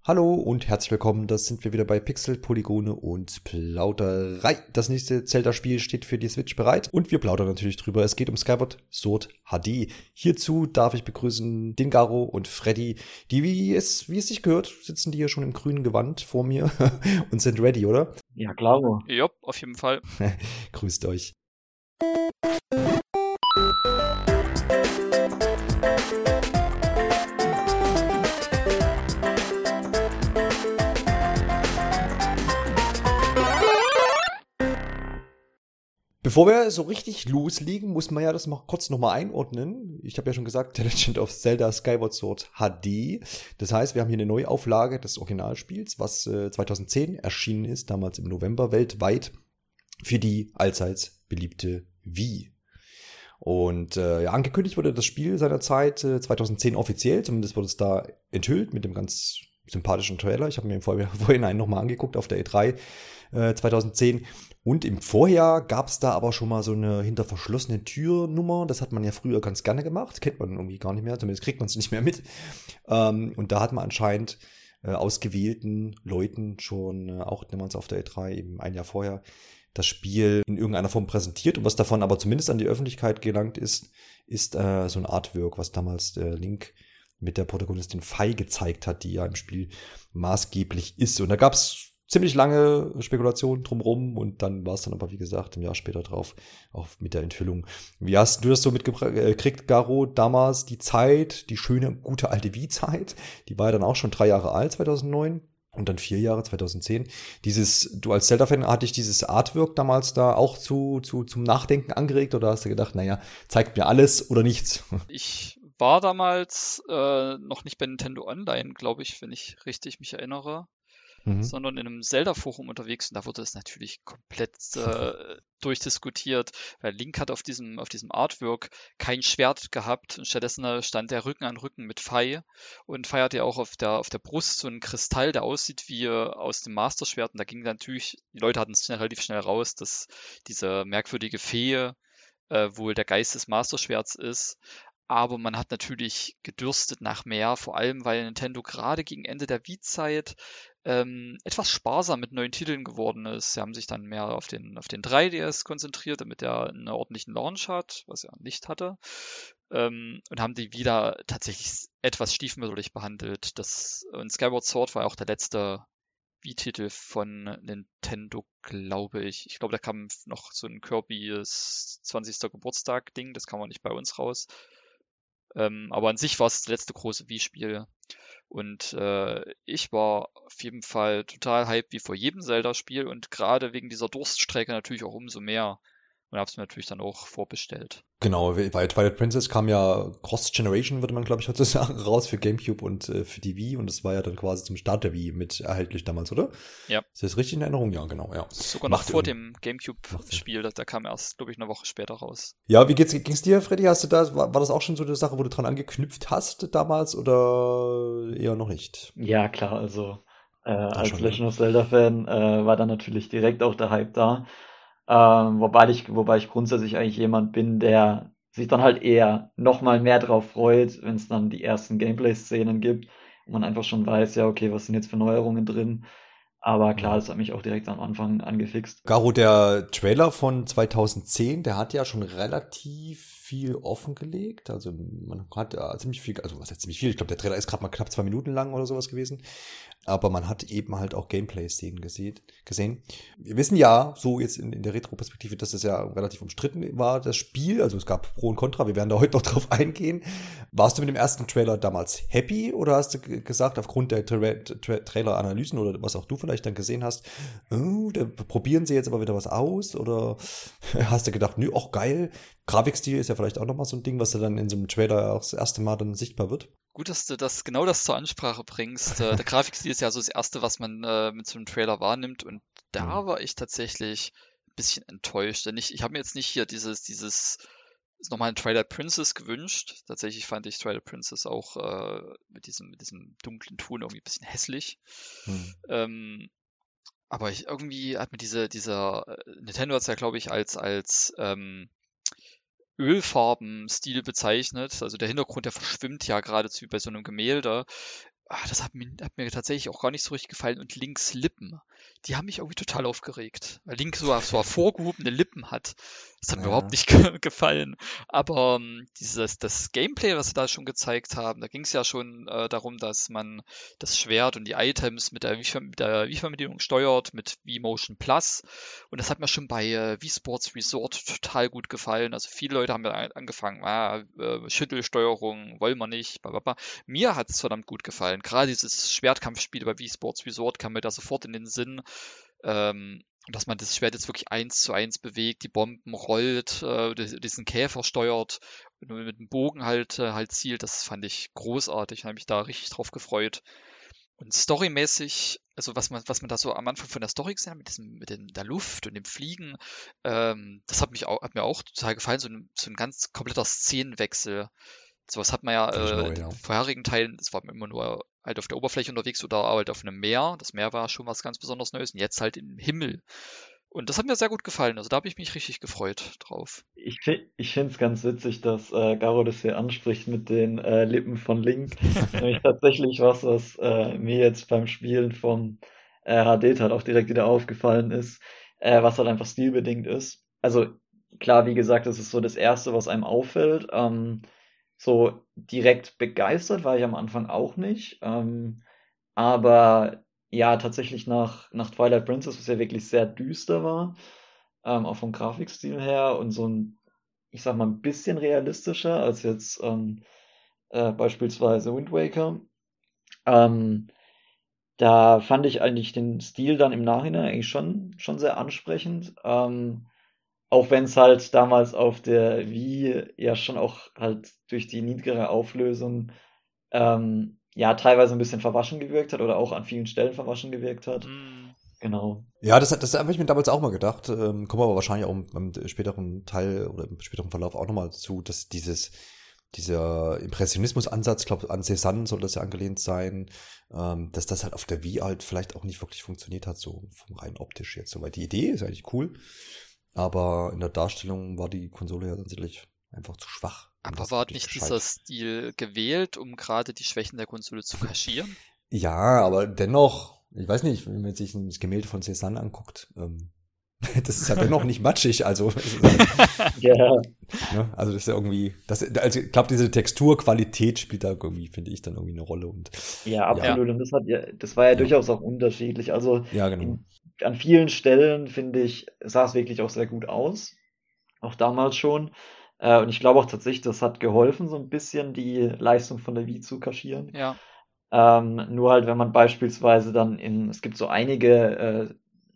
Hallo und herzlich willkommen, das sind wir wieder bei Pixel, Polygone und Plauderei. Das nächste Zelda-Spiel steht für die Switch bereit und wir plaudern natürlich drüber. Es geht um Skyward Sword HD. Hierzu darf ich begrüßen den Garo und Freddy, die, wie es sich gehört, sitzen die hier schon im grünen Gewand vor mir und sind ready, oder? Ja, klar. Ja, auf jeden Fall. Grüßt euch. Bevor wir so richtig loslegen, muss man ja das mal kurz nochmal einordnen. Ich habe ja schon gesagt, The Legend of Zelda Skyward Sword HD. Das heißt, wir haben hier eine Neuauflage des Originalspiels, was 2010 erschienen ist, damals im November weltweit, für die allseits beliebte Wii. Und angekündigt wurde das Spiel seinerzeit 2010 offiziell, zumindest wurde es da enthüllt mit dem ganz sympathischen Trailer. Ich habe mir vorhin einen nochmal angeguckt auf der E3 2010. Und im Vorjahr gab es da aber schon mal so eine hinter verschlossene Türnummer. Das hat man ja früher ganz gerne gemacht. Kennt man irgendwie gar nicht mehr, zumindest kriegt man es nicht mehr mit. Und da hat man anscheinend ausgewählten Leuten schon, auch damals auf der E3, eben ein Jahr vorher, das Spiel in irgendeiner Form präsentiert. Und was davon aber zumindest an die Öffentlichkeit gelangt ist so ein Artwork, was damals Link mit der Protagonistin Fei gezeigt hat, die ja im Spiel maßgeblich ist. Und da gab es ziemlich lange Spekulationen drumherum und dann war es dann aber, wie gesagt, ein Jahr später drauf, auch mit der Enthüllung. Wie hast du das so mitgekriegt, Garo, damals die Zeit, die schöne, gute alte Wii-Zeit, die war ja dann auch schon 3 Jahre alt, 2009 und dann 4 Jahre, 2010. Du als Zelda-Fan, hatte ich dieses Artwork damals da auch zum Nachdenken angeregt oder hast du gedacht, naja, zeigt mir alles oder nichts? Ich war damals noch nicht bei Nintendo Online, glaube ich, wenn ich richtig mich erinnere, sondern in einem Zelda-Forum unterwegs und da wurde es natürlich komplett durchdiskutiert, weil Link hat auf diesem Artwork kein Schwert gehabt und stattdessen stand der Rücken an Rücken mit Fei und Fei hat ja auch auf der Brust so einen Kristall, der aussieht wie aus dem Master-Schwert und da ging dann natürlich, die Leute hatten es relativ schnell raus, dass diese merkwürdige Fee wohl der Geist des Master-Schwerts ist. Aber man hat natürlich gedürstet nach mehr, vor allem weil Nintendo gerade gegen Ende der Wii-Zeit etwas sparsam mit neuen Titeln geworden ist. Sie haben sich dann mehr auf den 3DS konzentriert, damit er einen ordentlichen Launch hat, was er nicht hatte. Und haben die wieder tatsächlich etwas stiefmütterlich behandelt. Und Skyward Sword war auch der letzte Wii-Titel von Nintendo, glaube ich. Ich glaube, da kam noch so ein Kirby's 20. Geburtstag-Ding, das kam auch nicht bei uns raus. Aber an sich war es das letzte große Wii-Spiel. Und ich war auf jeden Fall total hyped wie vor jedem Zelda-Spiel und gerade wegen dieser Durststrecke natürlich auch umso mehr. Und habe es mir natürlich dann auch vorbestellt. Genau, bei Twilight Princess kam ja Cross-Generation, würde man, glaube ich, heute sagen, raus für GameCube und für die Wii. Und das war ja dann quasi zum Start der Wii mit erhältlich damals, oder? Ja. Ist das richtig in Erinnerung? Ja, genau, ja. Sogar noch vor dem GameCube-Spiel, da kam erst, glaube ich, eine Woche später raus. Ja, wie ging's dir, Freddy? War das auch schon so eine Sache, wo du dran angeknüpft hast damals oder eher noch nicht? Ja, klar, also als schon, Legend of Zelda-Fan war dann natürlich direkt auch der Hype da. Wobei ich grundsätzlich eigentlich jemand bin, der sich dann halt eher noch mal mehr drauf freut, wenn es dann die ersten Gameplay-Szenen gibt und man einfach schon weiß, ja, okay, was sind jetzt für Neuerungen drin. Aber klar, das hat mich auch direkt am Anfang angefixt. Garo, der Trailer von 2010, der hat ja schon relativ viel offengelegt. Also man hat ziemlich viel, also was heißt ziemlich viel? Ich glaube, der Trailer ist gerade mal knapp 2 Minuten lang oder sowas gewesen. Aber man hat eben halt auch Gameplay-Szenen gesehen. Wir wissen ja, so jetzt in der Retro-Perspektive, dass es ja relativ umstritten war, das Spiel. Also es gab Pro und Contra, wir werden da heute noch drauf eingehen. Warst du mit dem ersten Trailer damals happy oder hast du gesagt, aufgrund der Trailer-Analysen oder was auch du vielleicht dann gesehen hast, da probieren sie jetzt aber wieder was aus? Oder hast du gedacht, nö, auch geil, Grafikstil ist ja vielleicht auch nochmal so ein Ding, was dann in so einem Trailer auch das erste Mal dann sichtbar wird? Gut, dass du das zur Ansprache bringst. Der Grafikstil ist ja so das Erste, was man mit so einem Trailer wahrnimmt. Und da war ich tatsächlich ein bisschen enttäuscht. Denn ich habe mir jetzt nicht hier dieses nochmal ein Twilight Princess gewünscht. Tatsächlich fand ich Twilight Princess auch mit diesem dunklen Ton irgendwie ein bisschen hässlich. Aber irgendwie hat mir dieser Nintendo hat es ja, glaube ich, als Ölfarbenstil bezeichnet. Also der Hintergrund, der verschwimmt ja geradezu wie bei so einem Gemälde. das hat mir tatsächlich auch gar nicht so richtig gefallen. Und Links Lippen, die haben mich irgendwie total aufgeregt. Weil Link so hervorgehobene Lippen hat. Das hat mir überhaupt nicht gefallen. Aber das Gameplay, was sie da schon gezeigt haben, da ging es ja schon darum, dass man das Schwert und die Items mit der Wii-Fernbedienung steuert, mit Wii Motion Plus. Und das hat mir schon bei Wii Sports Resort total gut gefallen. Also viele Leute haben ja angefangen, Schüttelsteuerung wollen wir nicht, blablabla. Mir hat es verdammt gut gefallen. Gerade dieses Schwertkampfspiel bei Wii Sports Resort kam mir da sofort in den Sinn. Dass man das Schwert jetzt wirklich 1:1 bewegt, die Bomben rollt, diesen Käfer steuert und mit dem Bogen halt zielt, das fand ich großartig und habe mich da richtig drauf gefreut. Und storymäßig, also was man da so am Anfang von der Story gesehen hat, mit der Luft und dem Fliegen, das hat mir auch total gefallen, so ein ganz kompletter Szenenwechsel. Sowas hat man ja in den vorherigen Teilen, das war immer nur halt auf der Oberfläche unterwegs oder halt auf einem Meer. Das Meer war schon was ganz besonders Neues und jetzt halt im Himmel. Und das hat mir sehr gut gefallen. Also da habe ich mich richtig gefreut drauf. Ich finde es ganz witzig, dass Garo das hier anspricht mit den Lippen von Link. Nämlich tatsächlich was mir jetzt beim Spielen vom HD-Teil auch direkt wieder aufgefallen ist, was halt einfach stilbedingt ist. Also klar, wie gesagt, das ist so das Erste, was einem auffällt. So direkt begeistert war ich am Anfang auch nicht. Aber ja, tatsächlich nach Twilight Princess, was ja wirklich sehr düster war, auch vom Grafikstil her und so ein, ich sag mal, ein bisschen realistischer als jetzt beispielsweise Wind Waker. Ähm, Da fand ich eigentlich den Stil dann im Nachhinein eigentlich schon sehr ansprechend. Auch wenn es halt damals auf der Wii ja schon auch halt durch die niedrigere Auflösung ja teilweise ein bisschen verwaschen gewirkt hat oder auch an vielen Stellen verwaschen gewirkt hat. Genau. Ja, das habe ich mir damals auch mal gedacht. Kommen wir aber wahrscheinlich auch im späteren Teil oder im späteren Verlauf auch nochmal zu, dass dieser Impressionismus-Ansatz, glaube an Cézanne soll das ja angelehnt sein, dass das halt auf der Wii halt vielleicht auch nicht wirklich funktioniert hat, so vom rein optisch jetzt. So, weil die Idee ist eigentlich cool, aber in der Darstellung war die Konsole ja tatsächlich einfach zu schwach. Aber war nicht dieser Stil gewählt, um gerade die Schwächen der Konsole zu kaschieren? Ja, aber dennoch, ich weiß nicht, wenn man sich das Gemälde von Cézanne anguckt, das ist ja dennoch nicht matschig, also Ja. ne, also das ist ja irgendwie, also ich glaube, diese Texturqualität spielt da irgendwie, finde ich, dann irgendwie eine Rolle und Ja, absolut. Und das war ja durchaus auch unterschiedlich. Also ja, genau. an vielen Stellen, finde ich, sah es wirklich auch sehr gut aus. Auch damals schon. Und ich glaube auch tatsächlich, das hat geholfen, so ein bisschen die Leistung von der Wii zu kaschieren. Ja. Nur halt, wenn man beispielsweise dann es gibt so einige,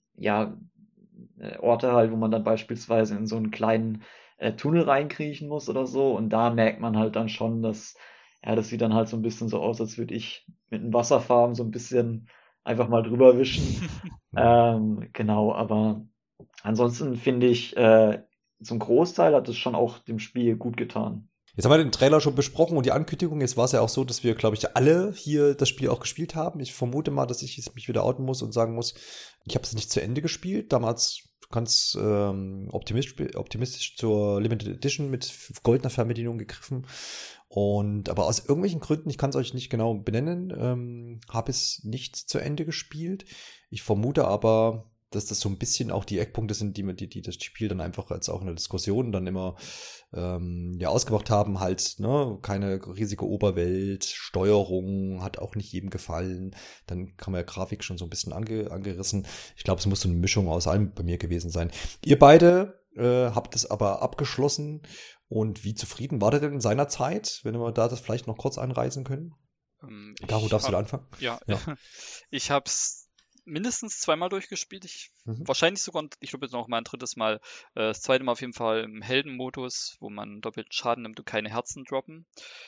Orte halt, wo man dann beispielsweise in so einen kleinen Tunnel reinkriechen muss oder so. Und da merkt man halt dann schon, das sieht dann halt so ein bisschen so aus, als würde ich mit einem Wasserfarben so ein bisschen einfach mal drüber wischen. Genau, aber ansonsten finde ich, zum Großteil hat es schon auch dem Spiel gut getan. Jetzt haben wir den Trailer schon besprochen und die Ankündigung. Jetzt war es ja auch so, dass wir, glaube ich, alle hier das Spiel auch gespielt haben. Ich vermute mal, dass ich jetzt mich wieder outen muss und sagen muss, ich habe es nicht zu Ende gespielt. Damals ganz optimistisch zur Limited Edition mit goldener Fernbedienung gegriffen. Aber aus irgendwelchen Gründen, ich kann es euch nicht genau benennen, habe es nicht zu Ende gespielt. Ich vermute aber, dass das so ein bisschen auch die Eckpunkte sind, die das Spiel dann einfach als auch in der Diskussion dann immer ausgemacht haben, halt, ne, keine riesige Oberwelt, Steuerung hat auch nicht jedem gefallen, dann kam ja Grafik schon so ein bisschen angerissen. Ich glaube, es muss so eine Mischung aus allem bei mir gewesen sein. Ihr beide habt es aber abgeschlossen und wie zufrieden war der denn in seiner Zeit, wenn wir da das vielleicht noch kurz anreißen können? Garo, darfst du da anfangen? Ja. Ich habe es mindestens zweimal durchgespielt. Wahrscheinlich sogar, ich glaube jetzt noch mal ein drittes Mal. Das zweite Mal auf jeden Fall im Heldenmodus, wo man doppelt Schaden nimmt und keine Herzen droppen.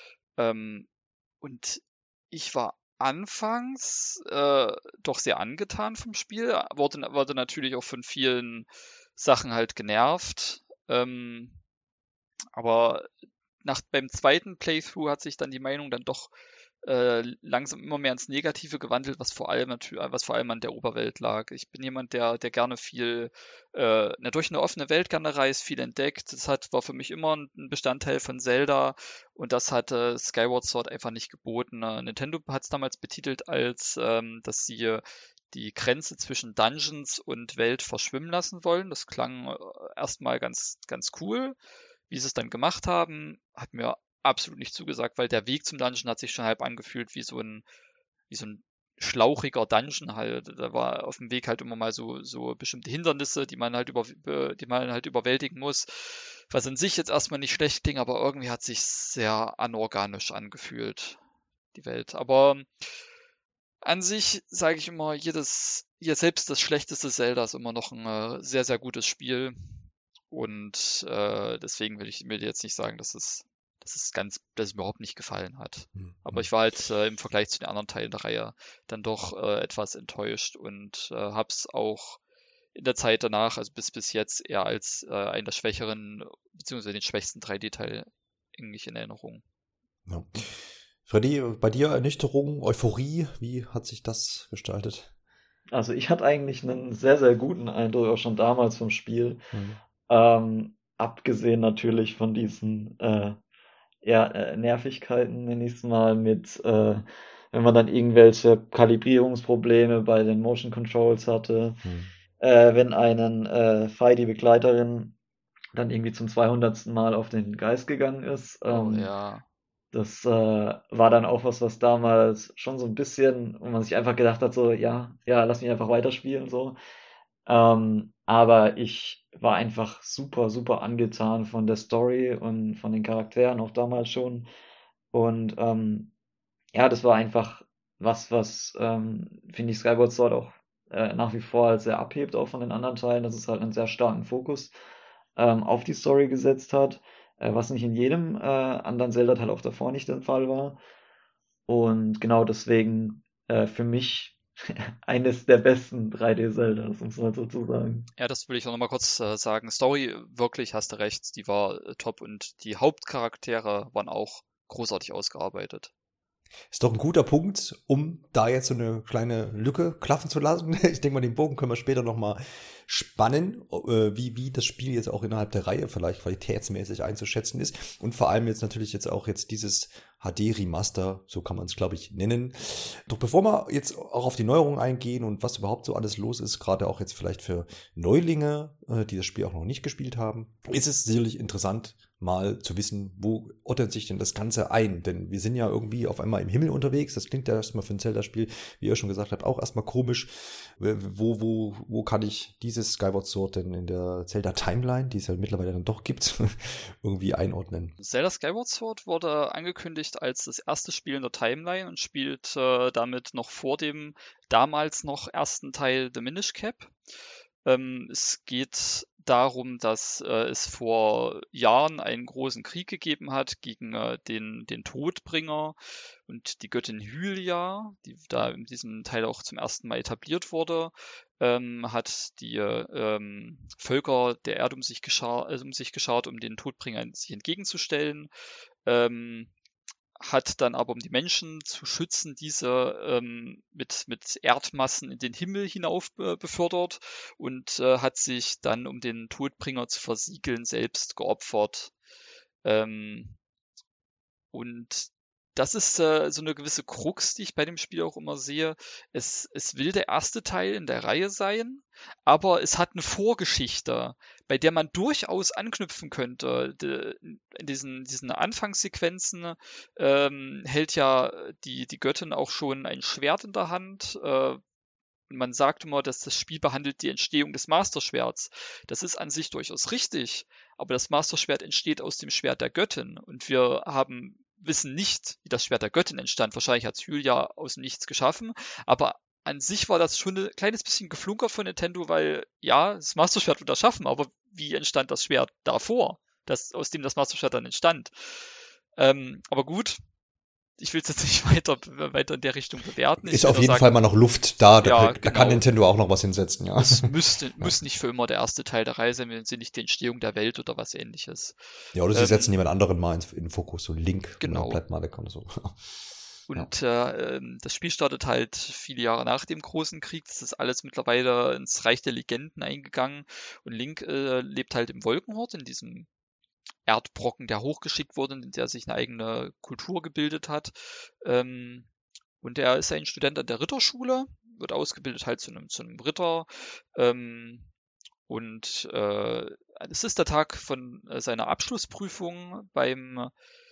Und ich war anfangs doch sehr angetan vom Spiel, wurde natürlich auch von vielen Sachen halt genervt. Aber beim zweiten Playthrough hat sich dann die Meinung dann doch langsam immer mehr ins Negative gewandelt, was vor allem an der Oberwelt lag. Ich bin jemand, der gerne viel durch eine offene Welt gerne reist, viel entdeckt. Das war für mich immer ein Bestandteil von Zelda und das hatte Skyward Sword einfach nicht geboten. Nintendo hat es damals betitelt als, dass sie die Grenze zwischen Dungeons und Welt verschwimmen lassen wollen. Das klang erstmal ganz, ganz cool. Wie sie es dann gemacht haben, hat mir absolut nicht zugesagt, weil der Weg zum Dungeon hat sich schon halb angefühlt wie so ein schlauchiger Dungeon halt. Da war auf dem Weg halt immer mal so bestimmte Hindernisse, die man halt überwältigen muss. Was an sich jetzt erstmal nicht schlecht klingt, aber irgendwie hat sich sehr anorganisch angefühlt, die Welt. Aber an sich sage ich immer, selbst das schlechteste Zelda ist immer noch ein sehr, sehr gutes Spiel. Und deswegen will ich mir jetzt nicht sagen, dass es überhaupt nicht gefallen hat. Aber ich war halt im Vergleich zu den anderen Teilen der Reihe dann doch etwas enttäuscht und hab's auch in der Zeit danach, also bis jetzt, eher als einen der schwächeren, beziehungsweise den schwächsten 3D-Teil eigentlich in Erinnerung. Ja. Freddy, bei dir Ernüchterung, Euphorie, wie hat sich das gestaltet? Also ich hatte eigentlich einen sehr, sehr guten Eindruck auch schon damals vom Spiel. Abgesehen natürlich von diesen Nervigkeiten, nenne ich es mal, mit wenn man dann irgendwelche Kalibrierungsprobleme bei den Motion Controls hatte, wenn einen die Begleiterin dann irgendwie zum 200. Mal auf den Geist gegangen ist. Das war dann auch was damals schon so ein bisschen, wo man sich einfach gedacht hat, so, ja, lass mich einfach weiterspielen, so. Aber ich war einfach super, super angetan von der Story und von den Charakteren, auch damals schon. Und das war einfach was finde ich Skyward Sword auch nach wie vor sehr abhebt, auch von den anderen Teilen, dass es halt einen sehr starken Fokus auf die Story gesetzt hat, was nicht in jedem anderen Zelda-Teil auch davor nicht der Fall war. Und genau deswegen für mich eines der besten 3D-Zeldas, um es mal so zu sagen. Ja, das will ich auch nochmal kurz sagen. Story, wirklich, hast du recht, die war top und die Hauptcharaktere waren auch großartig ausgearbeitet. Ist doch ein guter Punkt, um da jetzt so eine kleine Lücke klaffen zu lassen. Ich denke mal, den Bogen können wir später nochmal spannen, wie das Spiel jetzt auch innerhalb der Reihe vielleicht qualitätsmäßig einzuschätzen ist. Und vor allem jetzt natürlich jetzt dieses HD-Remaster, so kann man es, glaube ich, nennen. Doch bevor wir jetzt auch auf die Neuerungen eingehen und was überhaupt so alles los ist, gerade auch jetzt vielleicht für Neulinge, die das Spiel auch noch nicht gespielt haben, ist es sicherlich interessant, mal zu wissen, wo ordnet sich denn das Ganze ein? Denn wir sind ja irgendwie auf einmal im Himmel unterwegs. Das klingt ja erstmal für ein Zelda-Spiel, wie ihr schon gesagt habt, auch erstmal komisch. Wo kann ich dieses Skyward Sword denn in der Zelda-Timeline, die es ja mittlerweile dann doch gibt, irgendwie einordnen? Zelda Skyward Sword wurde angekündigt als das erste Spiel in der Timeline und spielt damit noch vor dem damals noch ersten Teil The Minish Cap. Es geht darum, dass es vor Jahren einen großen Krieg gegeben hat gegen den Todbringer und die Göttin Hylia, die da in diesem Teil auch zum ersten Mal etabliert wurde, hat die Völker der Erde um sich geschart, um den Todbringer sich entgegenzustellen. Hat dann aber, um die Menschen zu schützen, diese mit Erdmassen in den Himmel hinauf befördert und hat sich dann, um den Todbringer zu versiegeln, selbst geopfert. Und das ist so eine gewisse Krux, die ich bei dem Spiel auch immer sehe. Es will der erste Teil in der Reihe sein, aber es hat eine Vorgeschichte, bei der man durchaus anknüpfen könnte. In diesen Anfangssequenzen hält ja die Göttin auch schon ein Schwert in der Hand. Man sagt immer, dass das Spiel behandelt die Entstehung des Master-Schwerts. Das ist an sich durchaus richtig, aber das Master-Schwert entsteht aus dem Schwert der Göttin und wir wissen nicht, wie das Schwert der Göttin entstand. Wahrscheinlich hat es Hylia aus dem Nichts geschaffen, aber an sich war das schon ein kleines bisschen geflunkert von Nintendo, weil ja, das Master Schwert wird erschaffen, aber wie entstand das Schwert davor, aus dem das Master Schwert dann entstand? Aber gut, ich will es jetzt nicht weiter in der Richtung bewerten. Ist auf jeden Fall mal noch Luft da. Da genau. kann Nintendo auch noch was hinsetzen, ja. Es muss nicht für immer der erste Teil der Reihe sein, wenn sie nicht die Entstehung der Welt oder was Ähnliches. Ja, oder sie setzen jemand anderen mal in den Fokus, so Link. Genau. Bleibt mal weg oder so. Und das Spiel startet halt viele Jahre nach dem Großen Krieg. Das ist alles mittlerweile ins Reich der Legenden eingegangen. Und Link lebt halt im Wolkenhort, in diesem Erdbrocken, der hochgeschickt wurde, in der sich eine eigene Kultur gebildet hat. Und er ist ein Student an der Ritterschule, wird ausgebildet halt zu einem Ritter. Es ist der Tag von seiner Abschlussprüfung bei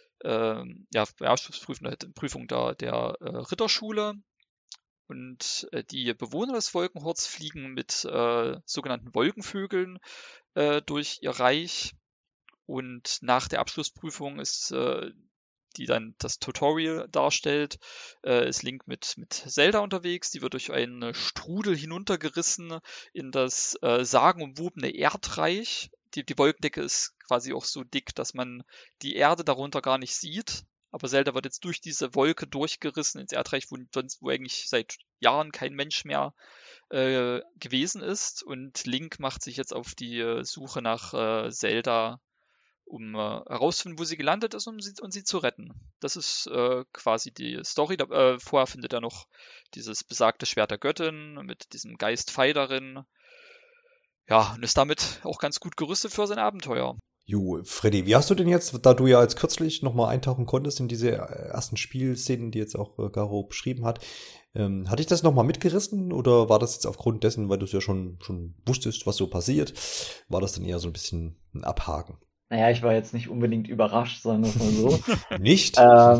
Abschlussprüfung der Ritterschule. Und die Bewohner des Wolkenhorts fliegen mit sogenannten Wolkenvögeln durch ihr Reich. Und nach der Abschlussprüfung die dann das Tutorial darstellt, ist Link mit Zelda unterwegs. Die wird durch einen Strudel hinuntergerissen in das sagenumwobene Erdreich. Die Wolkendecke ist quasi auch so dick, dass man die Erde darunter gar nicht sieht. Aber Zelda wird jetzt durch diese Wolke durchgerissen ins Erdreich, wo eigentlich seit Jahren kein Mensch mehr gewesen ist. Und Link macht sich jetzt auf die Suche nach Zelda, um herauszufinden, wo sie gelandet ist, und sie zu retten. Das ist quasi die Story. Vorher findet er noch dieses besagte Schwert der Göttin mit diesem Geist Fei darin. Ja, und ist damit auch ganz gut gerüstet für sein Abenteuer. Freddy, wie hast du denn jetzt, da du ja jetzt kürzlich nochmal eintauchen konntest in diese ersten Spielszenen, die jetzt auch Garo beschrieben hat, hat dich das nochmal mitgerissen oder war das jetzt aufgrund dessen, weil du es ja schon wusstest, was so passiert, war das dann eher so ein bisschen ein Abhaken? Naja, ich war jetzt nicht unbedingt überrascht, sagen wir es mal so. Nicht?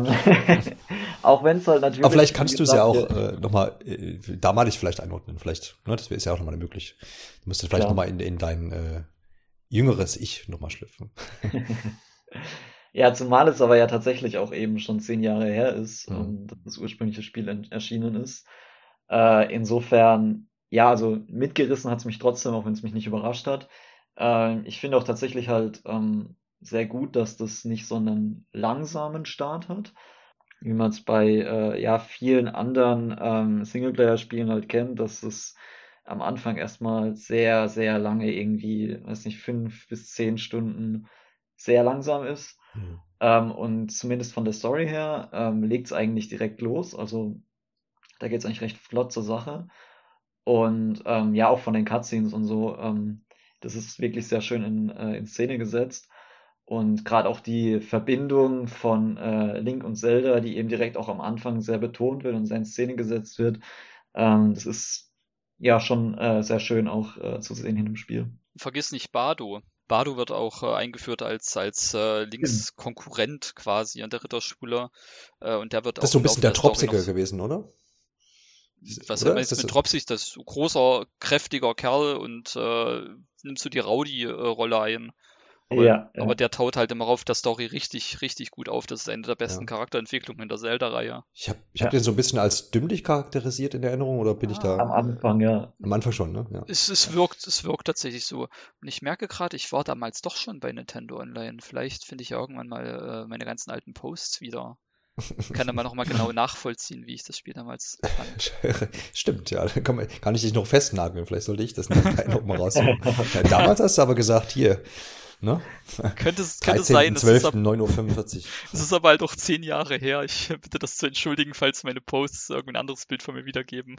Auch wenn es halt natürlich... Aber vielleicht kannst du es ja auch nochmal damalig vielleicht einordnen. Vielleicht, ne, das ist ja auch nochmal möglich. Du müsstest vielleicht nochmal in dein jüngeres Ich nochmal schlüpfen. Ja, zumal es aber ja tatsächlich auch eben schon 10 Jahre her ist und das ursprüngliche Spiel erschienen ist. Insofern, ja, also mitgerissen hat es mich trotzdem, auch wenn es mich nicht überrascht hat. Ich finde auch tatsächlich halt sehr gut, dass das nicht so einen langsamen Start hat, wie man es bei vielen anderen Singleplayer-Spielen halt kennt, dass es am Anfang erstmal sehr, sehr lange irgendwie, 5 bis 10 Stunden sehr langsam ist. Und zumindest von der Story her legt es eigentlich direkt los. Also da geht es eigentlich recht flott zur Sache. Und auch von den Cutscenes und so, das ist wirklich sehr schön in Szene gesetzt. Und gerade auch die Verbindung von Link und Zelda, die eben direkt auch am Anfang sehr betont wird und sehr in Szene gesetzt wird, das ist ja schon sehr schön auch zu sehen in dem Spiel. Vergiss nicht Bardo. Bardo wird auch eingeführt als Links Konkurrent quasi an der Ritterschule. Und der wird das ist so ein bisschen der Tropsiger gewesen, oder? Was er meinst mit Tropsig? Das ist ein großer, kräftiger Kerl und nimmt so die Rowdy-Rolle ein. Aber der taut halt immer auf der Story richtig, richtig gut auf. Das ist eine der besten Charakterentwicklungen in der Zelda-Reihe. Ich hab den so ein bisschen als dümmlich charakterisiert in Erinnerung, oder bin ich da? Am Anfang, ja. Am Anfang schon, ne? Ja. Es wirkt tatsächlich so. Und ich merke gerade, ich war damals doch schon bei Nintendo Online. Vielleicht finde ich ja irgendwann mal meine ganzen alten Posts wieder. Ich kann dann mal nochmal genau nachvollziehen, wie ich das Spiel damals fand. Stimmt, ja. Kann ich dich noch festnageln. Vielleicht sollte ich das noch mal rausholen. Damals hast du aber gesagt, hier, ne? Könnte sein. 9:45 Uhr. Es ist aber halt auch 10 Jahre her. Ich bitte das zu entschuldigen, falls meine Posts irgendein anderes Bild von mir wiedergeben.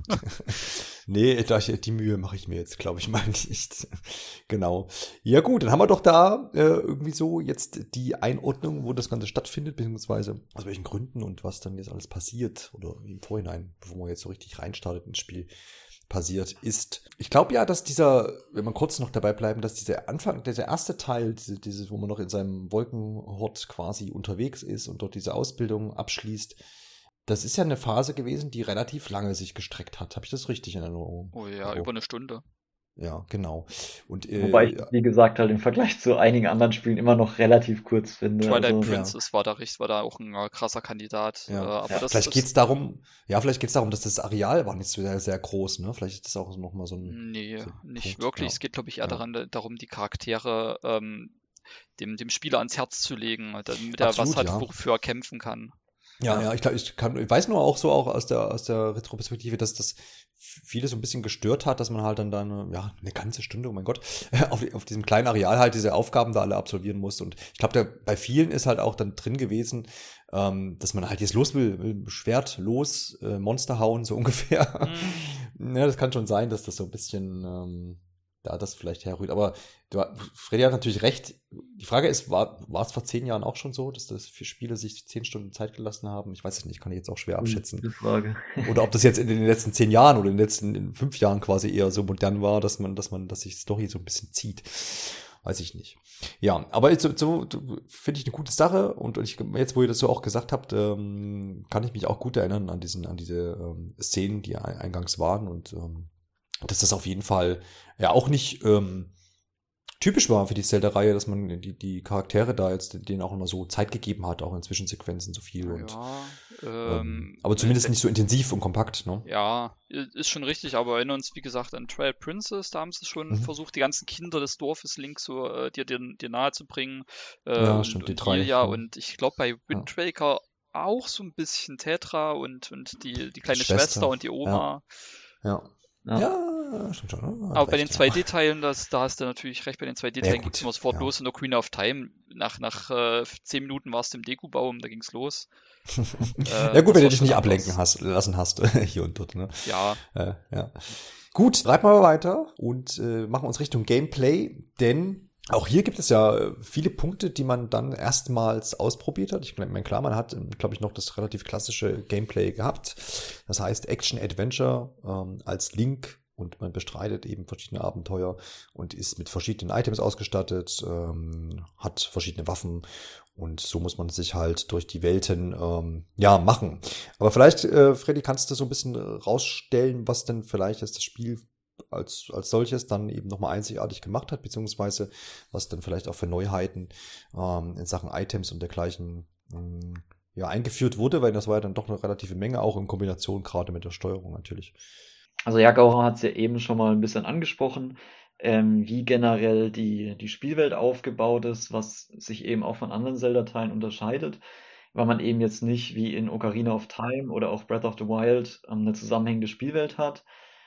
Nee, die Mühe mache ich mir jetzt, glaube ich, mal nicht. Genau. Ja gut, dann haben wir doch da irgendwie so jetzt die Einordnung, wo das Ganze stattfindet, beziehungsweise aus welchen Gründen und was dann jetzt alles passiert oder im Vorhinein, bevor man jetzt so richtig reinstartet ins Spiel, passiert ist. Ich glaube ja, dass wenn wir kurz noch dabei bleiben, dass dieser erste Teil, wo man noch in seinem Wolkenhort quasi unterwegs ist und dort diese Ausbildung abschließt, das ist ja eine Phase gewesen, die relativ lange sich gestreckt hat. Habe ich das richtig in Erinnerung? Oh ja, über eine Stunde. Ja, genau. Und, wobei ich, wie gesagt, halt im Vergleich zu einigen anderen Spielen immer noch relativ kurz finde. Twilight Princess war da auch ein krasser Kandidat. Ja. Vielleicht geht es darum, dass das Areal war nicht so sehr, sehr groß, ne? Vielleicht ist das auch nochmal so ein... Nee, so nicht Punkt, wirklich. Ja. Es geht, glaube ich, eher darum, die Charaktere dem Spieler ans Herz zu legen, damit er was hat, wofür er kämpfen kann. Ja, ich weiß nur auch so auch aus der Retroperspektive, dass das viele so ein bisschen gestört hat, dass man halt dann eine ganze Stunde, oh mein Gott, auf diesem kleinen Areal halt diese Aufgaben da alle absolvieren muss. Und ich glaube, bei vielen ist halt auch dann drin gewesen, dass man halt jetzt los will, Schwert los, Monster hauen, so ungefähr. Ja, das kann schon sein, dass das so ein bisschen da das vielleicht herrührt. Aber Freddy hat natürlich recht. Die Frage ist, war es vor 10 Jahren auch schon so, dass das für Spiele sich 10 Stunden Zeit gelassen haben? Ich weiß es nicht, kann ich jetzt auch schwer abschätzen. Gute Frage. Oder ob das jetzt in den letzten 10 Jahren oder in den letzten 5 Jahren quasi eher so modern war, dass sich Story so ein bisschen zieht. Weiß ich nicht. Ja, aber jetzt so finde ich eine gute Sache und jetzt, wo ihr das so auch gesagt habt, kann ich mich auch gut erinnern an diese Szenen, die eingangs waren und dass das auf jeden Fall ja auch nicht typisch war für die Zelda-Reihe, dass man die Charaktere da jetzt denen auch immer so Zeit gegeben hat, auch in Zwischensequenzen so viel. Und, aber zumindest nicht so intensiv und kompakt, ne? Ja, ist schon richtig, aber erinnern uns, wie gesagt, an Twilight Princess, da haben sie schon versucht, die ganzen Kinder des Dorfes Link so dir nahe zu bringen. Ja, stimmt, die drei. Ja, und ich glaube bei Wind Waker auch so ein bisschen Tetra und die kleine Schwester und die Oma. Ja, stimmt schon. Aber bei den 2D-Teilen, da hast du natürlich recht, bei den 2D-Teilen ging es immer sofort los. In der Queen of Time, nach 10 Minuten warst du im Deku-Baum, da ging's los. Ja gut, wenn du dich nicht ablenken lassen hast, hier und dort, ne? Ja. Ja. Gut, reiten wir mal weiter und machen uns Richtung Gameplay, denn auch hier gibt es ja viele Punkte, die man dann erstmals ausprobiert hat. Ich meine, klar, man hat, glaube ich, noch das relativ klassische Gameplay gehabt. Das heißt Action-Adventure als Link und man bestreitet eben verschiedene Abenteuer und ist mit verschiedenen Items ausgestattet, hat verschiedene Waffen und so muss man sich halt durch die Welten machen. Aber vielleicht, Freddy, kannst du so ein bisschen rausstellen, was denn vielleicht das Spiel als solches dann eben nochmal einzigartig gemacht hat, beziehungsweise was dann vielleicht auch für Neuheiten in Sachen Items und dergleichen eingeführt wurde, weil das war ja dann doch eine relative Menge, auch in Kombination gerade mit der Steuerung natürlich. Also ja, Gaucher hat es ja eben schon mal ein bisschen angesprochen, wie generell die Spielwelt aufgebaut ist, was sich eben auch von anderen Zelda-Teilen unterscheidet, weil man eben jetzt nicht wie in Ocarina of Time oder auch Breath of the Wild eine zusammenhängende Spielwelt hat,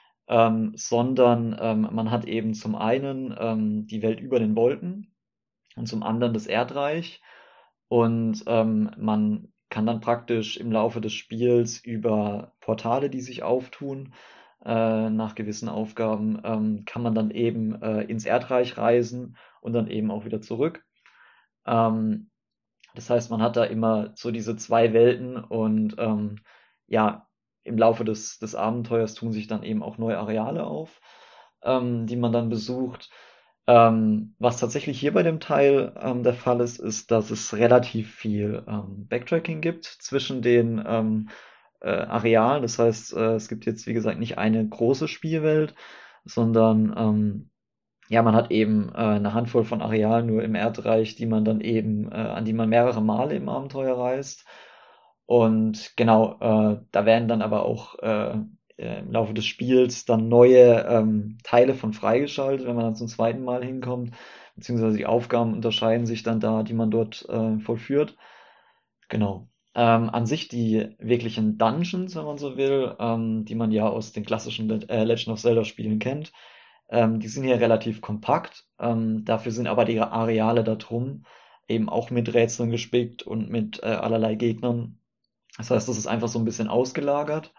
sondern man hat eben zum einen die Welt über den Wolken und zum anderen das Erdreich und man kann dann praktisch im Laufe des Spiels über Portale, die sich auftun, nach gewissen Aufgaben, kann man dann eben ins Erdreich reisen und dann eben auch wieder zurück. Das heißt, man hat da immer so diese zwei Welten und im Laufe des Abenteuers tun sich dann eben auch neue Areale auf, die man dann besucht. Was tatsächlich hier bei dem Teil der Fall ist, dass es relativ viel Backtracking gibt zwischen den Arealen. Das heißt, es gibt jetzt, wie gesagt, nicht eine große Spielwelt, sondern man hat eben eine Handvoll von Arealen nur im Erdreich, die man dann eben, an die man mehrere Male im Abenteuer reist. Und genau, da werden dann aber auch im Laufe des Spiels dann neue Teile von freigeschaltet, wenn man dann zum zweiten Mal hinkommt, beziehungsweise die Aufgaben unterscheiden sich dann da, die man dort vollführt. Genau. An sich die wirklichen Dungeons, wenn man so will, die man ja aus den klassischen Legend of Zelda Spielen kennt, die sind hier relativ kompakt. Dafür sind aber die Areale da drum eben auch mit Rätseln gespickt und mit allerlei Gegnern. Das heißt, das ist einfach so ein bisschen ausgelagert.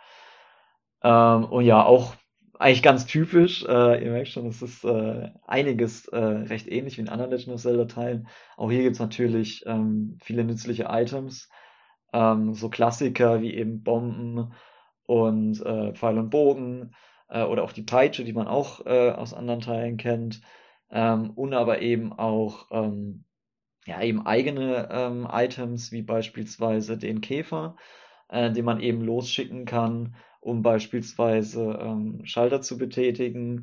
Und ja, auch eigentlich ganz typisch. Ihr merkt schon, es ist einiges recht ähnlich wie in anderen Legend of Zelda Teilen. Auch hier gibt's natürlich viele nützliche Items. So Klassiker wie eben Bomben und Pfeil und Bogen oder auch die Peitsche, die man auch aus anderen Teilen kennt. Und aber eben auch eben eigene Items, wie beispielsweise den Käfer, den man eben losschicken kann, um beispielsweise Schalter zu betätigen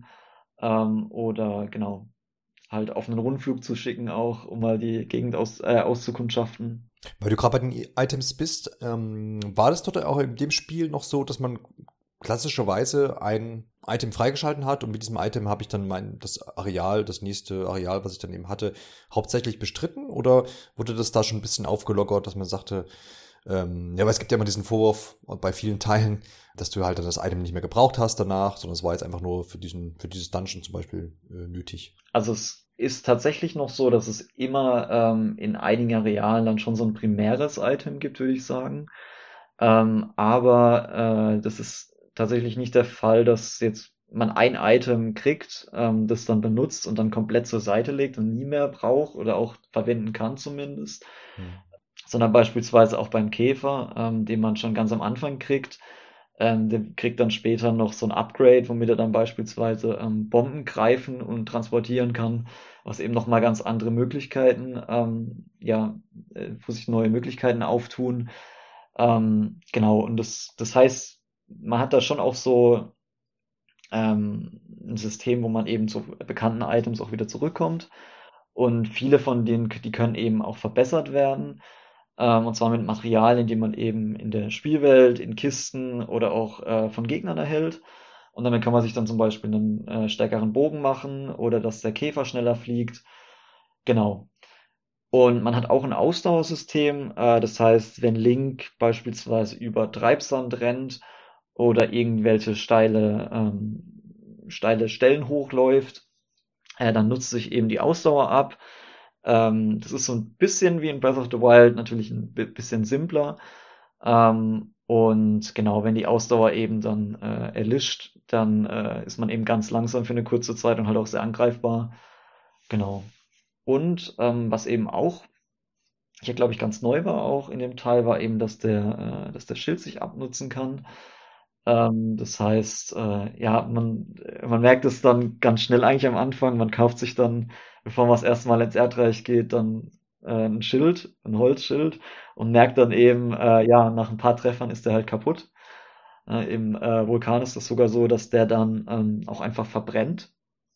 oder genau, halt auf einen Rundflug zu schicken auch, um mal die Gegend auszukundschaften. Weil du gerade bei den Items bist, war das dort auch in dem Spiel noch so, dass man klassischerweise ein Item freigeschalten hat und mit diesem Item habe ich dann das nächste Areal, was ich dann eben hatte, hauptsächlich bestritten oder wurde das da schon ein bisschen aufgelockert, dass man sagte, Ja, aber es gibt ja immer diesen Vorwurf bei vielen Teilen, dass du halt dann das Item nicht mehr gebraucht hast danach, sondern es war jetzt einfach nur für dieses Dungeon zum Beispiel nötig. Also es ist tatsächlich noch so, dass es immer in einigen Arealen dann schon so ein primäres Item gibt, würde ich sagen. Aber das ist tatsächlich nicht der Fall, dass jetzt man ein Item kriegt, das dann benutzt und dann komplett zur Seite legt und nie mehr braucht oder auch verwenden kann zumindest. Sondern beispielsweise auch beim Käfer, den man schon ganz am Anfang kriegt. Der kriegt dann später noch so ein Upgrade, womit er dann beispielsweise Bomben greifen und transportieren kann, was eben nochmal ganz andere Möglichkeiten, wo sich neue Möglichkeiten auftun. Genau, und das heißt, man hat da schon auch so ein System, wo man eben zu bekannten Items auch wieder zurückkommt. Und viele von denen, die können eben auch verbessert werden. Und zwar mit Materialien, die man eben in der Spielwelt, in Kisten oder auch von Gegnern erhält. Und damit kann man sich dann zum Beispiel einen stärkeren Bogen machen oder dass der Käfer schneller fliegt. Genau. Und man hat auch ein Ausdauersystem. Das heißt, wenn Link beispielsweise über Treibsand rennt oder irgendwelche steile Stellen hochläuft, dann nutzt sich eben die Ausdauer ab. Das ist so ein bisschen wie in Breath of the Wild, natürlich ein bisschen simpler. Und genau, wenn die Ausdauer eben dann erlischt, dann ist man eben ganz langsam für eine kurze Zeit und halt auch sehr angreifbar. Genau. Und was eben auch, hier glaube ich ganz neu war auch in dem Teil, war eben, dass der Schild sich abnutzen kann. Das heißt, ja, man merkt es dann ganz schnell eigentlich am Anfang. Man kauft sich dann, bevor man das erste Mal ins Erdreich geht, dann ein Schild, ein Holzschild und merkt dann eben, ja, nach ein paar Treffern ist der halt kaputt. Im Vulkan ist das sogar so, dass der dann auch einfach verbrennt.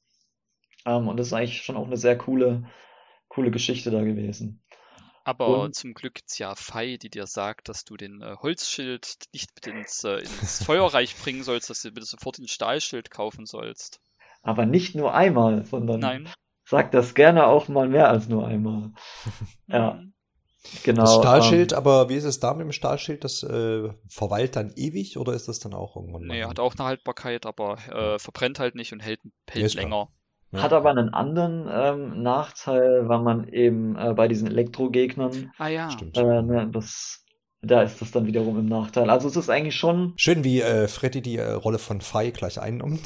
Und das ist eigentlich schon auch eine sehr coole Geschichte da gewesen. Aber Und zum Glück gibt's ja Fei, die dir sagt, dass du den Holzschild nicht mit ins Feuerreich bringen sollst, dass du bitte sofort den Stahlschild kaufen sollst. aber nicht nur einmal, sondern Nein. sagt das gerne auch mal mehr als nur einmal. Ja, Hm. Das genau. Stahlschild, aber wie ist es da mit dem Stahlschild? Das verweilt dann ewig oder ist das dann auch irgendwann mal Nee, hat hin? auch eine Haltbarkeit, aber verbrennt halt nicht und hält, Ja, hält ist klar. länger. Hat Ja. aber einen anderen Nachteil, weil man eben bei diesen Elektrogegnern, Ah ja. Stimmt. ne, da ist das dann wiederum im Nachteil. Also es ist eigentlich schon, Schön, wie Freddy die Rolle von Fei gleich einnimmt.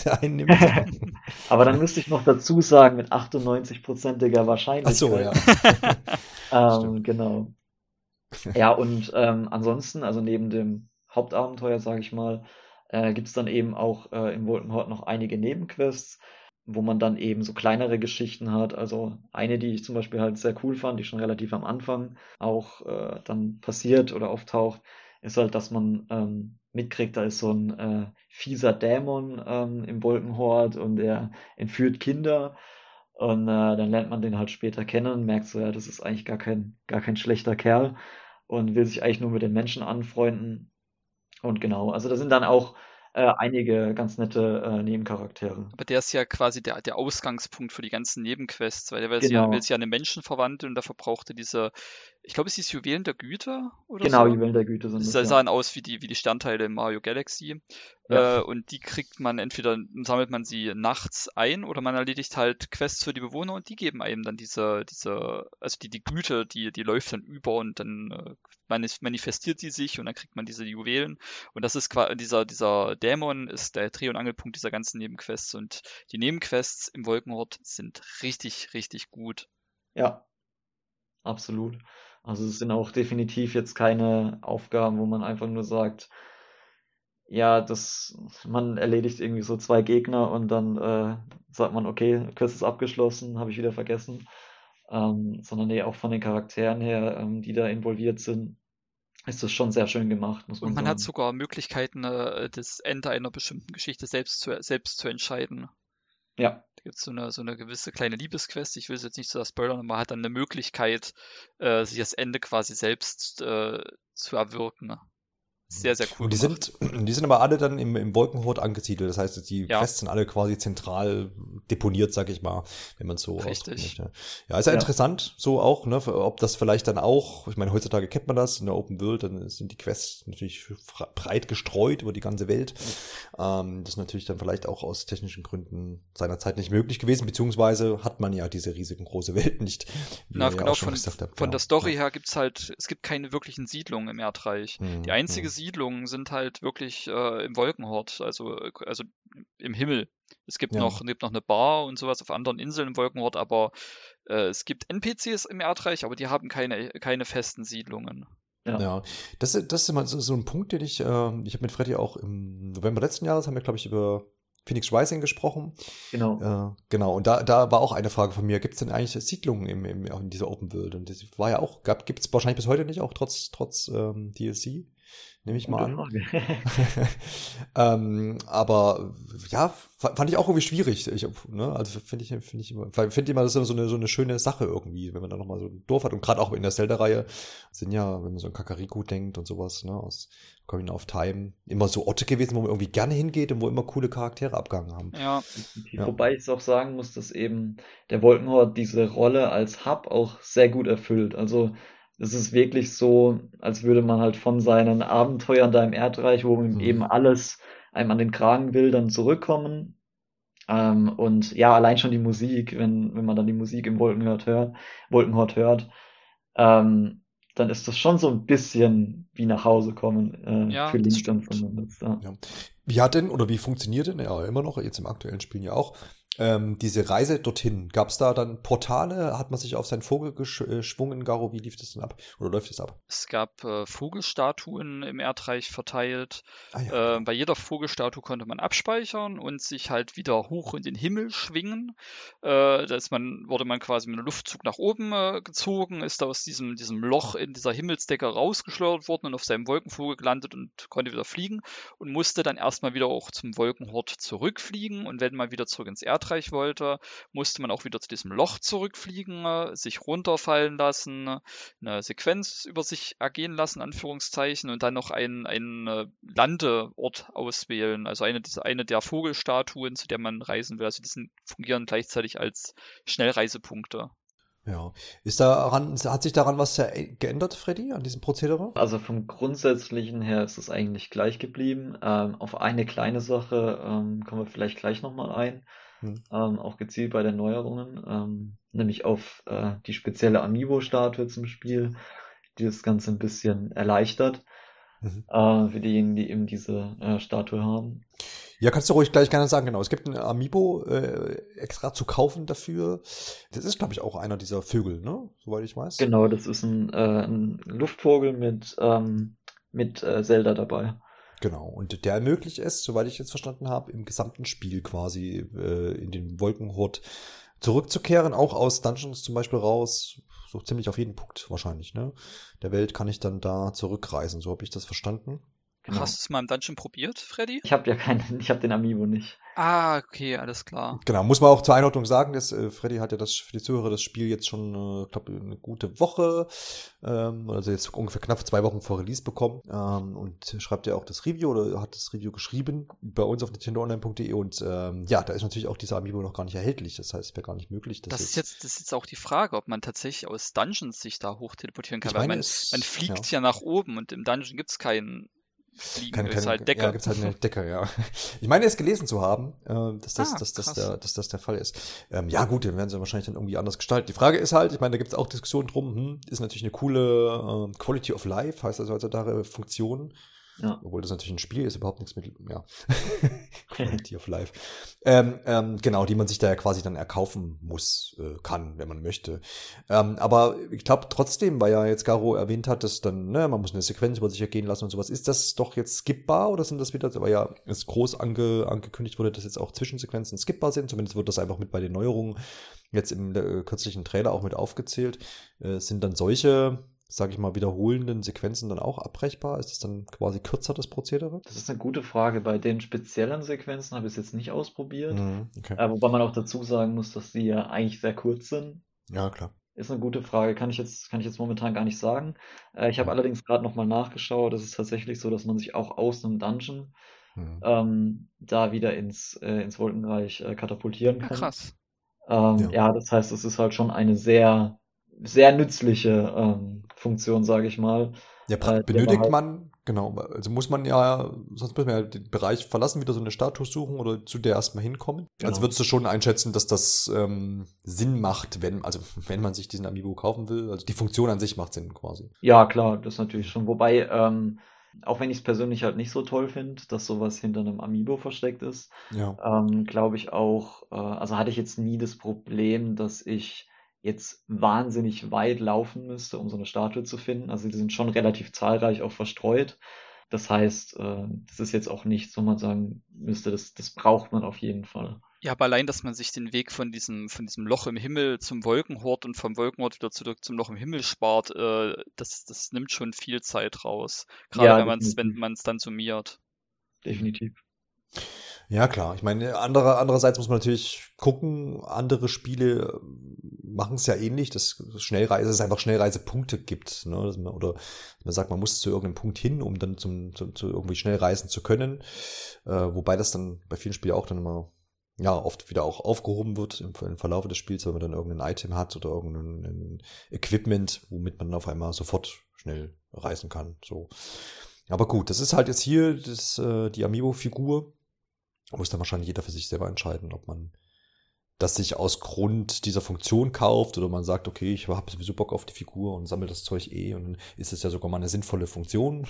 aber dann müsste ich noch dazu sagen, mit 98%iger Ach so, Wahrscheinlichkeit. ja. Stimmt. Genau. Ja, und ansonsten, also neben dem Hauptabenteuer, sage ich mal, gibt's dann eben auch im Wolkenhort noch einige Nebenquests, wo man dann eben so kleinere Geschichten hat. Also eine, die ich zum Beispiel halt sehr cool fand, die schon relativ am Anfang auch dann passiert oder auftaucht, ist halt, dass man mitkriegt, da ist so ein fieser Dämon im Wolkenhort und er entführt Kinder. Und dann lernt man den halt später kennen und merkt so, ja, das ist eigentlich gar kein schlechter Kerl und will sich eigentlich nur mit den Menschen anfreunden. Und genau, also da sind dann auch einige ganz nette Nebencharaktere. Aber der ist ja quasi der Ausgangspunkt für die ganzen Nebenquests, weil der will Genau, sich ja in einen Menschen verwandeln und dafür braucht er ich glaube, es hieß Juwelen der Güter oder genau, so. Juwelen der Güte sind Sie es, ja. sahen aus wie die Sternteile in Mario Galaxy. Ja, Und die kriegt man entweder, sammelt man sie nachts ein oder man erledigt halt Quests für die Bewohner und die geben einem dann also die Güte, die läuft dann über und dann manifestiert sie sich und dann kriegt man diese Juwelen. Und das ist quasi, dieser Dämon ist der Dreh- und Angelpunkt dieser ganzen Nebenquests und die Nebenquests im Wolkenhort sind richtig, richtig gut. ja, absolut. Also es sind auch definitiv jetzt keine Aufgaben, wo man einfach nur sagt, ja, man erledigt irgendwie so zwei Gegner und dann sagt man, okay, Quest ist abgeschlossen, habe ich wieder vergessen. Sondern nee, auch von den Charakteren her, die da involviert sind, ist das schon sehr schön gemacht, muss Und man man hat sagen. sogar Möglichkeiten, das Ende einer bestimmten Geschichte selbst zu entscheiden. Ja, Da gibt es so eine gewisse kleine Liebesquest. Ich will es jetzt nicht so spoilern, aber man hat dann eine Möglichkeit, sich das Ende quasi selbst zu erwirken. sehr, sehr cool Und die sind aber alle dann im Wolkenhort angesiedelt. Das heißt, die Quests sind alle quasi zentral deponiert, sag ich mal, wenn man es so ausdrücken möchte. Ja, ist ja interessant, so auch, ne, ob das vielleicht dann auch, ich meine, heutzutage kennt man das in der Open World, dann sind die Quests natürlich breit gestreut über die ganze Welt. Das ist natürlich dann vielleicht auch aus technischen Gründen seinerzeit nicht möglich gewesen, beziehungsweise hat man ja diese riesigen große Welt nicht. Na, genau, von der Story her es gibt keine wirklichen Siedlungen im Erdreich. Die einzige Siedlungen sind halt wirklich im Wolkenhort, also im Himmel. Es gibt noch eine Bar und sowas auf anderen Inseln im Wolkenhort, aber es gibt NPCs im Erdreich, aber die haben keine festen Siedlungen. Ja, das ist immer so ein Punkt, den ich habe mit Freddy auch im November letzten Jahres, haben wir, glaube ich, über Phoenix Rising gesprochen. Genau. Genau, und da war auch eine Frage von mir, gibt es denn eigentlich Siedlungen in dieser Open World? Und das war ja auch, gibt es wahrscheinlich bis heute nicht, auch trotz DLC, nehme ich mal an. Aber ja, fand ich auch irgendwie schwierig. Also finde immer, das ist so eine schöne Sache irgendwie, wenn man da nochmal so ein Dorf hat. Und gerade auch in der Zelda-Reihe sind ja, wenn man so an Kakariko denkt und sowas, ne, aus Ocarina of Time, immer so Orte gewesen, wo man irgendwie gerne hingeht und wo immer coole Charaktere abgegangen haben. Ja. Wobei ich es auch sagen muss, dass eben der Wolkenhort diese Rolle als Hub auch sehr gut erfüllt. Also es ist wirklich so, als würde man halt von seinen Abenteuern da im Erdreich, wo eben alles einem an den Kragen will, dann zurückkommen. Und ja, allein schon die Musik, wenn man dann die Musik im Wolkenhort hört, dann ist das schon so ein bisschen wie nach Hause kommen für Link dann zumindest. Ja. Wie hat denn, oder wie funktioniert denn, ja immer noch, jetzt im aktuellen Spiel ja auch, diese Reise dorthin? Gab es da dann Portale? Hat man sich auf seinen Vogel geschwungen, Garo? Wie lief das denn ab? Oder läuft das ab? Es gab Vogelstatuen im Erdreich verteilt. Bei jeder Vogelstatue konnte man abspeichern und sich halt wieder hoch in den Himmel schwingen. Wurde man quasi mit einem Luftzug nach oben gezogen, ist da aus diesem Loch in dieser Himmelsdecke rausgeschleudert worden und auf seinem Wolkenvogel gelandet und konnte wieder fliegen und musste dann erstmal wieder auch zum Wolkenhort zurückfliegen. Und wenn man wieder zurück ins Erdreich wollte, musste man auch wieder zu diesem Loch zurückfliegen, sich runterfallen lassen, eine Sequenz über sich ergehen lassen, Anführungszeichen, und dann noch einen Landeort auswählen, also eine der Vogelstatuen, zu der man reisen will. Also die fungieren gleichzeitig als Schnellreisepunkte. Ja. Hat sich daran was geändert, Freddy, an diesem Prozedere? Also vom Grundsätzlichen her ist es eigentlich gleich geblieben. Auf eine kleine Sache kommen wir vielleicht gleich nochmal ein. Auch gezielt bei den Neuerungen, nämlich auf die spezielle Amiibo-Statue zum Spiel, die das Ganze ein bisschen erleichtert, für diejenigen, die eben diese Statue haben. Ja, kannst du ruhig gleich gerne sagen, genau. Es gibt ein Amiibo extra zu kaufen dafür. Das ist, glaube ich, auch einer dieser Vögel, ne? Soweit ich weiß. Genau, das ist ein Luftvogel mit Zelda dabei. Genau, und der ermöglicht es, soweit ich jetzt verstanden habe, im gesamten Spiel quasi in den Wolkenhort zurückzukehren, auch aus Dungeons zum Beispiel raus, so ziemlich auf jeden Punkt wahrscheinlich, ne? Der Welt kann ich dann da zurückreisen, so habe ich das verstanden. Genau. Hast du es mal im Dungeon probiert, Freddy? Ich habe den Amiibo nicht. Ah, okay, alles klar. Genau, muss man auch zur Einordnung sagen, dass Freddy hat ja für die Zuhörer das Spiel jetzt schon, glaube eine gute Woche, also jetzt ungefähr knapp 2 Wochen vor Release bekommen und schreibt ja auch das Review oder hat das Review geschrieben bei uns auf nintendoonline.de und ja, da ist natürlich auch dieser Amiibo noch gar nicht erhältlich, das heißt, es wäre gar nicht möglich. Das ist jetzt auch die Frage, ob man tatsächlich aus Dungeons sich da hoch teleportieren kann, weil man fliegt ja nach oben und im Dungeon gibt es keinen Fliegen, ist halt Decke. Ja, gibt's halt eine Decke, ja. Ich meine, es gelesen zu haben, dass das der Fall ist. Ja, gut, dann werden sie wahrscheinlich dann irgendwie anders gestalten. Die Frage ist halt, ich meine, da gibt's auch Diskussionen drum, ist natürlich eine coole Quality of Life, heißt also heutzutage Funktion. Ja. Obwohl das natürlich ein Spiel ist, überhaupt nichts mit, ja, Quality of Life. Genau, die man sich da ja quasi dann erkaufen kann, wenn man möchte. Aber ich glaube trotzdem, weil ja jetzt Garo erwähnt hat, dass dann, man muss eine Sequenz über sich ergehen lassen und sowas. Ist das doch jetzt skippbar oder sind das wieder, weil ja es groß angekündigt wurde, dass jetzt auch Zwischensequenzen skippbar sind? Zumindest wird das einfach mit bei den Neuerungen jetzt im kürzlichen Trailer auch mit aufgezählt. Sind dann solche, sage ich mal, wiederholenden Sequenzen dann auch abbrechbar? Ist das dann quasi kürzer, das Prozedere? Das ist eine gute Frage. Bei den speziellen Sequenzen habe ich es jetzt nicht ausprobiert. Okay. Wobei man auch dazu sagen muss, dass die ja eigentlich sehr kurz sind. Ja, klar. Ist eine gute Frage. Kann ich jetzt momentan gar nicht sagen. Ich habe Ja. allerdings gerade nochmal nachgeschaut. Es ist tatsächlich so, dass man sich auch aus einem Dungeon Mhm. da wieder ins Wolkenreich katapultieren Ja, kann. krass. Ja. Ja, das heißt, es ist halt schon eine sehr, sehr nützliche Funktion, sage ich mal, Ja, die man benötigt halt, man, genau, also muss man ja, sonst muss man ja den Bereich verlassen, wieder so eine Statue suchen oder zu der erstmal hinkommen. Also genau. würdest du schon einschätzen, dass das Sinn macht, wenn man sich diesen Amiibo kaufen will? Also die Funktion an sich macht Sinn quasi. Ja, klar, das natürlich schon. Wobei, auch wenn ich es persönlich halt nicht so toll finde, dass sowas hinter einem Amiibo versteckt ist, Ja. glaube ich auch, also hatte ich jetzt nie das Problem, dass ich jetzt wahnsinnig weit laufen müsste, um so eine Statue zu finden. Also die sind schon relativ zahlreich auch verstreut. Das heißt, das ist jetzt auch nichts, wo man sagen müsste, das braucht man auf jeden Fall. Ja, aber allein, dass man sich den Weg von diesem Loch im Himmel zum Wolkenhort und vom Wolkenhort wieder zurück zum Loch im Himmel spart, das nimmt schon viel Zeit raus. Gerade Ja, wenn definitiv, man es dann summiert. definitiv. Ja, klar. Ich meine, andererseits muss man natürlich gucken, andere Spiele machen es ja ähnlich, dass es einfach Schnellreisepunkte gibt, ne? Oder man sagt, man muss zu irgendeinem Punkt hin, um dann zu irgendwie schnell reisen zu können. Wobei das dann bei vielen Spielen auch dann immer, ja, oft wieder auch aufgehoben wird im Verlauf des Spiels, weil man dann irgendein Item hat oder irgendein Equipment, womit man dann auf einmal sofort schnell reisen kann. So. Aber gut, das ist halt jetzt hier die Amiibo-Figur. Muss dann wahrscheinlich jeder für sich selber entscheiden, ob man das sich aus Grund dieser Funktion kauft oder man sagt, okay, ich habe sowieso Bock auf die Figur und sammle das Zeug und dann ist es ja sogar mal eine sinnvolle Funktion.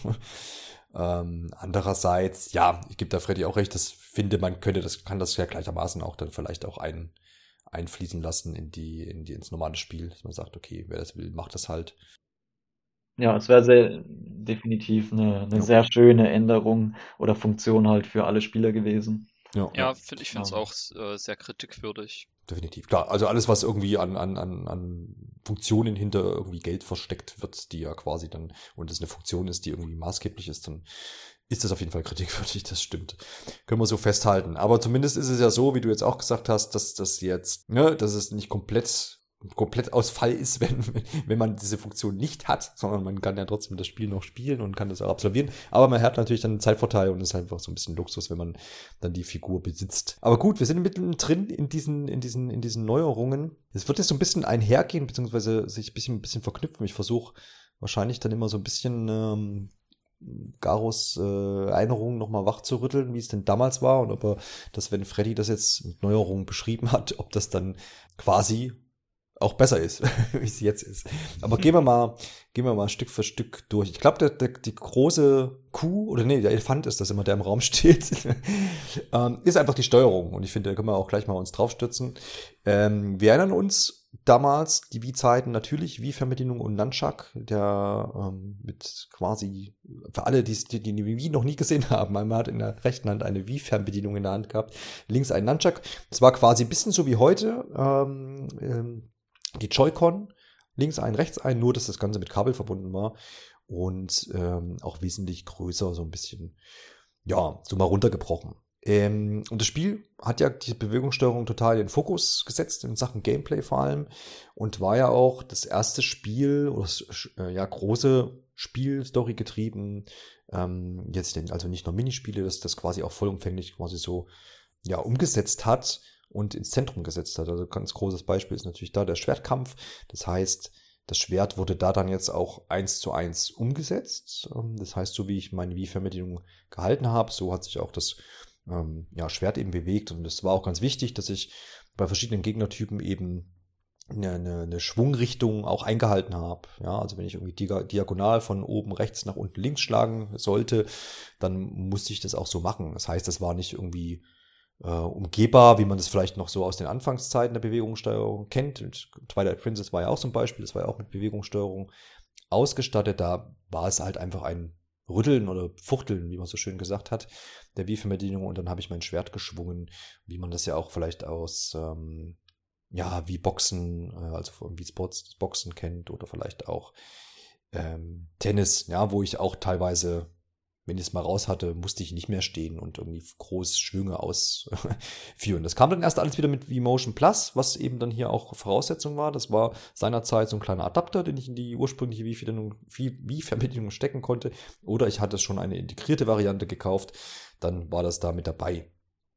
Andererseits, ja, ich gebe da Freddy auch recht, das finde, kann das ja gleichermaßen auch dann vielleicht auch einfließen lassen ins normale Spiel, dass man sagt, okay, wer das will, macht das halt. Ja, es wäre definitiv eine Ja, sehr schöne Änderung oder Funktion halt für alle Spieler gewesen. ja. Ja, ich finde es Ähm, auch sehr kritikwürdig. Definitiv. Klar, also alles, was irgendwie an Funktionen hinter irgendwie Geld versteckt wird, die ja quasi dann, und es eine Funktion ist, die irgendwie maßgeblich ist, dann ist das auf jeden Fall kritikwürdig, das stimmt. Können wir so festhalten. Aber zumindest ist es ja so, wie du jetzt auch gesagt hast, dass das jetzt, ne, dass es nicht komplett Ausfall ist, wenn man diese Funktion nicht hat, sondern man kann ja trotzdem das Spiel noch spielen und kann das auch absolvieren. Aber man hat natürlich dann einen Zeitvorteil und ist einfach so ein bisschen Luxus, wenn man dann die Figur besitzt. Aber gut, wir sind mittendrin in diesen Neuerungen. Es wird jetzt so ein bisschen einhergehen, beziehungsweise sich ein bisschen verknüpfen. Ich versuche wahrscheinlich dann immer so ein bisschen Garos Erinnerungen nochmal wach zu rütteln, wie es denn damals war und ob er das, wenn Freddy das jetzt mit Neuerungen beschrieben hat, ob das dann quasi auch besser ist, wie es jetzt ist. Aber gehen wir mal Stück für Stück durch. Ich glaube, die große Kuh, oder nee, der Elefant ist das immer, der im Raum steht, ist einfach die Steuerung. Und ich finde, da können wir auch gleich mal uns draufstürzen. Wir erinnern uns damals, die Wii-Zeiten natürlich, Wii-Fernbedienung und Nunchuck, der mit quasi, für alle, die Wii noch nie gesehen haben, man hat in der rechten Hand eine Wii-Fernbedienung in der Hand gehabt, links ein Nunchuck. Das war quasi ein bisschen so wie heute, die Joy-Con, links ein, rechts ein, nur dass das Ganze mit Kabel verbunden war und auch wesentlich größer, so ein bisschen, ja, so mal runtergebrochen. Und das Spiel hat ja die Bewegungssteuerung total in den Fokus gesetzt, in Sachen Gameplay vor allem, und war ja auch das erste Spiel, oder ja, große Spiel, Story getrieben, jetzt also nicht nur Minispiele, das quasi auch vollumfänglich quasi so, ja, umgesetzt hat und ins Zentrum gesetzt hat. Also ganz großes Beispiel ist natürlich da der Schwertkampf. Das heißt, das Schwert wurde da dann jetzt auch 1:1 umgesetzt. Das heißt, so wie ich meine Wii-Fernbedienung gehalten habe, so hat sich auch das ja, Schwert eben bewegt. Und es war auch ganz wichtig, dass ich bei verschiedenen Gegnertypen eben eine Schwungrichtung auch eingehalten habe. Ja, also wenn ich irgendwie diagonal von oben rechts nach unten links schlagen sollte, dann musste ich das auch so machen. Das heißt, das war nicht irgendwie umgehbar, wie man das vielleicht noch so aus den Anfangszeiten der Bewegungssteuerung kennt. Und Twilight Princess war ja auch so ein Beispiel, das war ja auch mit Bewegungssteuerung ausgestattet. Da war es halt einfach ein Rütteln oder Fuchteln, wie man so schön gesagt hat, der Wii-Fernbedienung, und dann habe ich mein Schwert geschwungen, wie man das ja auch vielleicht aus ja, wie Boxen, also von Wii Sports Boxen kennt oder vielleicht auch Tennis, ja, wo ich auch teilweise wenn ich es mal raus hatte, musste ich nicht mehr stehen und irgendwie groß Schwünge ausführen. Das kam dann erst alles wieder mit V-Motion Plus, was eben dann hier auch Voraussetzung war. Das war seinerzeit so ein kleiner Adapter, den ich in die ursprüngliche Wii-Fernbedienung stecken konnte. Oder ich hatte schon eine integrierte Variante gekauft. Dann war das da mit dabei.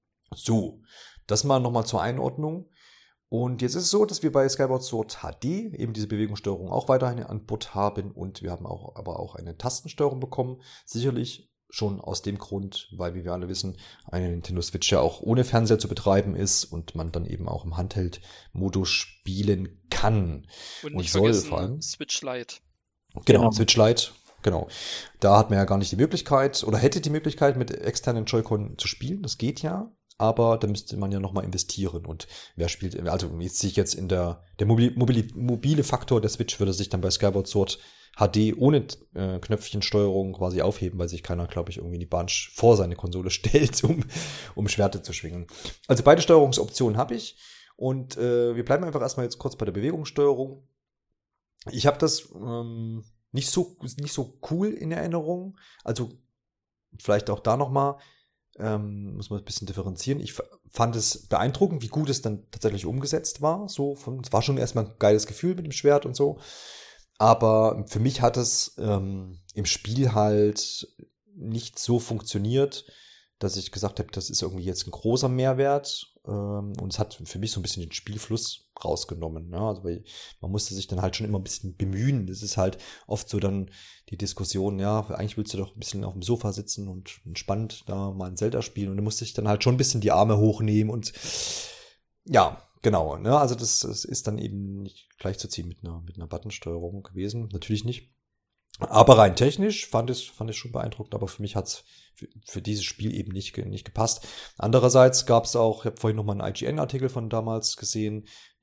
So, das mal nochmal zur Einordnung. Und jetzt ist es so, dass wir bei Skyward Sword HD eben diese Bewegungssteuerung auch weiterhin an Bord haben und wir haben aber auch eine Tastensteuerung bekommen. Sicherlich schon aus dem Grund, weil, wie wir alle wissen, eine Nintendo Switch ja auch ohne Fernseher zu betreiben ist und man dann eben auch im Handheld-Modus spielen kann. Und nicht vergessen, vor allem Switch Lite. Genau, Switch Lite. Genau. Da hat man ja gar nicht die Möglichkeit oder hätte die Möglichkeit, mit externen Joy-Con zu spielen. Das geht ja. Aber da müsste man ja nochmal investieren. Und wer spielt, also jetzt sich jetzt in der mobile Faktor der Switch würde sich dann bei Skyward Sword HD ohne Knöpfchensteuerung quasi aufheben, weil sich keiner, glaube ich, irgendwie in die Bahn vor seine Konsole stellt, um Schwerte zu schwingen. Also beide Steuerungsoptionen habe ich. Und wir bleiben einfach erstmal jetzt kurz bei der Bewegungssteuerung. Ich habe das nicht so cool in Erinnerung. Also vielleicht auch da nochmal. Muss man ein bisschen differenzieren. Ich fand es beeindruckend, wie gut es dann tatsächlich umgesetzt war. Es war schon erstmal ein geiles Gefühl mit dem Schwert und so. Aber für mich hat es im Spiel halt nicht so funktioniert, dass ich gesagt habe, das ist irgendwie jetzt ein großer Mehrwert. Und es hat für mich so ein bisschen den Spielfluss rausgenommen. Ja? Also man musste sich dann halt schon immer ein bisschen bemühen. Das ist halt oft so dann die Diskussion, ja, eigentlich willst du doch ein bisschen auf dem Sofa sitzen und entspannt da mal ein Zelda spielen. Und du musst dich dann halt schon ein bisschen die Arme hochnehmen und ja, genau. Ne? Also das ist dann eben nicht gleichzuziehen mit einer Buttonsteuerung gewesen. Natürlich nicht. Aber rein technisch fand ich schon beeindruckend, aber für mich hat es für dieses Spiel eben nicht gepasst. Andererseits gab es auch, ich habe vorhin nochmal einen IGN-Artikel von damals gesehen,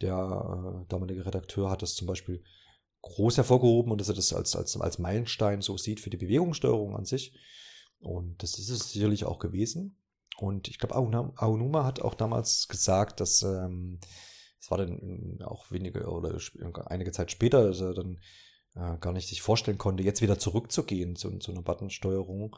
der damalige Redakteur hat das zum Beispiel groß hervorgehoben und dass er das als Meilenstein so sieht für die Bewegungssteuerung an sich. Und das ist es sicherlich auch gewesen. Und ich glaube, Aonuma hat auch damals gesagt, dass es war dann auch wenige oder einige Zeit später, dass er dann gar nicht sich vorstellen konnte, jetzt wieder zurückzugehen zu einer Buttonsteuerung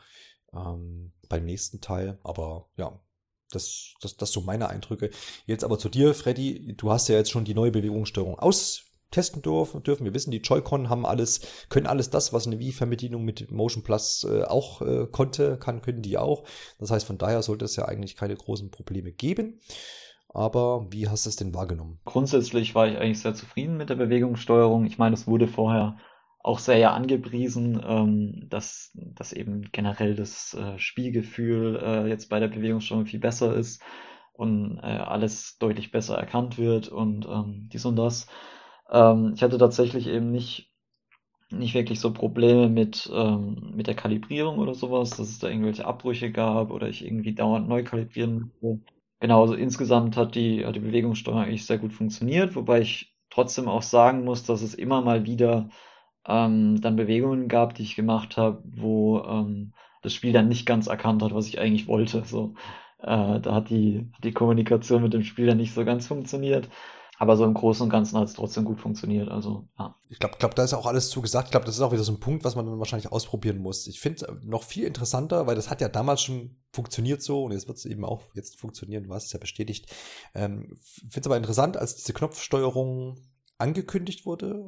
beim nächsten Teil. Aber ja, das so meine Eindrücke. Jetzt aber zu dir, Freddy. Du hast ja jetzt schon die neue Bewegungssteuerung austesten dürfen. Wir wissen, die Joy-Con können alles das, was eine Wii-Fernbedienung mit Motion Plus auch können die auch. Das heißt, von daher sollte es ja eigentlich keine großen Probleme geben. Aber wie hast du es denn wahrgenommen? Grundsätzlich war ich eigentlich sehr zufrieden mit der Bewegungssteuerung. Ich meine, es wurde vorher auch sehr angepriesen, dass eben generell das Spielgefühl jetzt bei der Bewegungssteuerung viel besser ist und alles deutlich besser erkannt wird und dies und das. Ich hatte tatsächlich eben nicht wirklich so Probleme mit der Kalibrierung oder sowas, dass es da irgendwelche Abbrüche gab oder ich irgendwie dauernd neu kalibrieren musste. Genau, also insgesamt hat die Bewegungssteuerung eigentlich sehr gut funktioniert, wobei ich trotzdem auch sagen muss, dass es immer mal wieder dann Bewegungen gab, die ich gemacht habe, wo das Spiel dann nicht ganz erkannt hat, was ich eigentlich wollte. So, da hat die Kommunikation mit dem Spiel dann nicht so ganz funktioniert. Aber so im Großen und Ganzen hat es trotzdem gut funktioniert. Also, ja. Ich glaube, da ist auch alles zugesagt. Ich glaube, das ist auch wieder so ein Punkt, was man dann wahrscheinlich ausprobieren muss. Ich finde es noch viel interessanter, weil das hat ja damals schon funktioniert so und jetzt wird es eben auch jetzt funktionieren. Du hast es ja bestätigt. Finde es aber interessant, als diese Knopfsteuerung angekündigt wurde,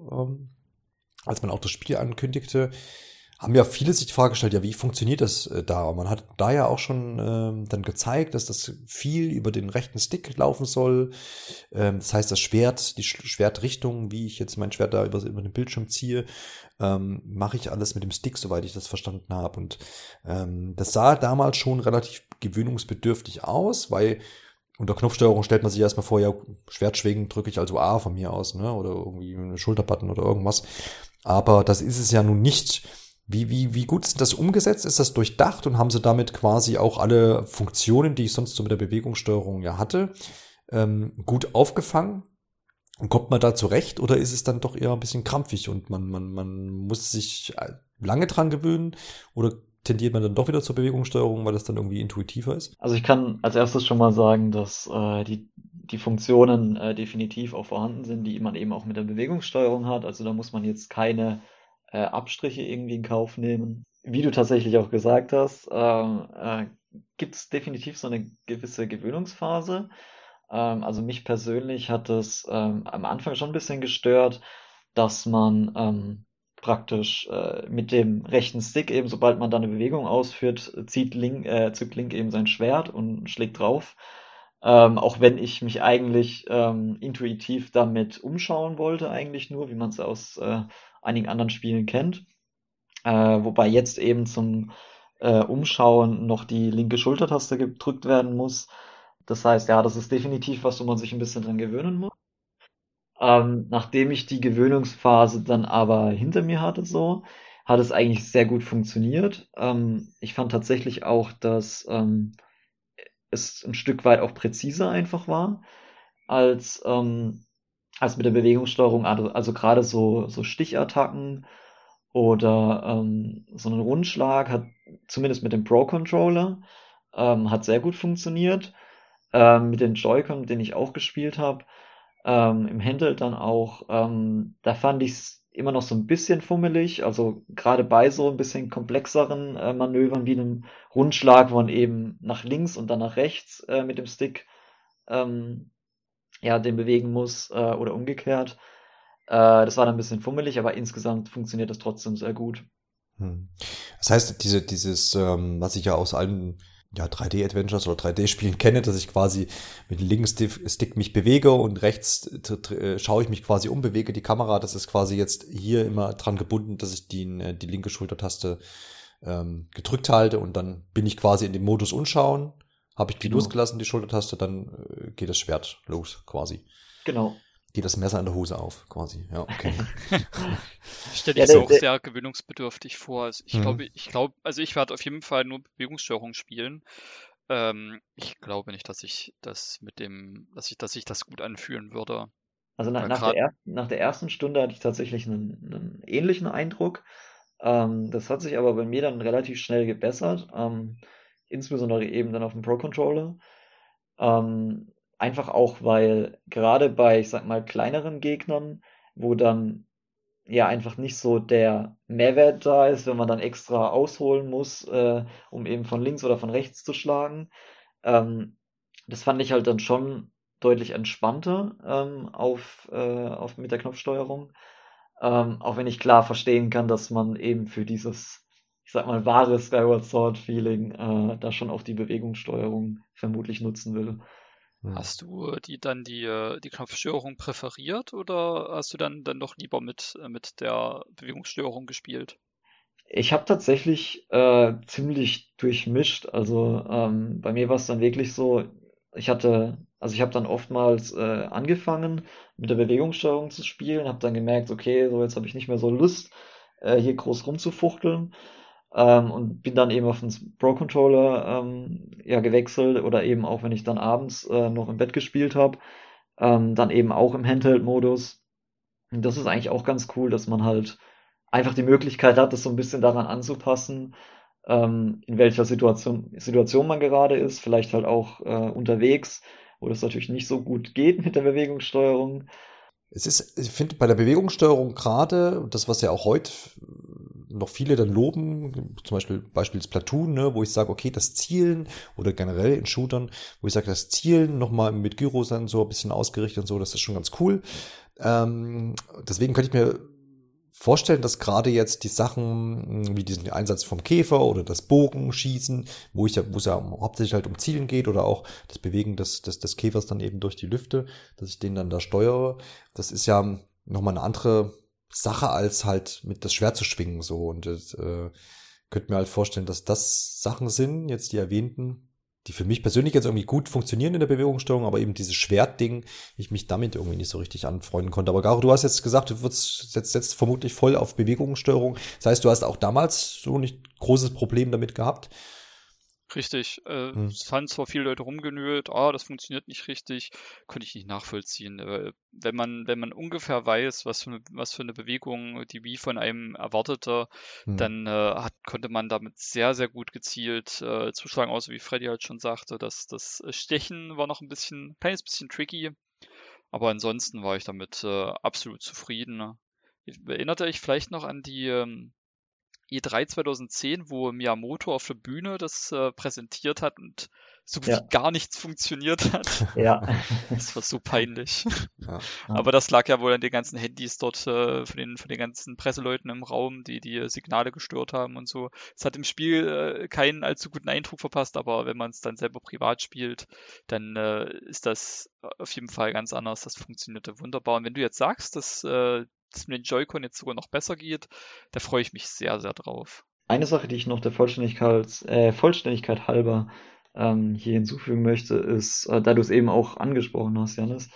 als man auch das Spiel ankündigte, haben ja viele sich die Frage gestellt, ja, wie funktioniert das da? Und man hat da ja auch schon dann gezeigt, dass das viel über den rechten Stick laufen soll. Das heißt, das Schwert, die Schwertrichtung, wie ich jetzt mein Schwert da über den Bildschirm ziehe, mache ich alles mit dem Stick, soweit ich das verstanden habe. Und das sah damals schon relativ gewöhnungsbedürftig aus, weil unter Knopfsteuerung stellt man sich erstmal vor, ja, Schwertschwingen drücke ich also A von mir aus, ne? Oder irgendwie einen Schulterbutton oder irgendwas. Aber das ist es ja nun nicht. Wie gut ist das umgesetzt? Ist das durchdacht und haben sie damit quasi auch alle Funktionen, die ich sonst so mit der Bewegungssteuerung ja hatte, gut aufgefangen? Und kommt man da zurecht oder ist es dann doch eher ein bisschen krampfig und man muss sich lange dran gewöhnen oder tendiert man dann doch wieder zur Bewegungssteuerung, weil das dann irgendwie intuitiver ist? Also ich kann als erstes schon mal sagen, dass die Funktionen definitiv auch vorhanden sind, die man eben auch mit der Bewegungssteuerung hat. Also da muss man jetzt keine Abstriche irgendwie in Kauf nehmen. wie du tatsächlich auch gesagt hast, gibt es definitiv so eine gewisse Gewöhnungsphase. Also mich persönlich hat es am Anfang schon ein bisschen gestört, dass man praktisch mit dem rechten Stick eben, sobald man da eine Bewegung ausführt, zückt Link eben sein Schwert und schlägt drauf. Auch wenn ich mich eigentlich intuitiv damit umschauen wollte, eigentlich nur, wie man es aus einigen anderen Spielen kennt. Wobei jetzt eben zum Umschauen noch die linke Schultertaste gedrückt werden muss. Das heißt, ja, das ist definitiv was, wo man sich ein bisschen dran gewöhnen muss. Nachdem ich die Gewöhnungsphase dann aber hinter mir hatte, so, hat es eigentlich sehr gut funktioniert. Ich fand tatsächlich auch, dass es ein Stück weit auch präziser einfach war als, als mit der Bewegungssteuerung. Also gerade so Stichattacken oder so einen Rundschlag hat zumindest mit dem Pro-Controller hat sehr gut funktioniert. Mit den Joy-Con, mit denen ich auch gespielt habe, im Handheld dann auch, da fand ich es immer noch so ein bisschen fummelig. Also gerade bei so ein bisschen komplexeren Manövern wie einem Rundschlag, wo man eben nach links und dann nach rechts mit dem Stick ähm, ja, den bewegen muss oder umgekehrt. Das war dann ein bisschen fummelig, aber insgesamt funktioniert das trotzdem sehr gut. Hm. Das heißt, was ich ja aus allen ja, 3D-Adventures oder 3D-Spielen kenne, dass ich quasi mit dem linken Stick mich bewege und rechts schaue ich mich quasi um, bewege die Kamera. Das ist quasi jetzt hier immer dran gebunden, dass ich die linke Schultertaste gedrückt halte und dann bin ich quasi in dem Modus Unschauen. Habe ich die Genau. losgelassen, die Schultertaste, dann geht das Schwert los quasi. Genau. Geht das Messer in der Hose auf, quasi. Ja, okay. Stelle Ja, ich so auch sehr gewöhnungsbedürftig vor. Also Mhm. also ich werde auf jeden Fall nur Bewegungssteuerung spielen. Ich glaube nicht, dass ich das mit dass ich das gut anfühlen würde. also Weil gerade, nach der ersten Stunde hatte ich tatsächlich einen ähnlichen Eindruck. Das hat sich aber bei mir dann relativ schnell gebessert, insbesondere eben dann auf dem Pro-Controller. Einfach auch, weil gerade bei, ich sag mal, kleineren Gegnern, wo dann ja einfach nicht so der Mehrwert da ist, wenn man dann extra ausholen muss, um eben von links oder von rechts zu schlagen. Ähm, Das fand ich halt dann schon deutlich entspannter mit der Knopfsteuerung. Auch wenn ich klar verstehen kann, dass man eben für dieses, ich sag mal, wahre Skyward Sword Feeling da schon auch die Bewegungssteuerung vermutlich nutzen will. Mhm. hast du die Knopfsteuerung präferiert oder hast du dann doch lieber mit der Bewegungssteuerung gespielt? Ich habe tatsächlich ziemlich durchmischt. Also bei mir war es dann wirklich so, ich habe dann oftmals angefangen mit der Bewegungssteuerung zu spielen, habe dann gemerkt, okay, so jetzt habe ich nicht mehr so Lust, hier groß rumzufuchteln und bin dann eben auf den Pro-Controller ja, gewechselt oder eben auch, wenn ich dann abends noch im Bett gespielt habe, dann eben auch im Handheld-Modus. Und das ist eigentlich auch ganz cool, dass man halt einfach die Möglichkeit hat, das so ein bisschen daran anzupassen, in welcher Situation man gerade ist, vielleicht halt auch unterwegs, wo das natürlich nicht so gut geht mit der Bewegungssteuerung. Ich finde bei der Bewegungssteuerung gerade, das was ja auch heute noch viele dann loben, zum Beispiel Splatoon, ne, wo ich sage, okay, das Zielen oder generell in Shootern, wo ich sage, das Zielen nochmal mit Gyrosensor ein bisschen ausgerichtet und so, das ist schon ganz cool. Deswegen könnte ich mir vorstellen, dass gerade jetzt die Sachen wie diesen Einsatz vom Käfer oder das Bogenschießen, wo es ja hauptsächlich halt um Zielen geht oder auch das Bewegen des Käfers dann eben durch die Lüfte, dass ich den dann da steuere, das ist ja nochmal eine andere Sache als halt mit das Schwert zu schwingen so und könnte mir halt vorstellen, dass das Sachen sind, jetzt die erwähnten, die für mich persönlich jetzt irgendwie gut funktionieren in der Bewegungssteuerung, aber eben dieses Schwertding, ich mich damit irgendwie nicht so richtig anfreunden konnte. Aber Garo, du hast jetzt gesagt, du würdest jetzt vermutlich voll auf Bewegungssteuerung. Das heißt, du hast auch damals so nicht großes Problem damit gehabt. Richtig. Hm. Es fanden zwar viele Leute rumgenölt, das funktioniert nicht richtig, konnte ich nicht nachvollziehen. Wenn man ungefähr weiß, was für eine Bewegung die Wii von einem erwartete, Hm. dann konnte man damit sehr, sehr gut gezielt zuschlagen, außer wie Freddy halt schon sagte, dass das Stechen war noch ein kleines bisschen tricky, aber ansonsten war ich damit absolut zufrieden. Erinnerte ich vielleicht noch an E3 2010, wo Miyamoto auf der Bühne das präsentiert hat und so gut wie gar nichts funktioniert hat. Ja. Das war so peinlich. Ja. Aber das lag ja wohl an den ganzen Handys dort von den ganzen Presseleuten im Raum, die Signale gestört haben und so. Es hat im Spiel keinen allzu guten Eindruck verpasst, aber wenn man es dann selber privat spielt, dann ist das auf jeden Fall ganz anders. Das funktionierte wunderbar. Und wenn du jetzt sagst, dass das mit den Joy-Con jetzt sogar noch besser geht, da freue ich mich sehr, sehr drauf. Eine Sache, die ich noch der Vollständigkeit halber hier hinzufügen möchte, ist, da du es eben auch angesprochen hast, Janis,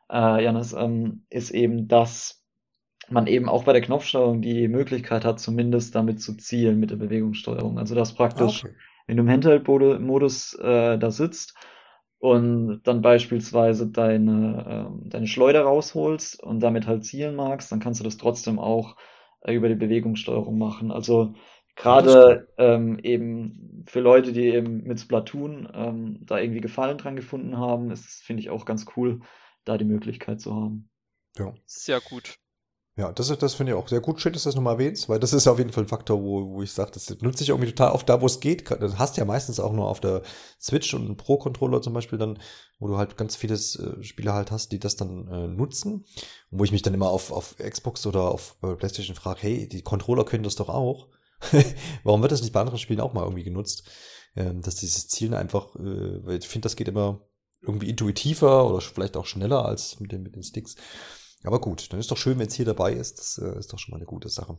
ist eben, dass man eben auch bei der Knopfsteuerung die Möglichkeit hat, zumindest damit zu zielen mit der Bewegungssteuerung. Also dass praktisch, wenn du im Handheld-Modus da sitzt und dann beispielsweise deine Schleuder rausholst und damit halt zielen magst, dann kannst du das trotzdem auch über die Bewegungssteuerung machen. Also gerade eben für Leute, die eben mit Splatoon da irgendwie Gefallen dran gefunden haben, ist, finde ich, auch ganz cool, da die Möglichkeit zu haben. Ja. Sehr gut. Ja, das finde ich auch sehr gut. Schön, dass du das nochmal erwähnst, weil das ist auf jeden Fall ein Faktor, wo ich sage, das nutze ich irgendwie total oft da, wo es geht. Das hast du ja meistens auch nur auf der Switch und einen Pro-Controller zum Beispiel dann, wo du halt ganz viele Spieler halt hast, die das dann nutzen. Und wo ich mich dann immer auf Xbox oder auf PlayStation frage, hey, die Controller können das doch auch. Warum wird das nicht bei anderen Spielen auch mal irgendwie genutzt? Dass dieses Zielen einfach, weil ich finde, das geht immer irgendwie intuitiver oder vielleicht auch schneller als mit den Sticks. Aber gut, dann ist doch schön, wenn es hier dabei ist. Das ist doch schon mal eine gute Sache.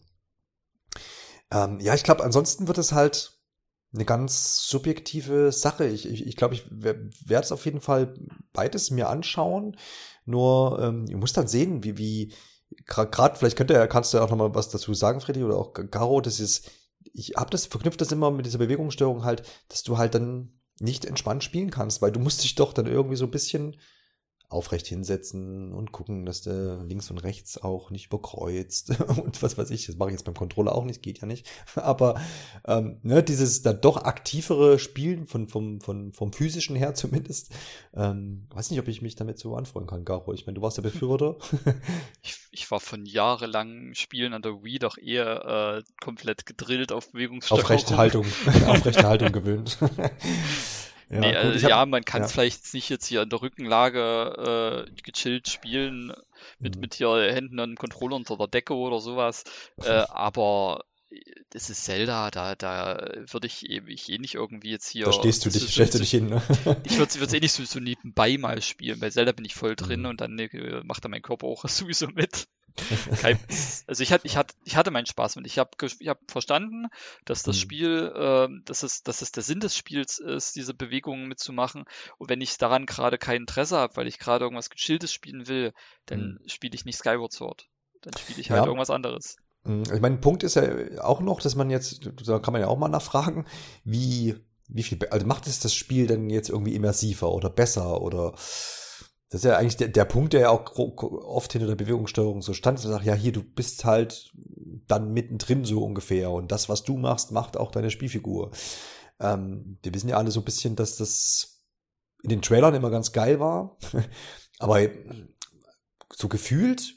Ja, ich glaube, ansonsten wird es halt eine ganz subjektive Sache. Ich glaube, ich werde es auf jeden Fall beides mir anschauen. Nur, ich muss dann sehen, wie gerade, vielleicht kannst du ja auch noch mal was dazu sagen, Freddy, oder auch Garo, verknüpft das immer mit dieser Bewegungssteuerung halt, dass du halt dann nicht entspannt spielen kannst, weil du musst dich doch dann irgendwie so ein bisschen aufrecht hinsetzen und gucken, dass der links und rechts auch nicht überkreuzt und was weiß ich, das mache ich jetzt beim Controller auch nicht, geht ja nicht, aber dieses dann doch aktivere Spielen vom physischen her zumindest, weiß nicht, ob ich mich damit so anfreunden kann, Garo, ich meine, du warst der Befürworter. Ich war von jahrelangen Spielen an der Wii doch eher komplett gedrillt auf Bewegungssteuerung. Aufrechte Haltung gewöhnt. Ja, man kann es vielleicht nicht jetzt hier in der Rückenlage gechillt spielen mit hier Händen an dem Controller unter der Decke oder sowas. Aber das ist Zelda, da würde ich nicht irgendwie jetzt hier. Da stellst du dich hin, ne? Ich würde es eh nicht so nebenbei mal spielen. Bei Zelda bin ich voll drin und dann macht da mein Körper auch sowieso mit. Also ich hatte meinen Spaß mit. Ich hab verstanden, dass das Spiel, dass es der Sinn des Spiels ist, diese Bewegungen mitzumachen. Und wenn ich daran gerade kein Interesse habe, weil ich gerade irgendwas Gechilltes spielen will, dann spiele ich nicht Skyward Sword. Dann spiele ich halt irgendwas anderes. Ich meine, ein Punkt ist ja auch noch, dass man jetzt, da kann man ja auch mal nachfragen, wie viel, also macht es das Spiel denn jetzt irgendwie immersiver oder besser oder das ist ja eigentlich der Punkt, der ja auch oft hinter der Bewegungssteuerung so stand. Ich sage, ja, hier, du bist halt dann mittendrin so ungefähr. Und das, was du machst, macht auch deine Spielfigur. Wir wissen ja alle so ein bisschen, dass das in den Trailern immer ganz geil war. Aber so gefühlt.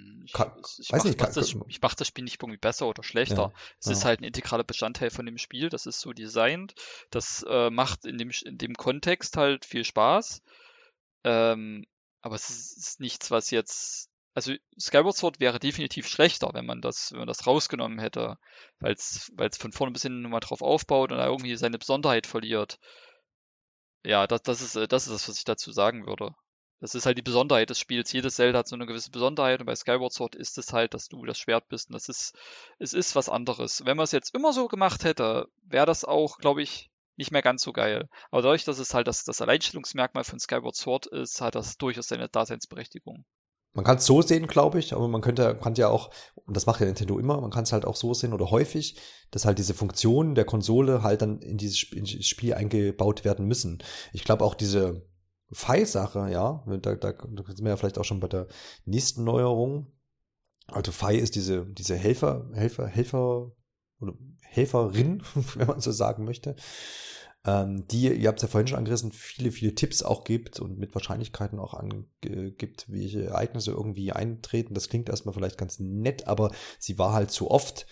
Ich mach das Spiel nicht irgendwie besser oder schlechter. Ja, es ist halt ein integraler Bestandteil von dem Spiel. Das ist so designt. Das macht in dem Kontext halt viel Spaß. Aber es ist nichts, was jetzt. Also Skyward Sword wäre definitiv schlechter, wenn man das rausgenommen hätte, weil es von vorne bis hinten nochmal drauf aufbaut und da irgendwie seine Besonderheit verliert. Ja, das ist das, was ich dazu sagen würde. Das ist halt die Besonderheit des Spiels. Jedes Zelda hat so eine gewisse Besonderheit und bei Skyward Sword ist es halt, dass du das Schwert bist und es ist was anderes. Wenn man es jetzt immer so gemacht hätte, wäre das auch, glaube ich, nicht mehr ganz so geil. Aber dadurch, dass es halt das Alleinstellungsmerkmal von Skyward Sword ist, hat das durchaus seine Daseinsberechtigung. Man kann es so sehen, glaube ich, aber man kann ja auch, und das macht ja Nintendo immer, man kann es halt auch so sehen oder häufig, dass halt diese Funktionen der Konsole halt dann in dieses Spiel eingebaut werden müssen. Ich glaube auch diese Fi-Sache, ja, da sind wir ja vielleicht auch schon bei der nächsten Neuerung. Also Fi ist diese Helfer oder Helferin, wenn man so sagen möchte, die, ihr habt es ja vorhin schon angerissen, viele, viele Tipps auch gibt und mit Wahrscheinlichkeiten auch angibt, welche Ereignisse irgendwie eintreten. Das klingt erstmal vielleicht ganz nett, aber sie war halt zu oft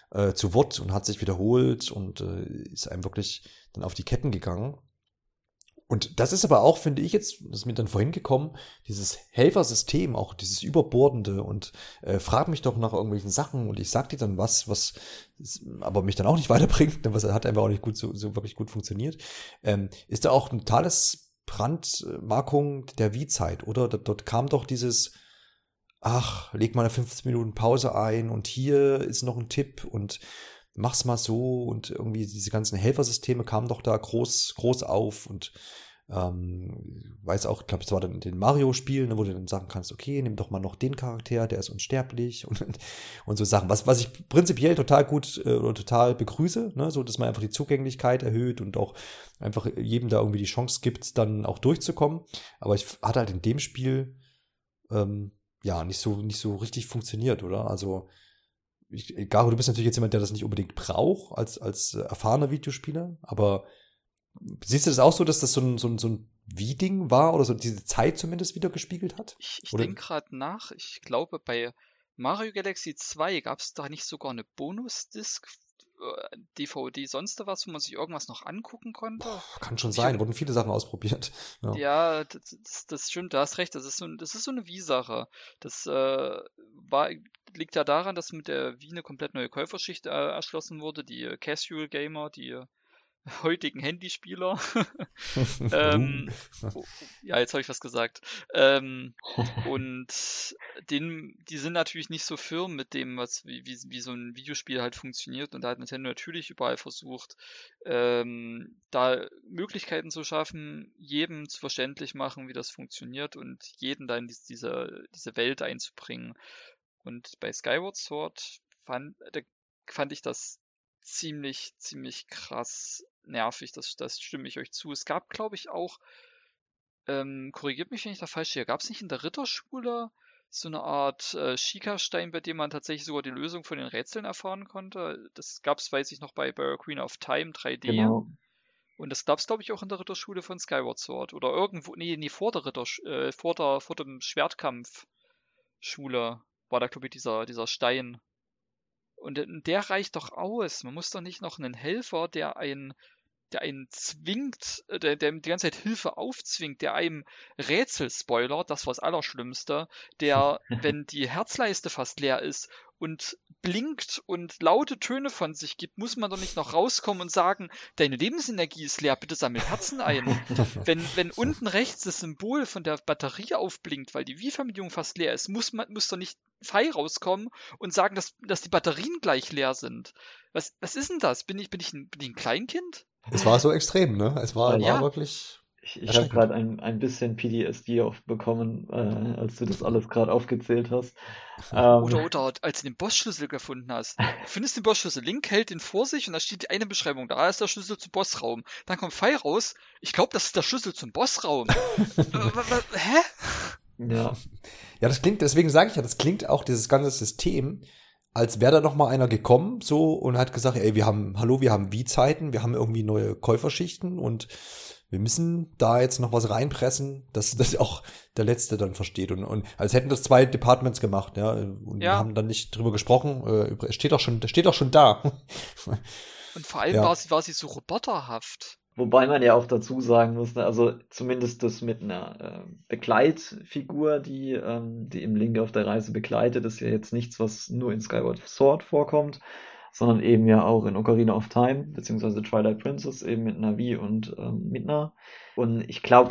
zu Wort und hat sich wiederholt und ist einem wirklich dann auf die Ketten gegangen. Und das ist aber auch, finde ich jetzt, das ist mir dann vorhin gekommen, dieses Helfersystem, auch dieses Überbordende und frag mich doch nach irgendwelchen Sachen und ich sag dir dann was aber mich dann auch nicht weiterbringt, denn was hat einfach auch nicht gut so wirklich gut funktioniert, ist da auch ein totales Brandmarkung der Wii-Zeit, oder? Dort kam doch dieses, ach, leg mal eine 15 Minuten Pause ein und hier ist noch ein Tipp und mach's mal so und irgendwie diese ganzen Helfersysteme kamen doch da groß auf und weiß auch, ich glaube, es war dann in den Mario-Spielen, wo du dann sagen kannst, okay, nimm doch mal noch den Charakter, der ist unsterblich und so Sachen. Was ich prinzipiell total gut oder total begrüße, ne? So, dass man einfach die Zugänglichkeit erhöht und auch einfach jedem da irgendwie die Chance gibt, dann auch durchzukommen. Aber ich hatte halt in dem Spiel ja nicht so richtig funktioniert, oder? Also Garo, du bist natürlich jetzt jemand, der das nicht unbedingt braucht als erfahrener Videospieler, aber siehst du das auch so, dass das so ein Wii-Ding war oder so diese Zeit zumindest wieder gespiegelt hat? Ich denke gerade nach, ich glaube, bei Mario Galaxy 2 gab es da nicht sogar eine Bonus-Disc, DVD, sonst was, wo man sich irgendwas noch angucken konnte? Kann schon sein, wurden viele Sachen ausprobiert. Ja, das stimmt, da hast recht, das ist so eine Wii-Sache. Das liegt ja daran, dass mit der Wii eine komplett neue Käuferschicht erschlossen wurde, die Casual Gamer, die heutigen Handyspieler. Ja, jetzt habe ich was gesagt. Und die sind natürlich nicht so firm mit dem, wie so ein Videospiel halt funktioniert. Und da hat Nintendo natürlich überall versucht, da Möglichkeiten zu schaffen, jedem zu verständlich machen, wie das funktioniert und jeden da in diese Welt einzubringen. Und bei Skyward Sword fand ich das ziemlich krass nervig, das stimme ich euch zu. Es gab, glaube ich, auch, korrigiert mich, wenn ich da falsch stehe, gab es nicht in der Ritterschule so eine Art Schika-Stein, bei dem man tatsächlich sogar die Lösung von den Rätseln erfahren konnte? Das gab es, weiß ich noch, bei Ocarina of Time 3D. Genau. Und das gab es, glaube ich, auch in der Ritterschule von Skyward Sword. Oder irgendwo, nee, vor der vor dem Schwertkampf-Schule war da, glaube ich, dieser Stein. Und der reicht doch aus. Man muss doch nicht noch einen Helfer, der einen zwingt, der die ganze Zeit Hilfe aufzwingt, der einem Rätsel spoilert, das war das Allerschlimmste, der, wenn die Herzleiste fast leer ist und blinkt und laute Töne von sich gibt, muss man doch nicht noch rauskommen und sagen, deine Lebensenergie ist leer, bitte sammel Herzen ein. Wenn unten rechts das Symbol von der Batterie aufblinkt, weil die Wii-Verbindung fast leer ist, muss doch nicht Pfeil rauskommen und sagen, dass die Batterien gleich leer sind. Was ist denn das? Bin ich ein Kleinkind? Es war so extrem, ne? Es war wirklich. Ich habe gerade ein bisschen PTSD bekommen, als du das alles gerade aufgezählt hast. Oder als du den Bossschlüssel gefunden hast. Du findest den Bossschlüssel, Link hält den vor sich und da steht eine Beschreibung, da ist der Schlüssel zum Bossraum. Dann kommt Pfeil raus, ich glaube, das ist der Schlüssel zum Bossraum. Hä? Ja. Ja, das klingt, deswegen sage ich ja, das klingt auch, dieses ganze System, als wäre da noch mal einer gekommen so und hat gesagt, ey, wir haben Wii-Zeiten, wir haben irgendwie neue Käuferschichten und wir müssen da jetzt noch was reinpressen, dass das auch der Letzte dann versteht. Und als hätten das 2 Departments gemacht, ja, und haben dann nicht drüber gesprochen. Steht doch schon da. Und vor allem war sie so roboterhaft. Wobei man ja auch dazu sagen muss, ne, also zumindest das mit einer Begleitfigur, die im Link auf der Reise begleitet, ist ja jetzt nichts, was nur in Skyward Sword vorkommt, sondern eben ja auch in Ocarina of Time, beziehungsweise Twilight Princess, eben mit Navi und Midna. Und ich glaube,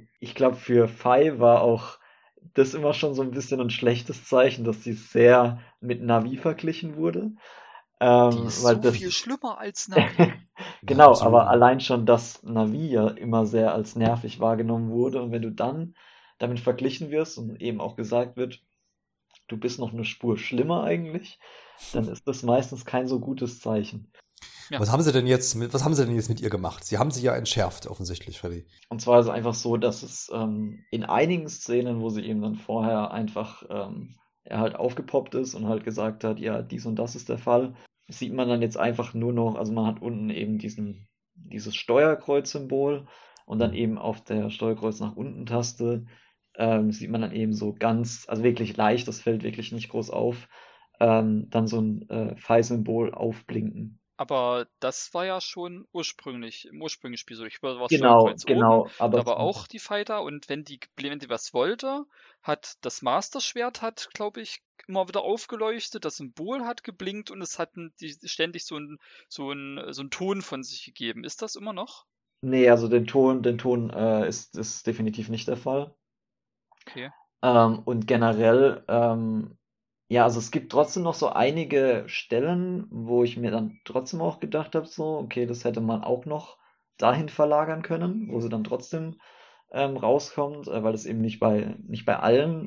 für Fi war auch das immer schon so ein bisschen ein schlechtes Zeichen, dass sie sehr mit Navi verglichen wurde. Die ist weil so das viel schlimmer als Navi. Genau, Ja, aber allein schon, dass Navi ja immer sehr als nervig wahrgenommen wurde und wenn du dann damit verglichen wirst und eben auch gesagt wird, du bist noch eine Spur schlimmer eigentlich, dann ist das meistens kein so gutes Zeichen. Ja. Was haben sie denn jetzt mit ihr gemacht? Sie haben sie ja entschärft, offensichtlich, Freddy. Und zwar ist es einfach so, dass es in einigen Szenen, wo sie eben dann vorher einfach er halt aufgepoppt ist und halt gesagt hat, ja, dies und das ist der Fall, sieht man dann jetzt einfach nur noch, also man hat unten eben dieses Steuerkreuz-Symbol und dann eben auf der Steuerkreuz nach unten Taste sieht man dann eben so ganz, also wirklich leicht, das fällt wirklich nicht groß auf, dann so ein Pfeilsymbol aufblinken. Aber das war ja schon im ursprünglichen Spiel so. Ich war Steuerkreuz oben, Genau, aber da war auch die Fighter und wenn die was wollte, hat das Master-Schwert glaube ich, immer wieder aufgeleuchtet, das Symbol hat geblinkt und es hatten die ständig so ein Ton von sich gegeben. Ist das immer noch? nee, also den Ton ist definitiv nicht der Fall. Okay. Und generell, ja, also es gibt trotzdem noch so einige Stellen, wo ich mir dann trotzdem auch gedacht habe, so, okay, das hätte man auch noch dahin verlagern können, wo sie dann trotzdem rauskommt, weil es eben nicht bei allen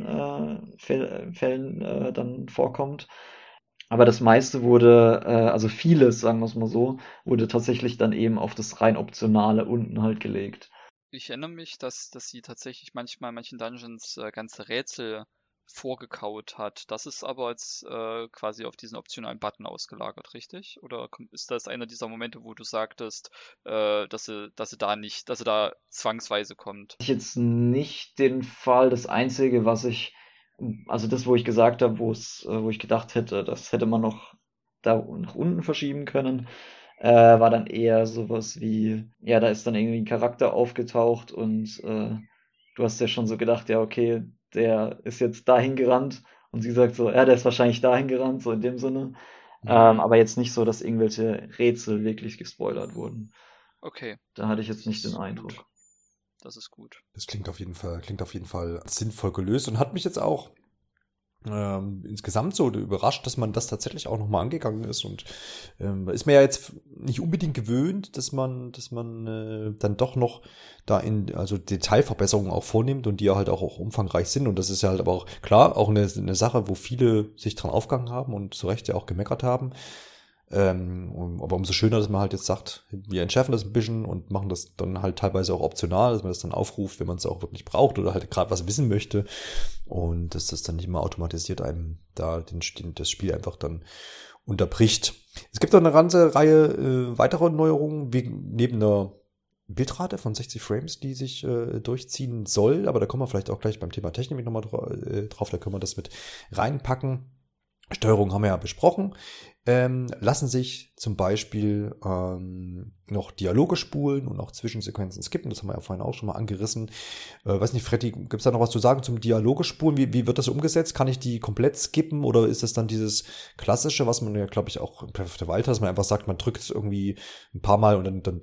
Fällen dann vorkommt. Aber das meiste wurde, also vieles, sagen wir es mal so, wurde tatsächlich dann eben auf das rein Optionale unten halt gelegt. Ich erinnere mich, dass sie tatsächlich manchmal in manchen Dungeons ganze Rätsel vorgekaut hat. Das ist aber jetzt quasi auf diesen optionalen Button ausgelagert, richtig? Oder ist das einer dieser Momente, wo du sagtest, dass sie da zwangsweise kommt? Ich jetzt nicht den Fall, das Einzige, also das, wo ich gesagt habe, wo ich gedacht hätte, das hätte man noch da nach unten verschieben können, war dann eher sowas wie, ja, da ist dann irgendwie ein Charakter aufgetaucht und du hast ja schon so gedacht, ja, okay, der ist jetzt dahin gerannt und sie sagt so, ja, der ist wahrscheinlich dahin gerannt, so in dem Sinne. Aber jetzt nicht so, dass irgendwelche Rätsel wirklich gespoilert wurden. Okay, Da hatte ich jetzt das nicht den ist Eindruck. gut. Das ist gut. Das klingt auf jeden Fall sinnvoll gelöst und hat mich jetzt auch insgesamt so überrascht, dass man das tatsächlich auch nochmal angegangen ist und ist mir ja jetzt nicht unbedingt gewöhnt, dass man dann doch noch also Detailverbesserungen auch vornimmt und die ja halt auch umfangreich sind und das ist ja halt aber auch klar auch eine Sache, wo viele sich dran aufgegangen haben und zu Recht ja auch gemeckert haben. Aber umso schöner, dass man halt jetzt sagt, wir entschärfen das ein bisschen und machen das dann halt teilweise auch optional, dass man das dann aufruft, wenn man es auch wirklich braucht oder halt gerade was wissen möchte. Und dass das dann nicht immer automatisiert einem da das Spiel einfach dann unterbricht. Es gibt auch eine ganze Reihe weiterer Neuerungen, neben der Bildrate von 60 Frames, die sich durchziehen soll. Aber da kommen wir vielleicht auch gleich beim Thema Technik nochmal drauf, da können wir das mit reinpacken. Steuerung haben wir ja besprochen. Lassen sich zum Beispiel noch Dialoge spulen und auch Zwischensequenzen skippen. Das haben wir ja vorhin auch schon mal angerissen. Weiß nicht, Freddy, gibt es da noch was zu sagen zum Dialoge spulen? Wie wird das umgesetzt? Kann ich die komplett skippen oder ist das dann dieses Klassische, was man ja, glaube ich, auch im Breath of the Wild hat, dass man einfach sagt, man drückt es irgendwie ein paar Mal und dann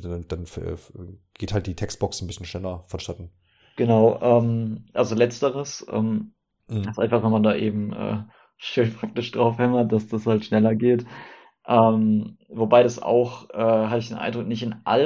geht halt die Textbox ein bisschen schneller vonstatten. Genau, also letzteres, ist einfach, wenn man da eben schön praktisch drauf hämmert, dass das halt schneller geht. Wobei das auch, hatte ich den Eindruck, nicht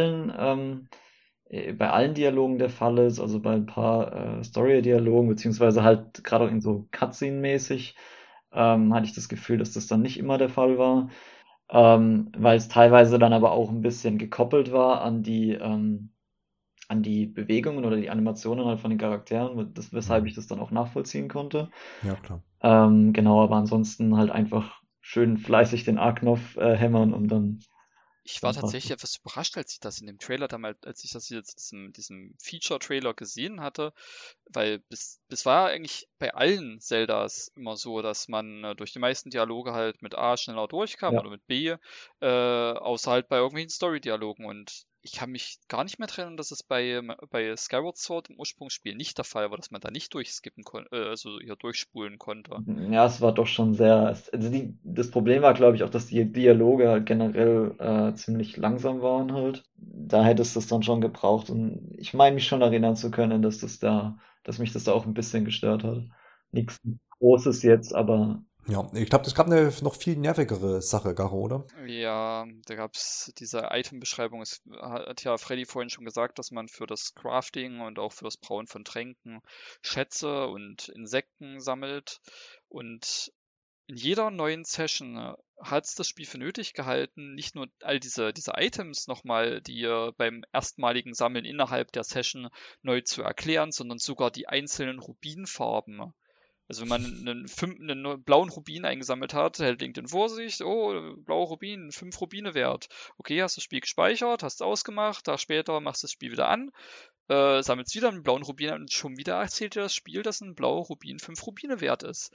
bei allen Dialogen der Fall ist, also bei ein paar Story-Dialogen, beziehungsweise halt gerade auch in so Cutscene-mäßig, hatte ich das Gefühl, dass das dann nicht immer der Fall war, weil es teilweise dann aber auch ein bisschen gekoppelt war an die Bewegungen oder die Animationen halt von den Charakteren, weshalb ich das dann auch nachvollziehen konnte. Ja, klar. Genau, aber ansonsten halt einfach schön fleißig den A-Knopf hämmern und dann. Ich war tatsächlich etwas überrascht, als ich das in dem Trailer damals, als ich das jetzt in diesem Feature-Trailer gesehen hatte, weil bis war eigentlich bei allen Zeldas immer so, dass man durch die meisten Dialoge halt mit A schneller durchkam Ja. oder mit B, außer halt bei irgendwelchen Story-Dialogen und ich kann mich gar nicht mehr erinnern, dass es bei Skyward Sword im Ursprungsspiel nicht der Fall war, dass man da nicht durchskippen konnte, also hier durchspulen konnte. Ja, es war doch schon sehr. Also das Problem war, glaube ich, auch, dass die Dialoge halt generell ziemlich langsam waren halt. Da hätte es das dann schon gebraucht. Und ich meine mich schon erinnern zu können, dass mich das da auch ein bisschen gestört hat. Nichts Großes jetzt, aber Ja, ich glaube, es gab eine noch viel nervigere Sache, Garo, oder? Ja, da gab's diese Item-Beschreibung. Es hat ja Freddy vorhin schon gesagt, dass man für das Crafting und auch für das Brauen von Tränken Schätze und Insekten sammelt. Und in jeder neuen Session hat es das Spiel für nötig gehalten, nicht nur all diese Items nochmal, die beim erstmaligen Sammeln innerhalb der Session neu zu erklären, sondern sogar die einzelnen Rubinfarben. Also wenn man einen blauen Rubin eingesammelt hat, hält LinkedIn vor sich, oh, blauer Rubin, 5 Rubine wert. Okay, hast das Spiel gespeichert, hast ausgemacht, Tag später machst du das Spiel wieder an, sammelst wieder einen blauen Rubin an und schon wieder erzählt dir das Spiel, dass ein blauer Rubin 5 Rubine wert ist.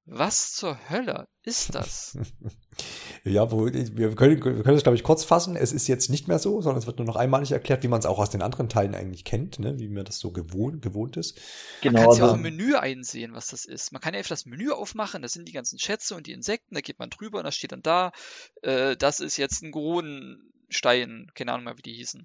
Was zur Hölle ist das? Ja, wir können es, glaube ich, kurz fassen. Es ist jetzt nicht mehr so, sondern es wird nur noch einmalig erklärt, wie man es auch aus den anderen Teilen eigentlich kennt, ne? Wie man das so gewohnt ist. Man Genau, kann es ja auch also im Menü einsehen, was das ist. Man kann ja einfach das Menü aufmachen, da sind die ganzen Schätze und die Insekten, da geht man drüber und da steht dann da, das ist jetzt ein Kronenstein, keine Ahnung mal, wie die hießen.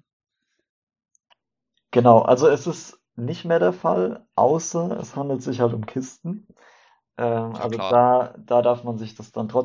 genau, also es ist nicht mehr der Fall, außer es handelt sich halt um Kisten. Ja, Also klar. da darf man sich das dann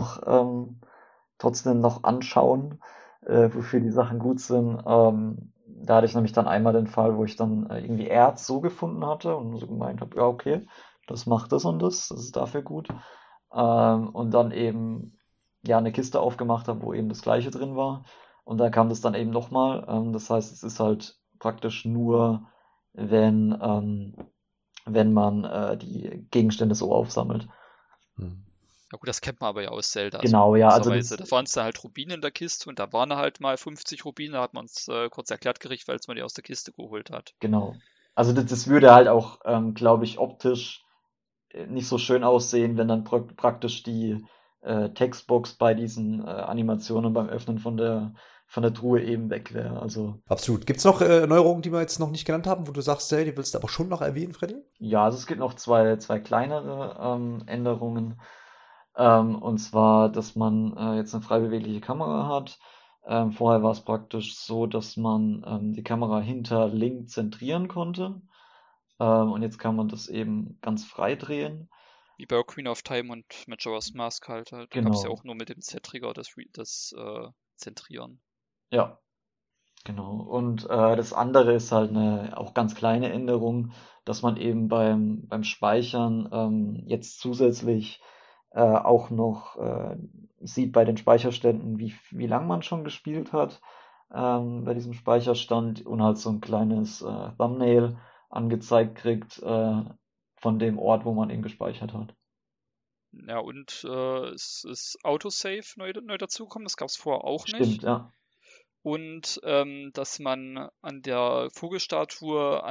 trotzdem noch anschauen, wofür die Sachen gut sind. Da hatte ich nämlich dann einmal den Fall, wo ich dann irgendwie Erz so gefunden hatte und so gemeint habe, ja, okay, das macht das und das ist dafür gut. Und dann eben ja eine Kiste aufgemacht habe, wo eben das Gleiche drin war. Und da kam das dann eben nochmal. Das heißt, es ist halt praktisch nur, wenn, wenn man die Gegenstände so aufsammelt. Hm. Ja gut, das kennt man aber ja aus Zelda, so Genau, ja, also logischerweise. das, Da waren es dann halt Rubine in der Kiste und da waren halt mal 50 Rubine, da hat man uns kurz erklärt gekriegt, weil es man die aus der Kiste geholt hat. genau. Also das würde halt auch, glaube ich, optisch nicht so schön aussehen, wenn dann praktisch die Textbox bei diesen Animationen beim Öffnen von der Truhe eben weg wäre. Also Absolut. Gibt es noch Neuerungen, die wir jetzt noch nicht genannt haben, wo du sagst, hey, die willst du aber schon noch erwähnen, Freddy? ja, also es gibt noch zwei kleinere Änderungen. Und zwar, dass man jetzt eine frei bewegliche Kamera hat. Vorher war es praktisch so, dass man die Kamera hinter Link zentrieren konnte. Und jetzt kann man das eben ganz frei drehen. Wie bei Ocarina of Time und Majora's Mask halt. Da gab es ja Genau. auch nur mit dem Z-Trigger das Zentrieren. Ja, genau. Und das andere ist halt eine auch ganz kleine Änderung, dass man eben beim Speichern jetzt zusätzlich auch noch sieht bei den Speicherständen, wie lang man schon gespielt hat bei diesem Speicherstand und halt so ein kleines Thumbnail angezeigt kriegt von dem Ort, wo man ihn gespeichert hat. Ja, und es ist Autosave neu dazugekommen, das gab es vorher auch Stimmt, nicht. ja. Und dass man an der Vogelstatue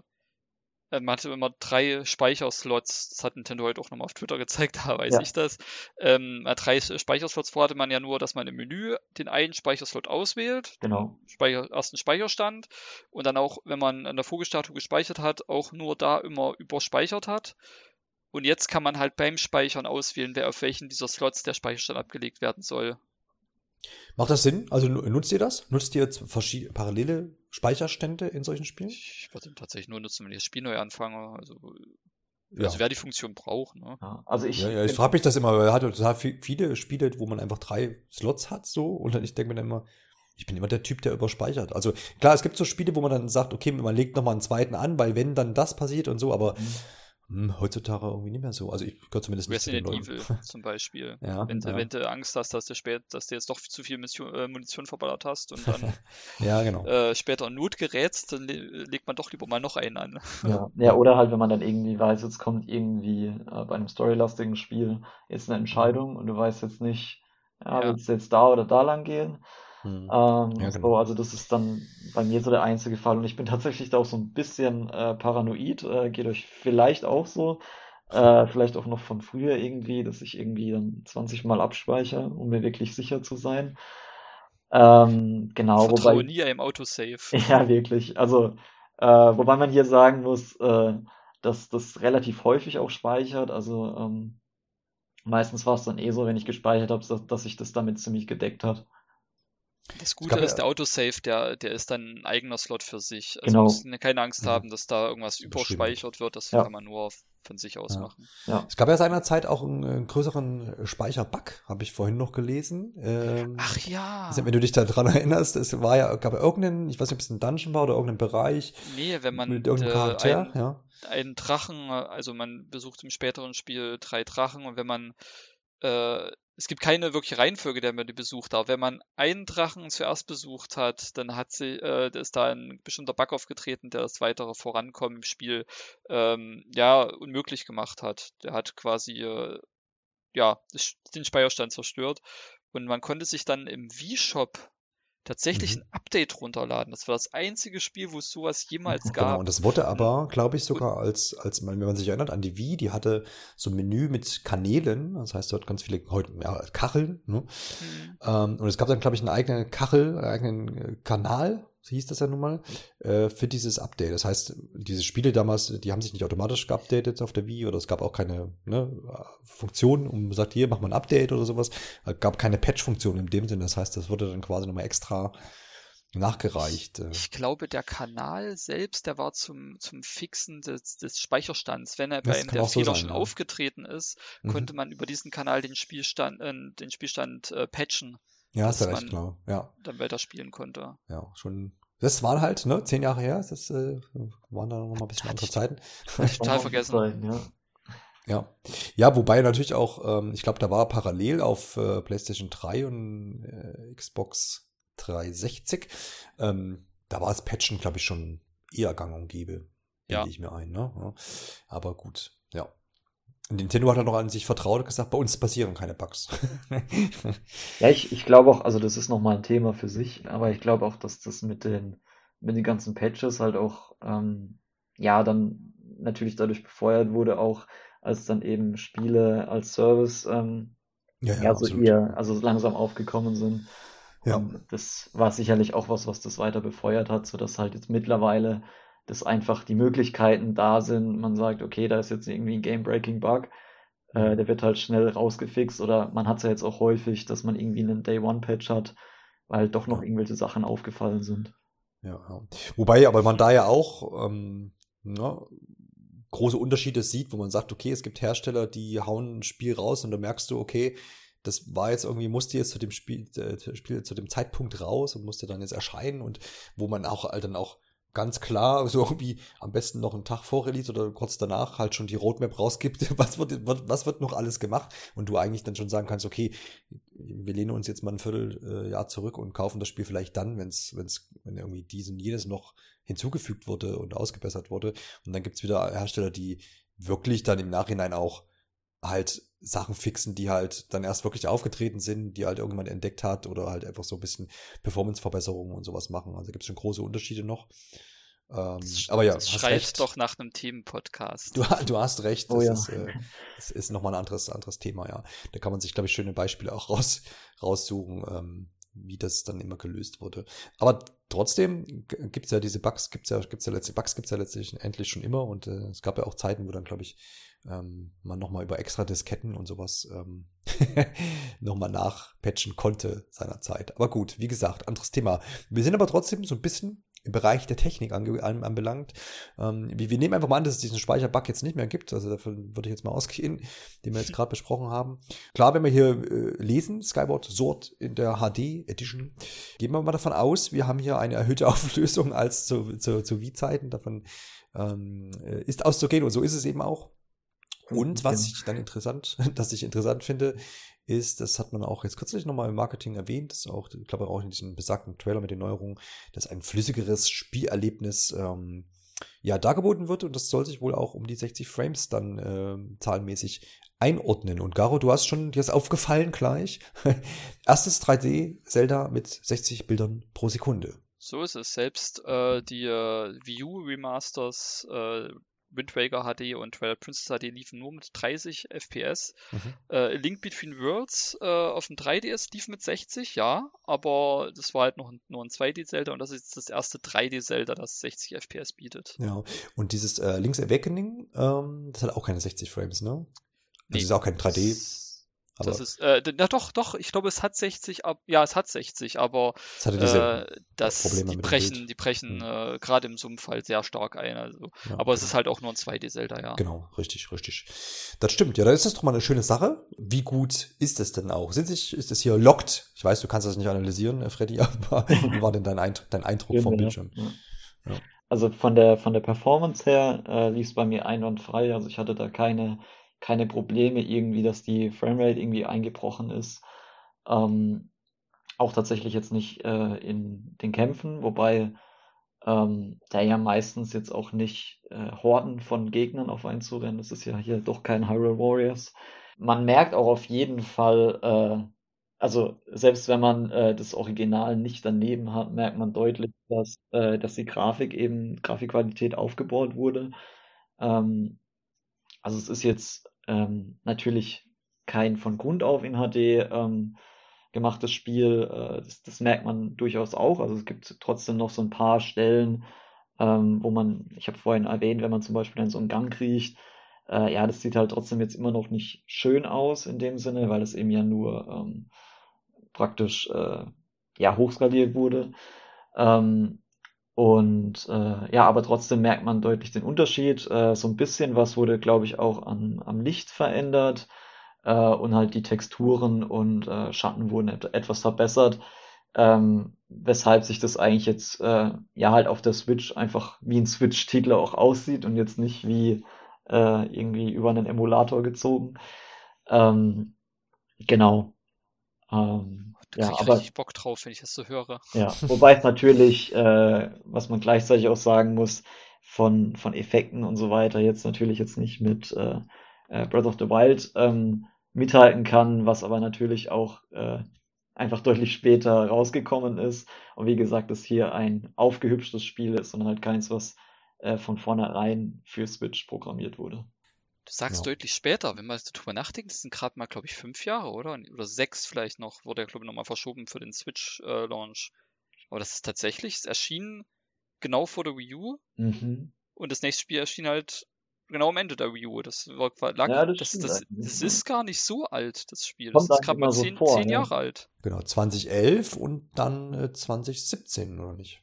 man hatte immer 3 Speicherslots, das hat Nintendo heute auch nochmal auf Twitter gezeigt, da weiß ich Ja, das. 3 Speicherslots, vorher hatte man ja nur, dass man im Menü den einen Speicherslot auswählt, den genau. ersten Speicherstand, und dann auch, wenn man an der Vogelstatue gespeichert hat, auch nur da immer überspeichert hat. Und jetzt kann man halt beim Speichern auswählen, wer auf welchen dieser Slots der Speicherstand abgelegt werden soll. Macht das Sinn? Also nutzt ihr das? Nutzt ihr jetzt parallele Speicherstände in solchen Spielen? Ich würde ihn tatsächlich nur nutzen, wenn ich das Spiel neu anfange. Also Ja. wer die Funktion braucht, ne? Ja. Also Ja, ich frage mich das immer, weil er hat total viele Spiele, wo man einfach 3 Slots hat, so, und dann ich denke mir dann immer, ich bin immer der Typ, der überspeichert. Also klar, es gibt so Spiele, wo man dann sagt, okay, man legt nochmal einen zweiten an, weil wenn dann das passiert und so, aber Mhm. heutzutage irgendwie nicht mehr so. Also ich gehöre zumindest nicht zu den Resident Leuten. Evil zum Beispiel. Ja, Wenn du, ja. wenn du Angst hast, dass du jetzt doch zu viel Munition verballert hast und dann Ja, genau. später in Not gerätst, dann legt man doch lieber mal noch einen an. Ja, Ja, oder halt, wenn man dann irgendwie weiß, jetzt kommt irgendwie bei einem storylastigen Spiel jetzt eine Mhm. Entscheidung und du weißt jetzt nicht, ja, Ja, willst du jetzt da oder da lang gehen? Mhm. Ja, So, genau. also das ist dann bei mir so der einzige Fall und ich bin tatsächlich da auch so ein bisschen paranoid, geht euch vielleicht auch so, vielleicht auch noch von früher irgendwie, dass ich irgendwie dann 20 Mal abspeichere, um mir wirklich sicher zu sein. Genau, vertraue wobei nie einem Autosave. ja, wirklich. Also, wobei man hier sagen muss, dass das relativ häufig auch speichert. Also, meistens war es dann eh so, wenn ich gespeichert habe, dass sich das damit ziemlich gedeckt hat. Das Es Gute gab ist, ja, der Autosave, der ist dann ein eigener Slot für sich. Also Genau. musst du keine Angst mhm, haben, dass da irgendwas das überschrieben wird. überspeichert wird. Das Ja, kann man nur von sich aus Ja. machen. ja. Es gab ja seinerzeit auch einen größeren Speicherbug, habe ich vorhin noch gelesen. Ach Ich weiß nicht, wenn ja. du dich daran erinnerst, es war ja, gab ja irgendeinen, ich weiß nicht, ob es ein Dungeon war oder irgendein Bereich Nee, wenn man mit irgendeinem Charakter, ja. einen Drachen, also man besucht im späteren Spiel 3 Drachen und wenn man es gibt keine wirkliche Reihenfolge, der man die besucht, aber wenn man einen Drachen zuerst besucht hat, dann da ist da ein bestimmter Bug aufgetreten, der das weitere Vorankommen im Spiel ja unmöglich gemacht hat. Der hat quasi ja den Speicherstand zerstört und man konnte sich dann im Wii-Shop tatsächlich ein Update runterladen. Das war das einzige Spiel, wo es sowas jemals Genau, gab. und das wurde aber, glaube ich, sogar wenn man sich erinnert an die Wii, die hatte so ein Menü mit Kanälen, das heißt, dort ganz viele Kacheln, ne? Und es gab dann, glaube ich, einen eigenen einen eigenen Kanal, so hieß das ja nun mal, für dieses Update. Das heißt, diese Spiele damals, die haben sich nicht automatisch geupdatet auf der Wii oder es gab auch keine Funktion, um sagt, hier, mach mal ein Update oder sowas. Es gab keine Patch-Funktion in dem Sinne. Das heißt, das wurde dann quasi nochmal extra nachgereicht. Ich glaube, der Kanal selbst, der war zum Fixen des Speicherstands. Wenn er Das bei kann der auch so Fehler sein, schon ja. aufgetreten ist, konnte man über diesen Kanal den Spielstand patchen, Ja, hast du dass recht, man genau. Ja, dann weiterspielen konnte. ja, schon. Das waren halt, 10 Jahre her. Das waren dann noch mal ein bisschen andere Zeiten. Hatte ich total vergessen. Ja. Ja. Ja, wobei natürlich auch, ich glaube, da war parallel auf PlayStation 3 und Xbox 360, da war das Patchen, glaube ich, schon eher gang und gäbe, Ja. bilde ich mir ein, ne? Ja. Aber gut, ja. Und Nintendo hat halt noch an sich vertraut und gesagt, bei uns passieren keine Bugs. Ja, ich glaube auch, also das ist nochmal ein Thema für sich, aber ich glaube auch, dass das mit den ganzen Patches halt auch, ja, dann natürlich dadurch befeuert wurde, auch als dann eben Spiele als Service, ja, so absolut. also langsam aufgekommen sind. Ja. Und das war sicherlich auch was das weiter befeuert hat, sodass halt jetzt mittlerweile das einfach die Möglichkeiten da sind. Man sagt, okay, da ist jetzt irgendwie ein Game-Breaking-Bug, der wird halt schnell rausgefixt oder man hat es ja jetzt auch häufig, dass man irgendwie einen Day-One-Patch hat, weil doch noch irgendwelche Sachen aufgefallen sind. Ja. Wobei, aber man da ja auch große Unterschiede sieht, wo man sagt, okay, es gibt Hersteller, die hauen ein Spiel raus und da merkst du, okay, das war jetzt irgendwie, musste jetzt zu dem Spiel zu dem Zeitpunkt raus und musste dann jetzt erscheinen und wo man auch dann auch ganz klar so irgendwie am besten noch einen Tag vor Release oder kurz danach halt schon die Roadmap rausgibt, was wird noch alles gemacht und du eigentlich dann schon sagen kannst, okay, wir lehnen uns jetzt mal ein Vierteljahr zurück und kaufen das Spiel vielleicht dann, wenn irgendwie dies und jenes noch hinzugefügt wurde und ausgebessert wurde und dann gibt's wieder Hersteller, die wirklich dann im Nachhinein auch halt Sachen fixen, die halt dann erst wirklich aufgetreten sind, die halt irgendwann entdeckt hat oder halt einfach so ein bisschen Performance-Verbesserungen und sowas machen. Also gibt es schon große Unterschiede noch. Aber ja, das hast schreit recht. doch nach einem Themenpodcast. Du hast recht. Oh ja. Das ist nochmal ein anderes Thema, ja. Da kann man sich, glaube ich, schöne Beispiele auch raussuchen, wie das dann immer gelöst wurde. Aber trotzdem gibt's ja diese Bugs, gibt's ja letztlich endlich schon immer und es gab ja auch Zeiten, wo dann, glaube ich, man nochmal über extra Disketten und sowas nochmal nachpatchen konnte seinerzeit. Aber gut, wie gesagt, anderes Thema. Wir sind aber trotzdem so ein bisschen im Bereich der Technik anbelangt. Wir nehmen einfach mal an, dass es diesen Speicherbug jetzt nicht mehr gibt. Also davon würde ich jetzt mal ausgehen, den wir jetzt gerade besprochen haben. Klar, wenn wir hier lesen, Skyward Sword in der HD Edition, gehen wir mal davon aus, wir haben hier eine erhöhte Auflösung als zu Wii-Zeiten. Davon ist auszugehen und so ist es eben auch. Und was ich dann interessant finde, ist, das hat man auch jetzt kürzlich nochmal im Marketing erwähnt, das ist auch, ich glaube auch in diesem besagten Trailer mit den Neuerungen, dass ein flüssigeres Spielerlebnis dargeboten wird und das soll sich wohl auch um die 60 Frames dann zahlenmäßig einordnen. Und Garo, dir ist aufgefallen gleich, erstes 3D-Zelda mit 60 Bildern pro Sekunde. So ist es. Selbst die Wii U Remasters Wind Waker HD und Twilight Princess HD liefen nur mit 30 FPS. Link Between Worlds auf dem 3DS lief mit 60, ja, aber das war halt nur ein 2D-Zelda und das ist das erste 3D-Zelda, das 60 FPS bietet. Ja, und dieses Link's Awakening, das hat auch keine 60 Frames, ne? Das ist auch kein 3D. Aber das ist, doch, ich glaube, es hat 60, es hat 60, aber es hatte diese die brechen gerade im Sumpf halt sehr stark ein. Also. Ja, aber es ist halt auch nur ein 2D-Zelda, ja. Genau, richtig. Das stimmt, ja, da ist das doch mal eine schöne Sache. Wie gut ist es denn auch? Ist es hier locked? Ich weiß, du kannst das nicht analysieren, Freddy, aber wie war denn dein Eindruck vom Bildschirm? Ja. Also von der Performance her lief es bei mir einwandfrei. Also ich hatte da keine Probleme irgendwie, dass die Framerate irgendwie eingebrochen ist. Auch tatsächlich jetzt nicht in den Kämpfen, wobei da ja meistens jetzt auch nicht Horden von Gegnern auf einen zurennen. Das ist ja hier doch kein Hyrule Warriors. Man merkt auch auf jeden Fall, also selbst wenn man das Original nicht daneben hat, merkt man deutlich, dass die Grafikqualität aufgebaut wurde. Ähm, also es ist jetzt natürlich kein von Grund auf in HD gemachtes Spiel. Das merkt man durchaus auch. Also es gibt trotzdem noch so ein paar Stellen, wo ich habe vorhin erwähnt, wenn man zum Beispiel in so einen Gang kriecht, ja, das sieht halt trotzdem jetzt immer noch nicht schön aus in dem Sinne, weil es eben ja nur praktisch ja hochskaliert wurde. Ähm, ja, aber trotzdem merkt man deutlich den Unterschied. So ein bisschen was wurde, glaube ich, auch am Licht verändert und halt die Texturen und Schatten wurden etwas verbessert, weshalb sich das eigentlich jetzt ja halt auf der Switch einfach wie ein Switch-Titel auch aussieht und jetzt nicht wie irgendwie über einen Emulator gezogen. Genau. Da Ja, krieg ich aber richtig Bock drauf, wenn ich das so höre. ja, wobei es natürlich, was man gleichzeitig auch sagen muss, von Effekten und so weiter jetzt natürlich jetzt nicht mit Breath of the Wild mithalten kann, was aber natürlich auch einfach deutlich später rausgekommen ist. Und wie gesagt, es hier ein aufgehübschtes Spiel ist und halt keins, was von vornherein für Switch programmiert wurde. Du sagst Ja. deutlich später, wenn man jetzt drüber nachdenkt, das sind gerade mal, glaube ich, 5 Jahre, oder? Oder 6 vielleicht noch, wurde ja, glaube ich, nochmal verschoben für den Switch-Launch. Aber das ist tatsächlich, es erschien genau vor der Wii U Mhm. und das nächste Spiel erschien halt genau am Ende der Wii U. Das Ja, das das, stimmt das, eigentlich. das Ja. ist gar nicht so alt, das Spiel. Das Kommt ist eigentlich gerade mal immer so 10 vor, ja. Jahre alt. Genau, 2011 und dann 2017, oder nicht?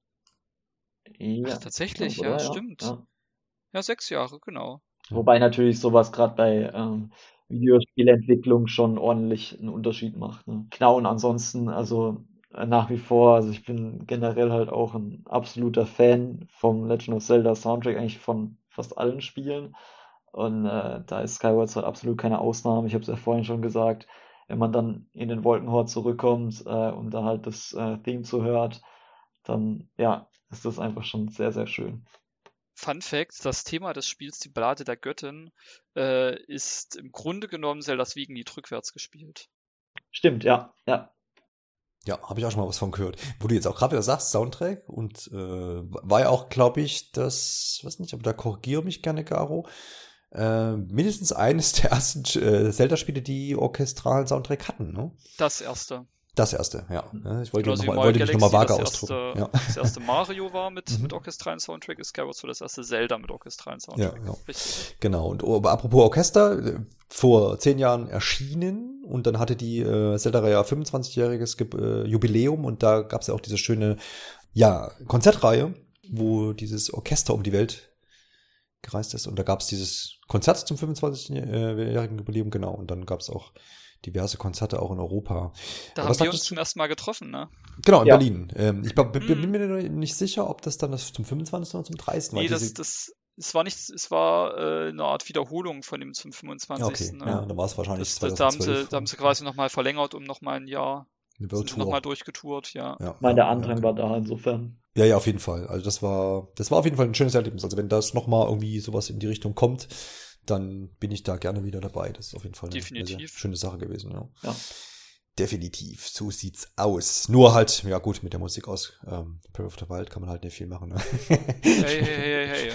Ach, Ja, tatsächlich, oder? ja, Ja, stimmt. ja. Ja, 6 Jahre, genau. Wobei natürlich sowas gerade bei Videospielentwicklung schon ordentlich einen Unterschied macht. Ne? Genau, und ansonsten, also nach wie vor, also ich bin generell halt auch ein absoluter Fan vom Legend of Zelda Soundtrack, eigentlich von fast allen Spielen. Und da ist Skyward Sword absolut keine Ausnahme. Ich habe es ja vorhin schon gesagt, wenn man dann in den Wolkenhort zurückkommt und da halt das Theme zu hört, dann ja, ist das einfach schon sehr, sehr schön. Fun Fact: Das Thema des Spiels, die Ballade der Göttin, ist im Grunde genommen Zeldas Wiegenlied rückwärts gespielt. Stimmt, ja, ja. Ja, habe ich auch schon mal was von gehört. Wo du jetzt auch gerade wieder sagst, Soundtrack, und war ja auch, glaube ich, weiß nicht, aber da korrigiere mich gerne, Garo, mindestens eines der ersten Zelda-Spiele, die orchestralen Soundtrack hatten, ne? Das erste. Das erste, ja. Ich wollte, Genauso wie noch mal, Mario wollte mich nochmal Galaxy vage ausdrücken. Ja. das erste Mario war mit Mhm. orchestralen Soundtrack, ist Skyward Sword das erste Zelda mit orchestralen Ja, Soundtrack. ja. Richtig. Genau. Und aber apropos Orchester, vor 10 Jahren erschienen und dann hatte die Zelda-Reihe 25-jähriges Jubiläum und da gab es ja auch diese schöne, ja, Konzertreihe, wo dieses Orchester um die Welt gereist ist und da gab es dieses Konzert zum 25-jährigen Jubiläum, genau, und dann gab es auch diverse Konzerte auch in Europa. Da Aber haben was wir sagtest uns du? zum ersten Mal getroffen, ne? Genau, in Ja. Berlin. Ich bin mir nicht sicher, ob das dann das zum 25. oder zum 30. Nee, war. es war nichts, es war eine Art Wiederholung von dem zum Ja, 25. okay, Ne? ja, dann war es wahrscheinlich Da haben 2012. da haben sie quasi nochmal verlängert um nochmal ein Jahr. Eine Sind sie World nochmal Tour. durchgetourt, ja. Ja, Ich meine, der ja, Andrang genau. war da insofern. Ja, ja, auf jeden Fall. Also das war auf jeden Fall ein schönes Erlebnis. Also wenn das nochmal irgendwie sowas in die Richtung kommt, dann bin ich da gerne wieder dabei. Das ist auf jeden Fall eine sehr Definitiv. schöne Sache gewesen. Ja. Ja. Definitiv, so sieht's aus. Nur halt, ja gut, mit der Musik aus Breath of the Wild kann man halt nicht viel machen. Ne? Hey.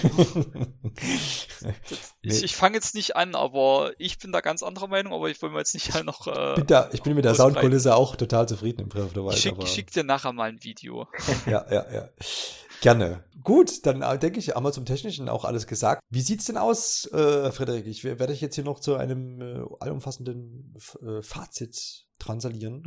Ich fange jetzt nicht an, aber ich bin da ganz anderer Meinung, aber ich will mir jetzt nicht halt noch. Ich bin mit der Soundkulisse auch total zufrieden im Breath of the Wild. Ich schick dir nachher mal ein Video. Ja. Gerne. Gut, dann denke ich, haben wir zum Technischen auch alles gesagt. Wie sieht's denn aus, Frederik? Ich werde dich jetzt hier noch zu einem allumfassenden Fazit transalieren.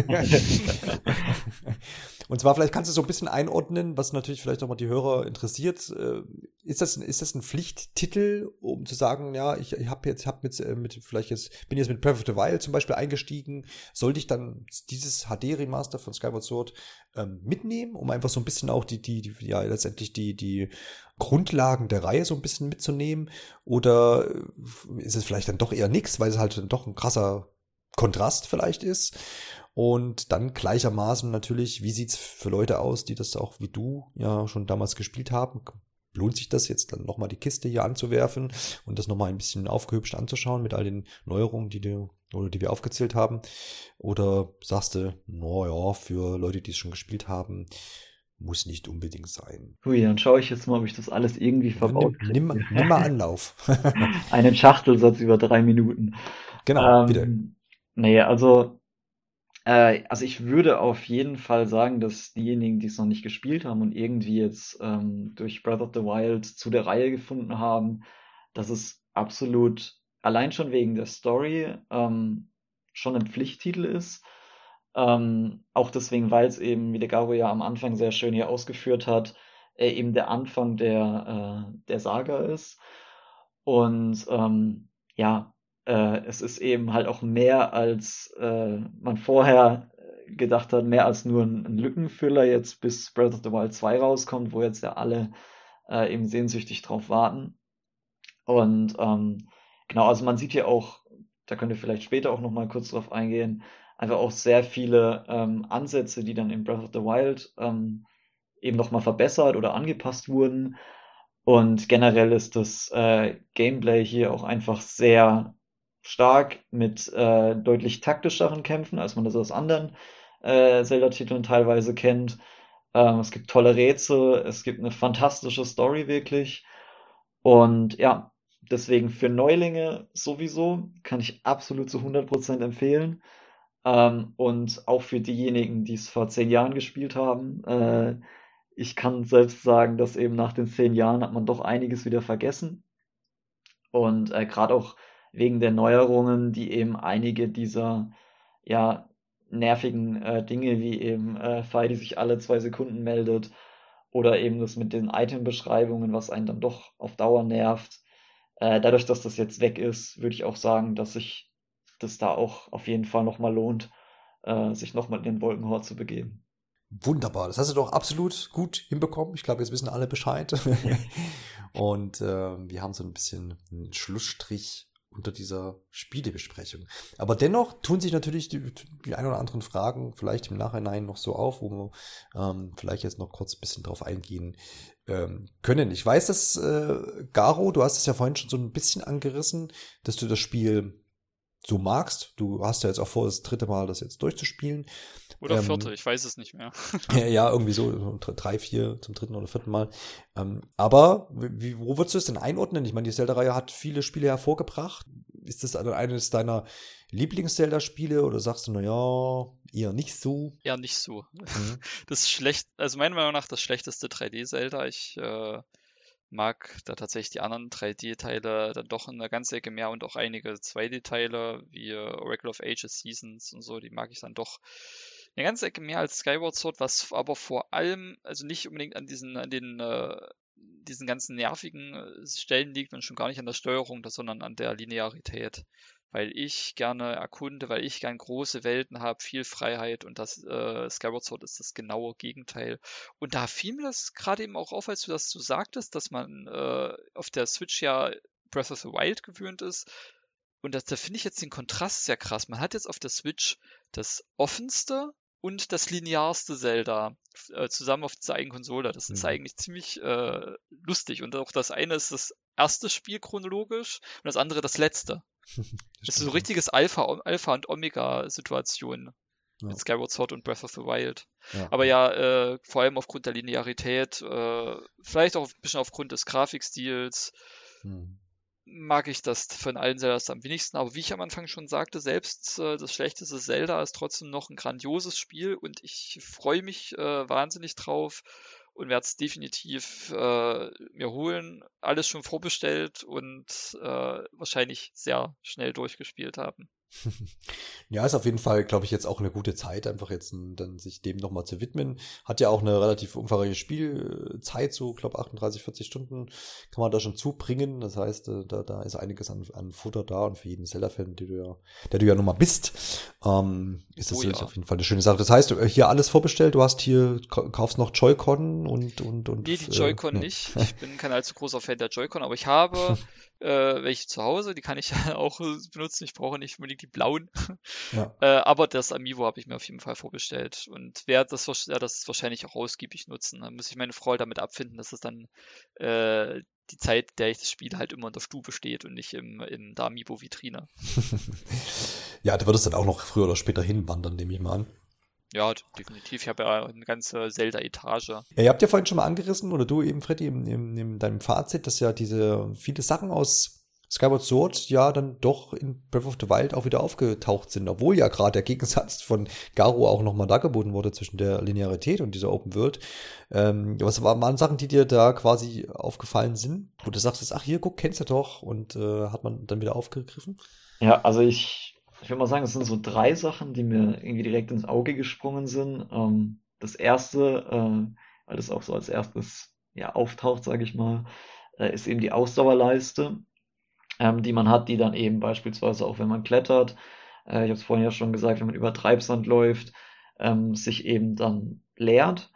Und zwar, vielleicht kannst du so ein bisschen einordnen, was natürlich vielleicht auch mal die Hörer interessiert. Ist das ein Pflichttitel, um zu sagen, ja, ich bin jetzt mit Breath of the Wild zum Beispiel eingestiegen, sollte ich dann dieses HD-Remaster von Skyward Sword mitnehmen, um einfach so ein bisschen auch letztendlich die Grundlagen der Reihe so ein bisschen mitzunehmen? Oder ist es vielleicht dann doch eher nix, weil es halt dann doch ein krasser Kontrast vielleicht ist? Und dann gleichermaßen natürlich, wie sieht's für Leute aus, die das auch wie du ja schon damals gespielt haben? Lohnt sich das jetzt dann nochmal die Kiste hier anzuwerfen und das nochmal ein bisschen aufgehübscht anzuschauen mit all den Neuerungen, die du oder die wir aufgezählt haben? Oder sagst du, naja, für Leute, die es schon gespielt haben, muss nicht unbedingt sein. Hui, dann schaue ich jetzt mal, ob ich das alles irgendwie verbaut kriege. Nimm mal Anlauf. Einen Schachtelsatz über 3 Minuten. Genau, bitte. Nee, also ich würde auf jeden Fall sagen, dass diejenigen, die es noch nicht gespielt haben und irgendwie jetzt durch Breath of the Wild zu der Reihe gefunden haben, dass es absolut allein schon wegen der Story schon ein Pflichttitel ist. Auch deswegen, weil es eben, wie der Garo ja am Anfang sehr schön hier ausgeführt hat, eben der Anfang der Saga ist. Und ja, es ist eben halt auch mehr als man vorher gedacht hat, mehr als nur ein Lückenfüller jetzt bis Breath of the Wild 2 rauskommt, wo jetzt ja alle eben sehnsüchtig drauf warten. Und genau, also man sieht hier auch, da könnt ihr vielleicht später auch nochmal kurz drauf eingehen, einfach auch sehr viele Ansätze, die dann in Breath of the Wild eben nochmal verbessert oder angepasst wurden. Und generell ist das Gameplay hier auch einfach sehr stark mit deutlich taktischeren Kämpfen, als man das aus anderen Zelda-Titeln teilweise kennt. Es gibt tolle Rätsel, es gibt eine fantastische Story wirklich. Und ja, deswegen für Neulinge sowieso kann ich absolut zu 100% empfehlen. Und auch für diejenigen, die es vor 10 Jahren gespielt haben, ich kann selbst sagen, dass eben nach den 10 Jahren hat man doch einiges wieder vergessen. Und gerade auch wegen der Neuerungen, die eben einige dieser ja, nervigen Dinge, wie eben Fei, die sich alle 2 Sekunden meldet, oder eben das mit den Item-Beschreibungen, was einen dann doch auf Dauer nervt. Dadurch, dass das jetzt weg ist, würde ich auch sagen, dass sich das da auch auf jeden Fall nochmal lohnt, sich nochmal in den Wolkenhort zu begeben. Wunderbar, das hast du doch absolut gut hinbekommen. Ich glaube, jetzt wissen alle Bescheid. Und wir haben so ein bisschen einen Schlussstrich unter dieser Spielebesprechung. Aber dennoch tun sich natürlich die ein oder anderen Fragen vielleicht im Nachhinein noch so auf, wo wir vielleicht jetzt noch kurz ein bisschen drauf eingehen können. Ich weiß, dass Garo, du hast es ja vorhin schon so ein bisschen angerissen, dass du das Spiel so magst. Du hast ja jetzt auch vor, das 3. Mal das jetzt durchzuspielen. Oder 4., ich weiß es nicht mehr. Ja, irgendwie so 3, 4 zum 3. oder 4. Mal. Aber wo würdest du es denn einordnen? Ich meine, die Zelda-Reihe hat viele Spiele hervorgebracht. Ist das eines deiner Lieblings-Zelda-Spiele oder sagst du, naja, eher nicht so? Eher nicht so. Das ist schlecht, also meiner Meinung nach das schlechteste 3D-Zelda. Ich mag da tatsächlich die anderen 3D-Teile dann doch eine ganze Ecke mehr und auch einige 2D-Teile wie Oracle of Ages, Seasons und so, die mag ich dann doch eine ganze Ecke mehr als Skyward Sword, was aber vor allem, also nicht unbedingt an diesen ganzen nervigen Stellen liegt und schon gar nicht an der Steuerung, sondern an der Linearität. Weil ich gerne erkunde, weil ich gern große Welten habe, viel Freiheit und das Skyward Sword ist das genaue Gegenteil. Und da fiel mir das gerade eben auch auf, als du das so sagtest, dass man auf der Switch ja Breath of the Wild gewöhnt ist. Und da finde ich jetzt den Kontrast sehr krass. Man hat jetzt auf der Switch das offenste und das linearste Zelda zusammen auf dieser eigenen Konsole. Das ist eigentlich ziemlich lustig. Und auch das eine ist das erste Spiel chronologisch und das andere das letzte. Das ist so richtiges Alpha und Omega-Situation mit Skyward Sword und Breath of the Wild. Ja. Aber ja, vor allem aufgrund der Linearität, vielleicht auch ein bisschen aufgrund des Grafikstils, mag ich das von allen Zeldas am wenigsten. Aber wie ich am Anfang schon sagte, selbst das schlechteste Zelda ist trotzdem noch ein grandioses Spiel und ich freue mich wahnsinnig drauf und werde es definitiv mir holen. Alles schon vorbestellt und wahrscheinlich sehr schnell durchgespielt haben. Ja, ist auf jeden Fall, glaube ich, jetzt auch eine gute Zeit, einfach jetzt dann sich dem nochmal zu widmen. Hat ja auch eine relativ umfangreiche Spielzeit, so, glaube 38, 40 Stunden kann man da schon zubringen. Das heißt, da ist einiges an Futter da und für jeden Zelda-Fan, der du ja nun mal bist, ist das sicherlich auf jeden Fall eine schöne Sache. Das heißt, hier alles vorbestellt, du hast hier, kaufst noch Joy-Con und nee, die Joy-Con nicht. Ich bin kein allzu großer Fan der Joy-Con, aber ich habe welche zu Hause, die kann ich ja auch benutzen. Ich brauche nicht unbedingt die blauen. Ja. Aber das Amiibo habe ich mir auf jeden Fall vorbestellt und werde das wahrscheinlich auch ausgiebig nutzen. Dann muss ich meine Frau damit abfinden, dass es dann die Zeit, der ich das Spiel halt immer in der Stube steht und nicht in der Amiibo-Vitrine. Ja, da wird es dann auch noch früher oder später hinwandern, nehme ich mal an. Ja, definitiv. Ich habe ja eine ganze Zelda-Etage. Ja, ihr habt ja vorhin schon mal angerissen, oder du eben, Freddy, in deinem Fazit, dass ja diese viele Sachen aus Skyward Sword ja dann doch in Breath of the Wild auch wieder aufgetaucht sind, obwohl ja gerade der Gegensatz von Garo auch nochmal dargeboten wurde zwischen der Linearität und dieser Open World. Was waren Sachen, die dir da quasi aufgefallen sind, wo du sagst, ach hier, guck, kennst du doch, und hat man dann wieder aufgegriffen? Ja, also ich würde mal sagen, es sind so 3 Sachen, die mir irgendwie direkt ins Auge gesprungen sind. Das erste, weil das auch so als erstes ja auftaucht, sage ich mal, ist eben die Ausdauerleiste, die man hat, die dann eben beispielsweise auch, wenn man klettert, ich habe es vorhin ja schon gesagt, wenn man über Treibsand läuft, sich eben dann leert.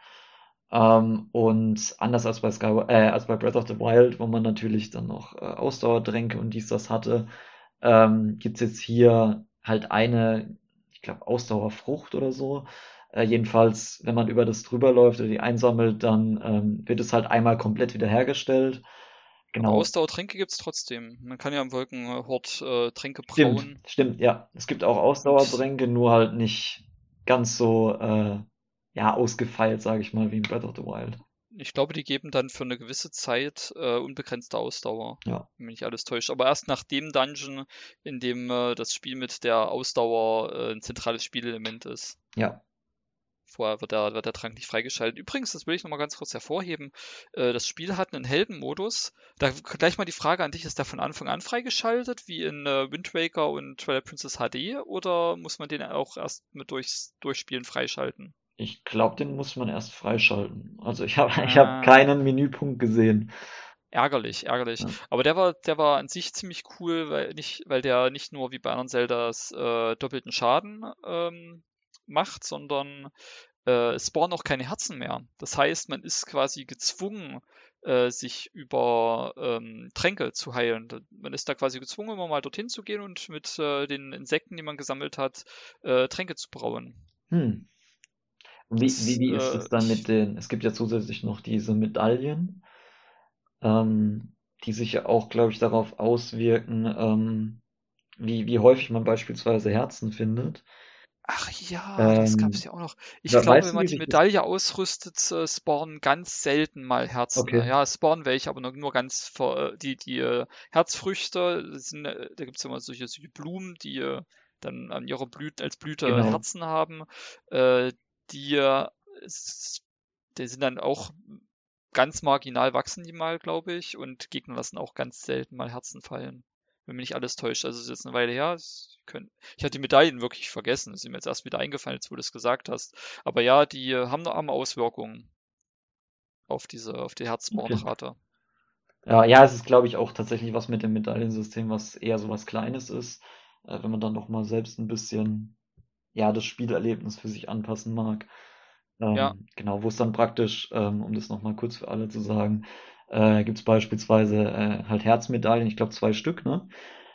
Und anders als als bei Breath of the Wild, wo man natürlich dann noch Ausdauertränke und dies, das hatte, gibt's jetzt hier halt eine, ich glaube, Ausdauerfrucht oder so. Jedenfalls, wenn man über das drüber läuft oder die einsammelt, dann wird es halt einmal komplett wiederhergestellt. Aber Genau. Ausdauertränke gibt es trotzdem. Man kann ja im Wolkenhort Tränke brauen. Stimmt, ja. Es gibt auch Ausdauertränke, nur halt nicht ganz so ja, ausgefeilt, sage ich mal, wie in Breath of the Wild. Ich glaube, die geben dann für eine gewisse Zeit unbegrenzte Ausdauer, Ja. wenn mich nicht alles täuscht. Aber erst nach dem Dungeon, in dem das Spiel mit der Ausdauer ein zentrales Spielelement ist. Ja. Vorher wird der Trank nicht freigeschaltet. Übrigens, das will ich nochmal ganz kurz hervorheben, das Spiel hat einen Heldenmodus. Da gleich mal die Frage an dich, ist der von Anfang an freigeschaltet, wie in Wind Waker und Twilight Princess HD, oder muss man den auch erst mit Durchspielen freischalten? Ich glaube, den muss man erst freischalten. Also ich hab keinen Menüpunkt gesehen. Ärgerlich. Ja. Aber der war an sich ziemlich cool, weil der nicht nur wie bei anderen Zeldas doppelten Schaden macht, sondern es spawnen auch keine Herzen mehr. Das heißt, man ist quasi gezwungen, sich über Tränke zu heilen. Man ist da quasi gezwungen, immer mal dorthin zu gehen und mit den Insekten, die man gesammelt hat, Tränke zu brauen. Hm. Wie ist es dann mit es gibt ja zusätzlich noch diese Medaillen, die sich ja auch, glaube ich, darauf auswirken, wie häufig man beispielsweise Herzen findet. Ach ja, das gab's ja auch noch. Ich glaube, weißt wenn du, man wie die sich das... Medaille ausrüstet, spawnen ganz selten mal Herzen. Okay. Ja, es spawnen welche, aber nur ganz die Herzfrüchte, da gibt's ja immer solche Blumen, die dann an ihrer Blüte als Blüte Genau. Herzen haben. Die sind dann auch ganz marginal wachsen die mal, glaube ich, und Gegner lassen auch ganz selten mal Herzen fallen. Wenn mich nicht alles täuscht. Also es ist jetzt eine Weile her. Ich hatte die Medaillen wirklich vergessen. Das ist mir jetzt erst wieder eingefallen, als du das gesagt hast. Aber ja, die haben Auswirkungen auf die Herzspawnrate. Ja, es ist, glaube ich, auch tatsächlich was mit dem Medaillensystem, was eher so was Kleines ist, wenn man dann doch mal selbst ein bisschen, ja, das Spielerlebnis für sich anpassen mag. Ja. Genau, wo es dann praktisch, um das nochmal kurz für alle zu sagen, gibt es beispielsweise halt Herzmedaillen, ich glaube 2 Stück, ne?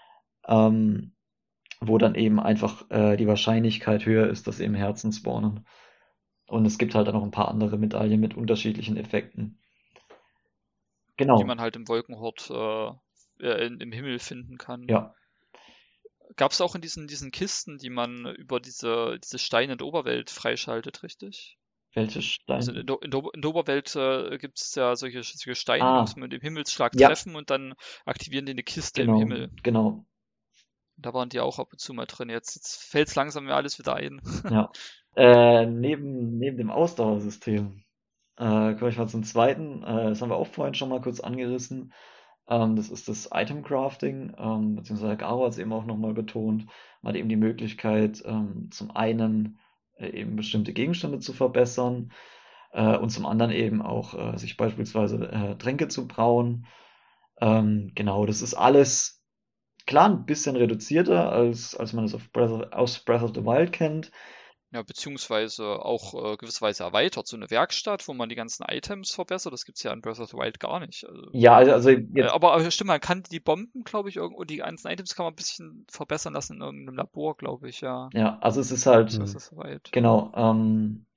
Wo dann eben einfach die Wahrscheinlichkeit höher ist, dass eben Herzen spawnen. Und es gibt halt dann noch ein paar andere Medaillen mit unterschiedlichen Effekten. Genau. Die man halt im Wolkenhort im Himmel finden kann. Ja. Gab es auch in diesen Kisten, die man über diese Steine in der Oberwelt freischaltet, richtig? Welche Steine? Also in der Oberwelt gibt es ja solche Steine, die muss man mit dem Himmelsschlag Ja. treffen und dann aktivieren die eine Kiste Genau, im Himmel. genau. Da waren die auch ab und zu mal drin. Jetzt fällt es langsam mir alles wieder ein. Ja. Neben dem Ausdauersystem komme ich mal zum zweiten. Das haben wir auch vorhin schon mal kurz angerissen. Das ist das Item Crafting, beziehungsweise Garo hat es eben auch nochmal betont. Man hat eben die Möglichkeit, zum einen eben bestimmte Gegenstände zu verbessern und zum anderen eben auch sich beispielsweise Tränke zu brauen. Genau, das ist alles klar ein bisschen reduzierter, als man es aus Breath of the Wild kennt. Ja, beziehungsweise auch gewisserweise erweitert. So eine Werkstatt, wo man die ganzen Items verbessert, das gibt's ja in Breath of the Wild gar nicht. Also, Ja, also jetzt, aber stimmt, man kann die Bomben, glaube ich, und die ganzen Items kann man ein bisschen verbessern lassen in irgendeinem Labor, glaube ich, ja. ja, also es ist halt, Das ist soweit. genau,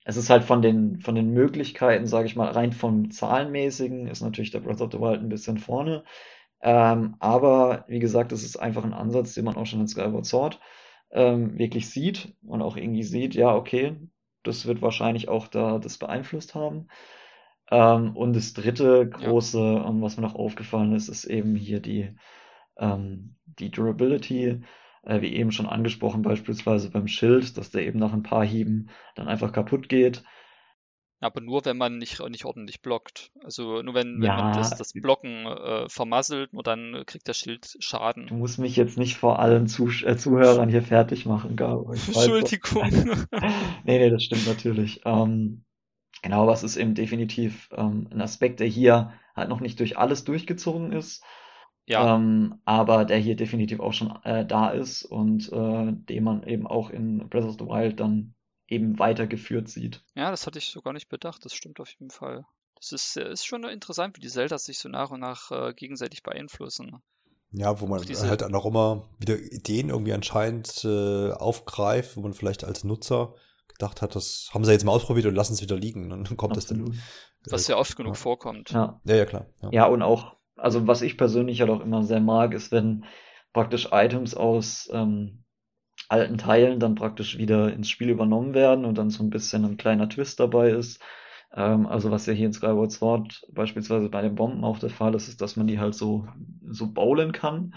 es ist halt von den Möglichkeiten, sage ich mal, rein vom Zahlenmäßigen ist natürlich der Breath of the Wild ein bisschen vorne. Aber wie gesagt, es ist einfach ein Ansatz, den man auch schon in Skyward Sword wirklich sieht und auch irgendwie sieht, ja, okay, das wird wahrscheinlich auch da das beeinflusst haben. Und das dritte Ja. große, was mir noch aufgefallen ist, ist eben hier die Durability, wie eben schon angesprochen, beispielsweise beim Schild, dass der eben nach ein paar Hieben dann einfach kaputt geht. Aber nur, wenn man nicht ordentlich blockt. Also nur wenn man Ja, das Blocken vermasselt, nur dann kriegt der Schild Schaden. du musst mich jetzt nicht vor allen Zuhörern hier fertig machen, Gabo. Ich weiß doch. Entschuldigung. Nee, das stimmt natürlich. Genau, aber es ist eben definitiv ein Aspekt, der hier halt noch nicht durch alles durchgezogen ist, Ja, aber der hier definitiv auch schon da ist und den man eben auch in Breath of the Wild dann eben weitergeführt sieht. ja, das hatte ich so gar nicht bedacht. Das stimmt auf jeden Fall. Das ist schon interessant, wie die Zeldas sich so nach und nach gegenseitig beeinflussen. Ja, wo Auch man diese, halt dann auch immer wieder Ideen irgendwie anscheinend aufgreift, wo man vielleicht als Nutzer gedacht hat, das haben sie jetzt mal ausprobiert und lassen es wieder liegen. Dann kommt es dann. Absolut. was ja oft Ja. genug vorkommt. Ja. Ja, ja, klar. Ja. Ja, und auch, also was ich persönlich halt auch immer sehr mag, ist, wenn praktisch Items aus alten Teilen dann praktisch wieder ins Spiel übernommen werden und dann so ein bisschen ein kleiner Twist dabei ist. Also was ja hier in Skyward Sword beispielsweise bei den Bomben auch der Fall ist, ist, dass man die halt so bowlen kann,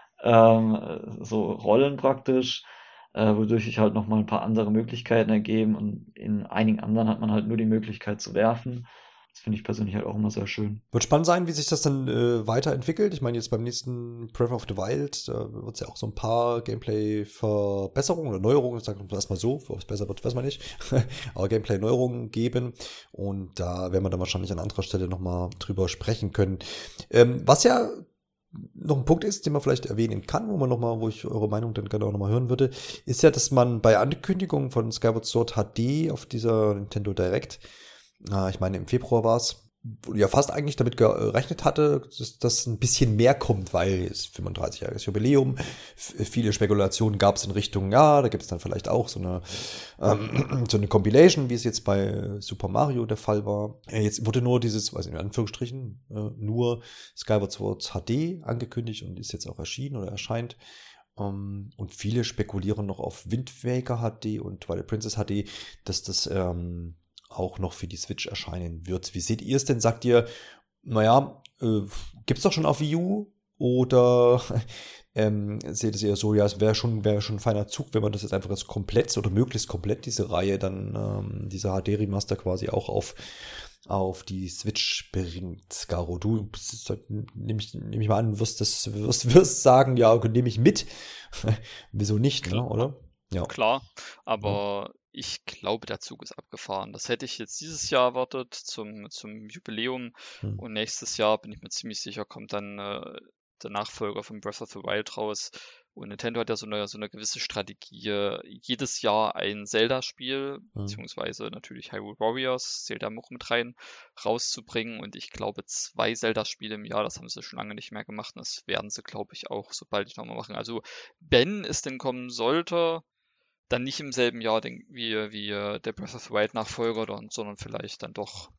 so rollen praktisch, wodurch sich halt nochmal ein paar andere Möglichkeiten ergeben und in einigen anderen hat man halt nur die Möglichkeit zu werfen. Das finde ich persönlich halt auch immer sehr schön. Wird spannend sein, wie sich das dann weiterentwickelt. Ich meine, jetzt beim nächsten Breath of the Wild wird es ja auch so ein paar Gameplay-Verbesserungen oder Neuerungen, sagen wir erstmal so, ob es besser wird, weiß man nicht, aber Gameplay-Neuerungen geben und da werden wir dann wahrscheinlich an anderer Stelle nochmal drüber sprechen können. Was ja noch ein Punkt ist, den man vielleicht erwähnen kann, wo ich eure Meinung dann gerne auch nochmal hören würde, ist ja, dass man bei Ankündigung von Skyward Sword HD auf dieser Nintendo Direct, ich meine im Februar war es, ja fast eigentlich damit gerechnet hatte, dass das ein bisschen mehr kommt, weil es 35-jähriges Jubiläum, viele Spekulationen gab es in Richtung, ja, da gibt es dann vielleicht auch so eine Compilation, wie es jetzt bei Super Mario der Fall war. Jetzt wurde nur dieses, also in Anführungsstrichen, nur Skyward Sword HD angekündigt und ist jetzt auch erschienen oder erscheint. Und viele spekulieren noch auf Wind Waker HD und Twilight Princess HD, dass das auch noch für die Switch erscheinen wird. Wie seht ihr es denn? Sagt ihr, naja, gibt's doch schon auf Wii U? Oder seht es eher so, ja, es wäre schon ein feiner Zug, wenn man das jetzt einfach als komplett oder möglichst komplett diese Reihe dann, diese HD-Remaster quasi auch auf die Switch bringt. Garo, du nehme ich mal an, wirst sagen, ja, nehme ich mit. Wieso nicht, ne, oder? Ja. Klar, aber ich glaube, der Zug ist abgefahren. Das hätte ich jetzt dieses Jahr erwartet zum Jubiläum und nächstes Jahr bin ich mir ziemlich sicher, kommt dann der Nachfolger von Breath of the Wild raus. Und Nintendo hat ja so eine gewisse Strategie, jedes Jahr ein Zelda-Spiel, beziehungsweise natürlich Hyrule Warriors, Zelda auch mit rein, rauszubringen. Und ich glaube, 2 Zelda-Spiele im Jahr, das haben sie schon lange nicht mehr gemacht. Und das werden sie, glaube ich, auch sobald ich nochmal machen. Also, wenn es denn kommen sollte, dann nicht im selben Jahr wie der Breath of the Wild Nachfolger, sondern vielleicht dann doch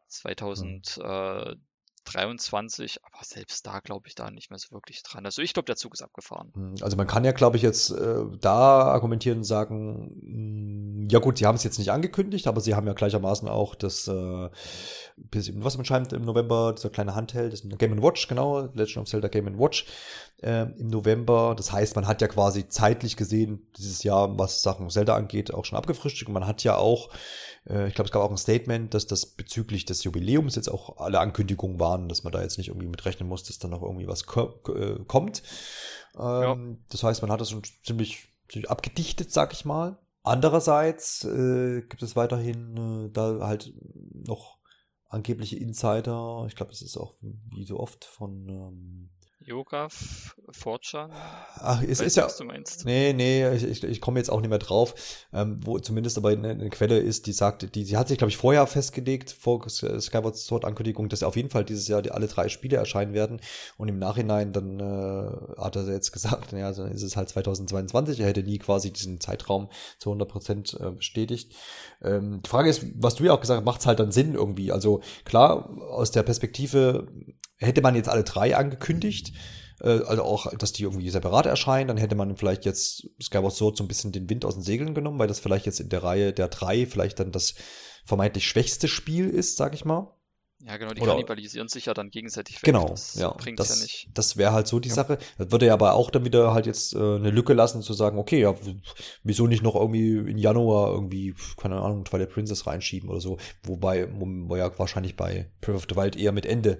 2023, aber selbst da glaube ich da nicht mehr so wirklich dran. Also ich glaube, der Zug ist abgefahren. Also man kann ja, glaube ich, jetzt da argumentieren und sagen, ja gut, sie haben es jetzt nicht angekündigt, aber sie haben ja gleichermaßen auch das, was scheint im November, dieser kleine Handheld, das Game & Watch, genau, Legend of Zelda Game & Watch im November. Das heißt, man hat ja quasi zeitlich gesehen, dieses Jahr, was Sachen Zelda angeht, auch schon abgefrühstückt. Und man hat ja auch, ich glaube, es gab auch ein Statement, dass das bezüglich des Jubiläums jetzt auch alle Ankündigungen waren, dass man da jetzt nicht irgendwie mit rechnen muss, dass da noch irgendwie was kommt. Das heißt, man hat das schon ziemlich abgedichtet, sag ich mal. Andererseits gibt es weiterhin da halt noch angebliche Insider. Ich glaube, das ist auch wie so oft von Yoga, Fortran. Ach, es Weiß ist nicht, ja. was du meinst. Nee, ich komme jetzt auch nicht mehr drauf. Wo zumindest aber eine Quelle ist, die sagt, sie hat sich, glaube ich, vorher festgelegt, vor Skyward Sword Ankündigung, dass auf jeden Fall dieses Jahr alle 3 Spiele erscheinen werden. Und im Nachhinein dann hat er jetzt gesagt, ja, dann ist es halt 2022. Er hätte nie quasi diesen Zeitraum zu 100% bestätigt. Die Frage ist, was du ja auch gesagt hast, macht es halt dann Sinn irgendwie? Also klar, aus der Perspektive hätte man jetzt alle 3 angekündigt, also auch, dass die irgendwie separat erscheinen, dann hätte man vielleicht jetzt Skyward Sword so ein bisschen den Wind aus den Segeln genommen, weil das vielleicht jetzt in der Reihe der 3 vielleicht dann das vermeintlich schwächste Spiel ist, sag ich mal. Ja, genau, die Oder- kannibalisieren sich ja dann gegenseitig weg. Genau, Das ja. bringt's ja nicht. Das wäre halt so die Sache. Das würde ja aber auch dann wieder halt jetzt eine Lücke lassen, zu sagen, okay, ja, wieso nicht noch irgendwie in Januar irgendwie, keine Ahnung, Twilight Princess reinschieben oder so. Wobei, wo ja wahrscheinlich bei Breath of the Wild eher mit Ende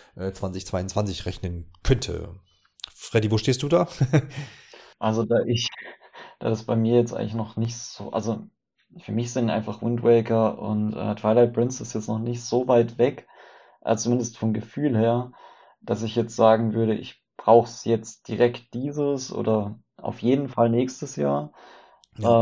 2022 rechnen könnte. Freddy, wo stehst du da? Also da das bei mir jetzt eigentlich noch nicht so, also für mich sind einfach Wind Waker und Twilight Princess jetzt noch nicht so weit weg, zumindest vom Gefühl her, dass ich jetzt sagen würde, ich brauche es jetzt direkt dieses oder auf jeden Fall nächstes Jahr. Ja.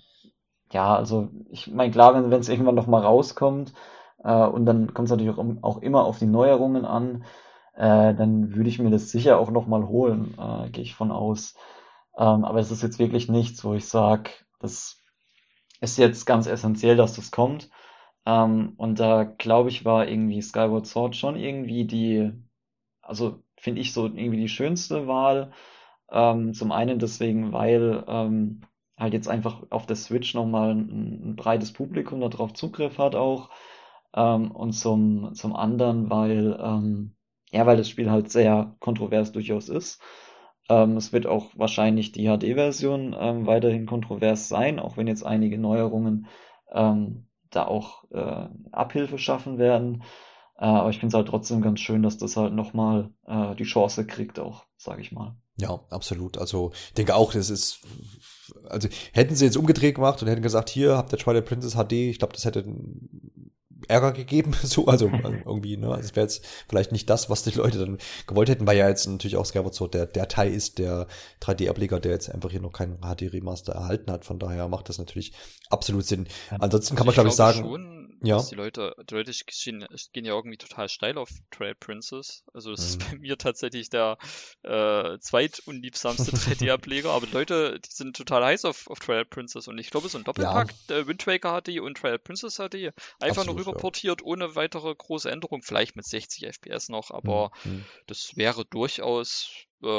Ja, also ich meine, klar, wenn es irgendwann noch mal rauskommt, und dann kommt es natürlich auch immer auf die Neuerungen an, dann würde ich mir das sicher auch noch mal holen, gehe ich von aus. Aber es ist jetzt wirklich nichts, wo ich sage, das ist jetzt ganz essentiell, dass das kommt. Und da glaube ich, war irgendwie Skyward Sword schon irgendwie also finde ich so irgendwie die schönste Wahl. Zum einen deswegen, weil halt jetzt einfach auf der Switch nochmal ein breites Publikum darauf Zugriff hat auch. Und zum anderen, weil das Spiel halt sehr kontrovers durchaus ist. Es wird auch wahrscheinlich die HD-Version weiterhin kontrovers sein, auch wenn jetzt einige Neuerungen da auch Abhilfe schaffen werden. Aber ich finde es halt trotzdem ganz schön, dass das halt nochmal die Chance kriegt auch, sage ich mal. Ja, absolut. Also, ich denke auch, also, hätten sie jetzt umgedreht gemacht und hätten gesagt, hier habt ihr Twilight Princess HD, ich glaube, das hätte Ärger gegeben, so, also irgendwie, ne, also es wäre jetzt vielleicht nicht das, was die Leute dann gewollt hätten, weil ja jetzt natürlich auch Skyward Sword der Teil ist, der 3D-Ableger, der jetzt einfach hier noch keinen HD-Remaster erhalten hat, von daher macht das natürlich absolut Sinn. Ansonsten kann man, glaube ich, sagen, schon, ja. dass die Leute gehen ja irgendwie total steil auf Twilight Princess. Also das ist bei mir tatsächlich der zweitunliebsamste 3D-Ableger, aber die Leute, die sind total heiß auf Twilight Princess und ich glaube, so ein Doppelpack, Wind Waker HD und Twilight Princess HD, einfach nur rüber portiert, ohne weitere große Änderung, vielleicht mit 60 FPS noch, aber das wäre durchaus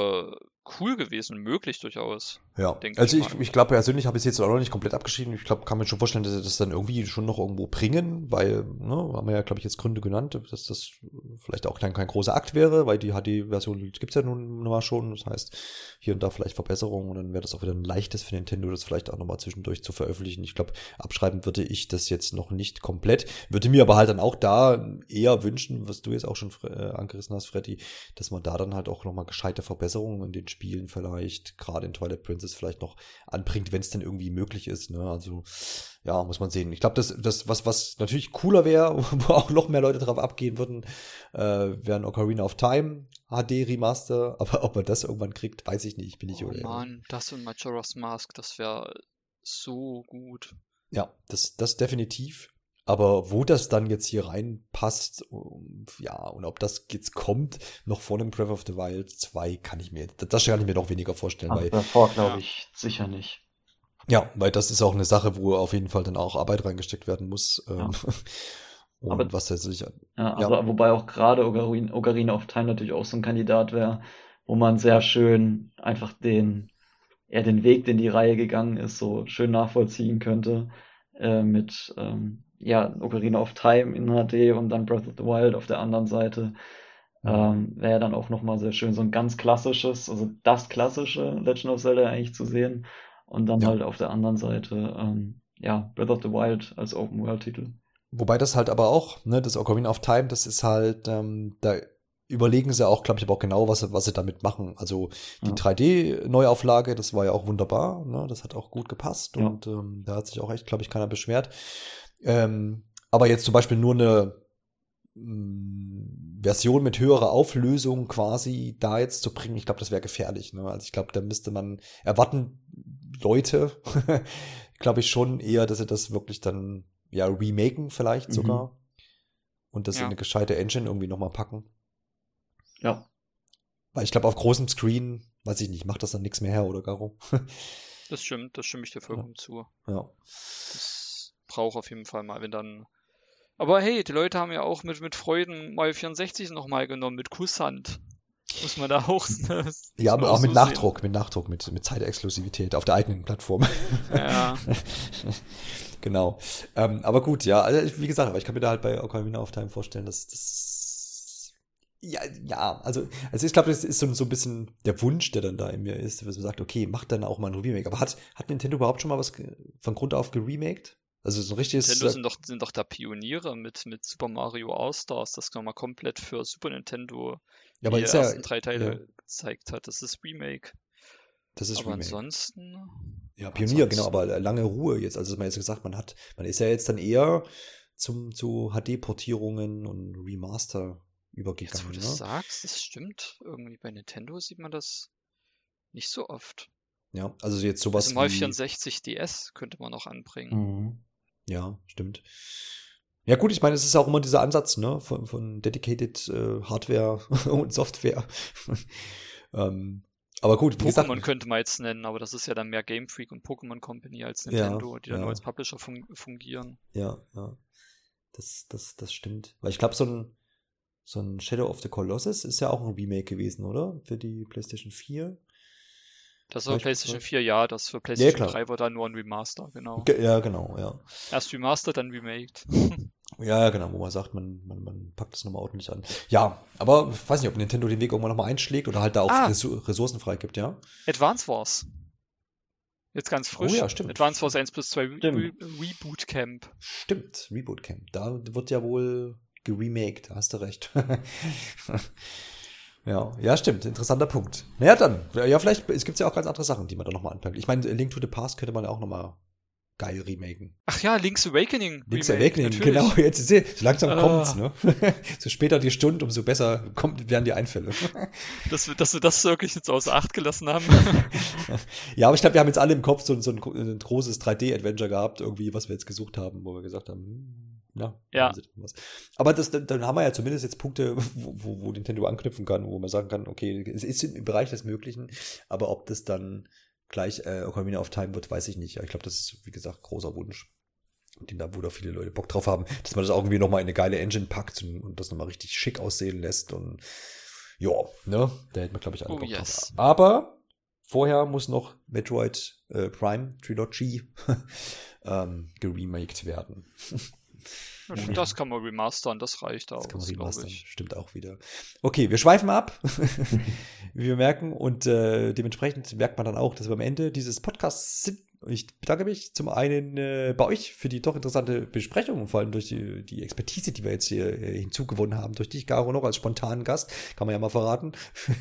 cool gewesen, möglich durchaus. Ja, also ich glaube persönlich habe ich es jetzt auch noch nicht komplett abgeschrieben. Ich glaube, kann man schon vorstellen, dass sie das dann irgendwie schon noch irgendwo bringen, weil, ne, haben wir ja, glaube ich, jetzt Gründe genannt, dass das vielleicht auch kein großer Akt wäre, weil die HD-Version gibt's ja nun mal schon. Das heißt, hier und da vielleicht Verbesserungen und dann wäre das auch wieder ein leichtes für Nintendo, das vielleicht auch nochmal zwischendurch zu veröffentlichen. Ich glaube, abschreiben würde ich das jetzt noch nicht komplett. Würde mir aber halt dann auch da eher wünschen, was du jetzt auch schon angerissen hast, Freddy, dass man da dann halt auch nochmal gescheite Verbesserungen in den Spielen vielleicht, gerade in Twilight Princess vielleicht noch anbringt, wenn es denn irgendwie möglich ist. Ne? Also ja, muss man sehen. Ich glaube, das was natürlich cooler wäre, wo auch noch mehr Leute drauf abgehen würden, wäre ein Ocarina of Time HD Remaster. Aber ob man das irgendwann kriegt, weiß ich nicht. Bin ich Mann, das und Majora's Mask, das wäre so gut. Ja, das definitiv. Aber wo das dann jetzt hier reinpasst, ja, und ob das jetzt kommt, noch vor dem Breath of the Wild 2, das kann ich mir noch weniger vorstellen. Weil davor glaube ich sicher nicht. Ja, weil das ist auch eine Sache, wo auf jeden Fall dann auch Arbeit reingesteckt werden muss. Ja. Und aber, was das sicher. Also, wobei auch gerade Ocarina of Time natürlich auch so ein Kandidat wäre, wo man sehr schön einfach den Weg, den die Reihe gegangen ist, so schön nachvollziehen könnte. Mit Ocarina of Time in HD und dann Breath of the Wild auf der anderen Seite. Wäre dann auch nochmal sehr schön, so ein ganz klassisches, also das klassische Legend of Zelda eigentlich zu sehen. Und dann halt auf der anderen Seite, Breath of the Wild als Open-World-Titel. Wobei das halt aber auch, ne, das Ocarina of Time, das ist halt, da überlegen sie auch, glaube ich, aber auch genau, was sie damit machen. Also die 3D-Neuauflage, das war ja auch wunderbar, ne, das hat auch gut gepasst und da hat sich auch echt, glaube ich, keiner beschwert. Aber jetzt zum Beispiel nur eine Version mit höherer Auflösung quasi da jetzt zu bringen, ich glaube, das wäre gefährlich. Ne? Also ich glaube, da müsste man erwarten, Leute, glaube ich schon eher, dass sie das wirklich dann remaken vielleicht sogar und das in eine gescheite Engine irgendwie nochmal packen. Ja. Weil ich glaube, auf großem Screen, weiß ich nicht, macht das dann nichts mehr her, oder Garo? Das stimme ich dir vollkommen zu. Ja. Das braucht auf jeden Fall mal, wenn dann. Aber hey, die Leute haben ja auch mit Freuden Mario 64 nochmal genommen, mit Kusshand. Muss man da auch. Ja, aber auch mit Nachdruck, mit Zeitexklusivität auf der eigenen Plattform. Ja. Genau. Aber gut, ja, also wie gesagt, aber ich kann mir da halt bei Ocarina of Time vorstellen, dass das also ich glaube, das ist so ein bisschen der Wunsch, der dann da in mir ist, dass man sagt, okay, macht dann auch mal ein Remake. Aber hat Nintendo überhaupt schon mal was von Grund auf geremaked? Also so ein richtiges. Nintendo sind doch da Pioniere mit Super Mario All-Stars, das nochmal komplett für Super Nintendo die ersten 3 Teile gezeigt hat. Das ist Remake. Das ist aber Remake. Ansonsten. Ja, Pionier, genau, aber lange Ruhe jetzt. Also, man jetzt gesagt, man ist ja jetzt dann eher zu HD-Portierungen und Remaster übergegangen. Jetzt, wo du das sagst, das stimmt. Irgendwie bei Nintendo sieht man das nicht so oft. Ja, also jetzt sowas also Mario 64 DS könnte man noch anbringen. Ja, stimmt. Ja gut, ich meine, es ist auch immer dieser Ansatz, ne, von Dedicated Hardware und Software. Aber gut, wie gesagt. Pokémon könnte man jetzt nennen, aber das ist ja dann mehr Game Freak und Pokémon Company als Nintendo, die dann nur als Publisher fungieren. Ja. Das stimmt. Weil ich glaube, so ein Shadow of the Colossus ist ja auch ein Remake gewesen, oder? Für die PlayStation 4. Das war PlayStation 4, ja. Das für PlayStation 3 war dann nur ein Remaster, genau. Ja, genau, ja. Erst Remaster, dann Remaked. Ja, genau, wo man sagt, man packt das nochmal ordentlich an. Ja, aber ich weiß nicht, ob Nintendo den Weg irgendwann nochmal einschlägt oder halt da auch Ressourcen freigibt, ja? Advance Wars. Jetzt ganz frisch. Oh ja, stimmt. Advance Wars 1+2 Reboot Camp. Stimmt, Reboot Camp. Da wird ja wohl geremaked, hast du recht. Ja, stimmt. Interessanter Punkt. Naja, dann. Ja, vielleicht, es gibt ja auch ganz andere Sachen, die man da nochmal anpackt. Ich meine, Link to the Past könnte man ja auch nochmal geil remaken. Ach ja, Link's Awakening. Link's Awakening, natürlich. Genau. Jetzt so langsam kommt's, ne? So später die Stunde, umso besser werden die Einfälle. Dass wir das wirklich jetzt außer Acht gelassen haben. Ja, aber ich glaube, wir haben jetzt alle im Kopf so ein großes 3D-Adventure gehabt, irgendwie, was wir jetzt gesucht haben, wo wir gesagt haben, ja. Aber dann haben wir ja zumindest jetzt Punkte, wo Nintendo anknüpfen kann, wo man sagen kann, okay, es ist im Bereich des Möglichen, aber ob das dann gleich Ocarina of Time wird, weiß ich nicht. Ich glaube, das ist, wie gesagt, großer Wunsch, wo da viele Leute Bock drauf haben, dass man das auch irgendwie nochmal in eine geile Engine packt und das nochmal richtig schick aussehen lässt und ja, ne, da hätten wir, glaube ich, alle Bock drauf. Aber vorher muss noch Metroid Prime Trilogy geremaked werden. Das kann man remastern, das reicht auch. Das kann man remastern, stimmt auch wieder. Okay, wir schweifen ab, wie wir merken, und dementsprechend merkt man dann auch, dass wir am Ende dieses Podcasts sind. Ich bedanke mich zum einen bei euch für die doch interessante Besprechung, vor allem durch die Expertise, die wir jetzt hier hinzugewonnen haben, durch dich, Garo, noch als spontanen Gast, kann man ja mal verraten.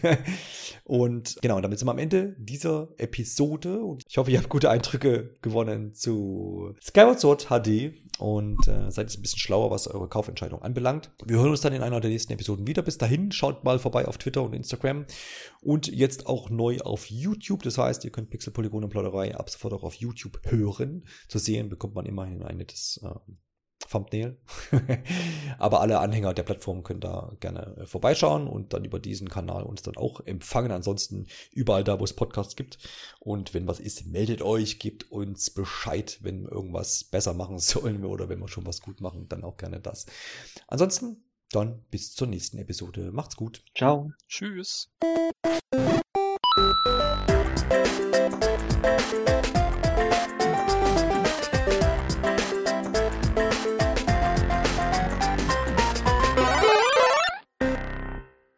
Und genau, damit sind wir am Ende dieser Episode und ich hoffe, ihr habt gute Eindrücke gewonnen zu Skyward Sword HD und seid jetzt ein bisschen schlauer, was eure Kaufentscheidung anbelangt. Wir hören uns dann in einer der nächsten Episoden wieder. Bis dahin, schaut mal vorbei auf Twitter und Instagram und jetzt auch neu auf YouTube. Das heißt, ihr könnt Pixel, Polygon und Plauderei ab sofort auch auf YouTube hören. Zu sehen bekommt man immerhin ein nettes Thumbnail. Aber alle Anhänger der Plattform können da gerne vorbeischauen und dann über diesen Kanal uns dann auch empfangen. Ansonsten überall da, wo es Podcasts gibt. Und wenn was ist, meldet euch, gebt uns Bescheid, wenn wir irgendwas besser machen sollen oder wenn wir schon was gut machen, dann auch gerne das. Ansonsten dann bis zur nächsten Episode. Macht's gut. Ciao. Tschüss.